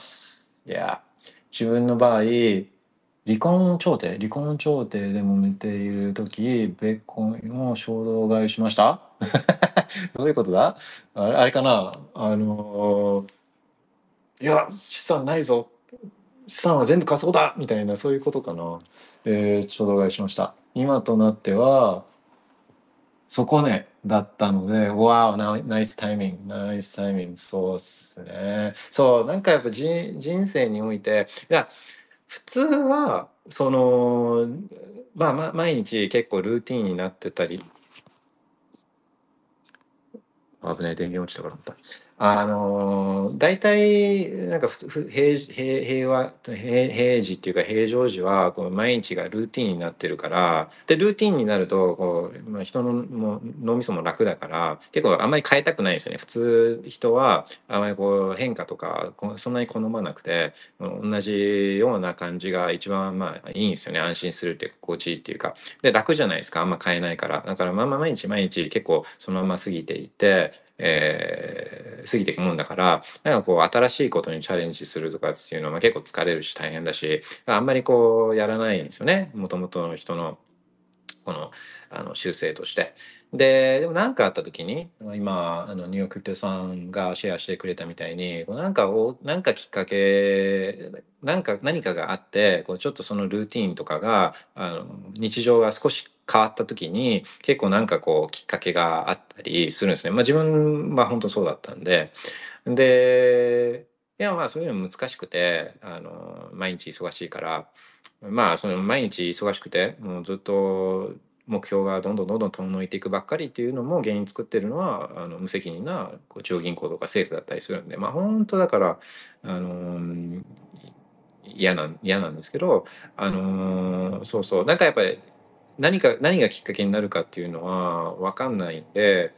いや、自分の場合、離婚調停離婚調停で揉めている時、ベッコンを衝動買いしました。どういうことだ？あれ、あれかな？あのーいや、資産ないぞ。資産は全部仮想だみたいな、そういうことかな。えー、ちょうどお願いしました。今となっては、底値だったので、わー、ナイスタイミング、ナイスタイミング、そうっすね。そう、なんかやっぱ人人生において、いや、普通は、その、まあ、ま、毎日結構ルーティンになってたり、危ない、電源落ちたからった。あのー、大体、なんかふふ平平平和平平時っていうか平常時はこう毎日がルーティンになってるから、でルーティンになるとこう、まあ、人のも脳みそも楽だから結構あんまり変えたくないんですよね。普通人はあまりこう変化とかこうそんなに好まなくて、同じような感じが一番まあいいんですよね。安心するっていうか心地いいっていうか、で楽じゃないですか、あんま変えないから。だからまあまあ毎日毎日結構そのまま過ぎていて、えー過ぎていくもんだから、なんかこう新しいことにチャレンジするとかっていうのは結構疲れるし大変だし、あんまりこうやらないんですよね、もともとの人のこのあの習性として。ででも何かあった時に今あのニューヨークリプトさんがシェアしてくれたみたいに何かをなんかきっかけなんか何かがあってこうちょっとそのルーティーンとかがあの日常が少し変わった時に結構なんかこうきっかけがあったりするんですね。まあ自分は本当そうだったんで。でいやまあそういうの難しくてあの毎日忙しいからまあその毎日忙しくてもうずっと目標がどんどんどんどん遠のいていくばっかりっていうのも原因作ってるのはあの無責任なこう中央銀行とか政府だったりするんで、まあ本当だからあのー嫌なん嫌なんですけど、あのーそうそうなんかやっぱり何か何がきっかけになるかっていうのは分かんないんで。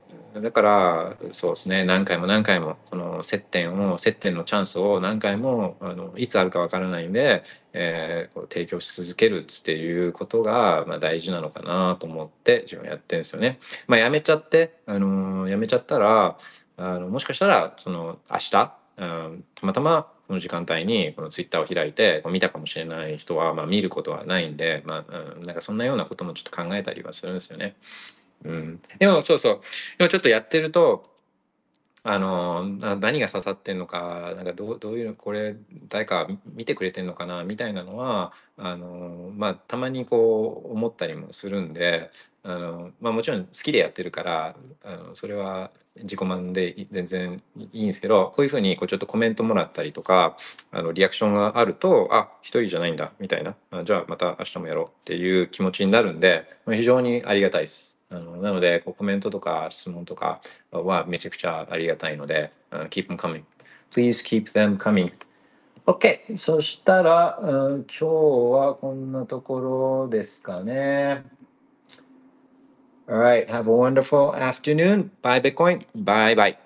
だからそうですね、何回も何回もこの接点を接点のチャンスを何回もあのいつあるかわからないんで、えーこう提供し続けるっていうことが、まあ、大事なのかなと思って自分はやってるんですよね。まあ、やめちゃってあのやめちゃったらあのもしかしたらその明日、うん、たまたまこの時間帯にこのツイッターを開いてこう見たかもしれない人は、まあ、見ることはないんで、まあうん、なんかそんなようなこともちょっと考えたりはするんですよね。うん、でもそうそうでもちょっとやってるとあのな何が刺さってんのかなんかどう、どういうのこれ誰か見てくれてんのかなみたいなのはあの、まあ、たまにこう思ったりもするんであの、まあ、もちろん好きでやってるからあのそれは自己満で全然いいんですけどこういうふうにこうちょっとコメントもらったりとかあのリアクションがあるとあ一人じゃないんだみたいなあじゃあまた明日もやろうっていう気持ちになるんで非常にありがたいです。あのなのでこうコメントとか質問とかはめちゃくちゃありがたいので、uh, keep them coming. Please keep them coming. OK。そしたら、uh, 今日はこんなところですかね。Alright. Have a wonderful afternoon. Bye, Bitcoin. Bye, bye.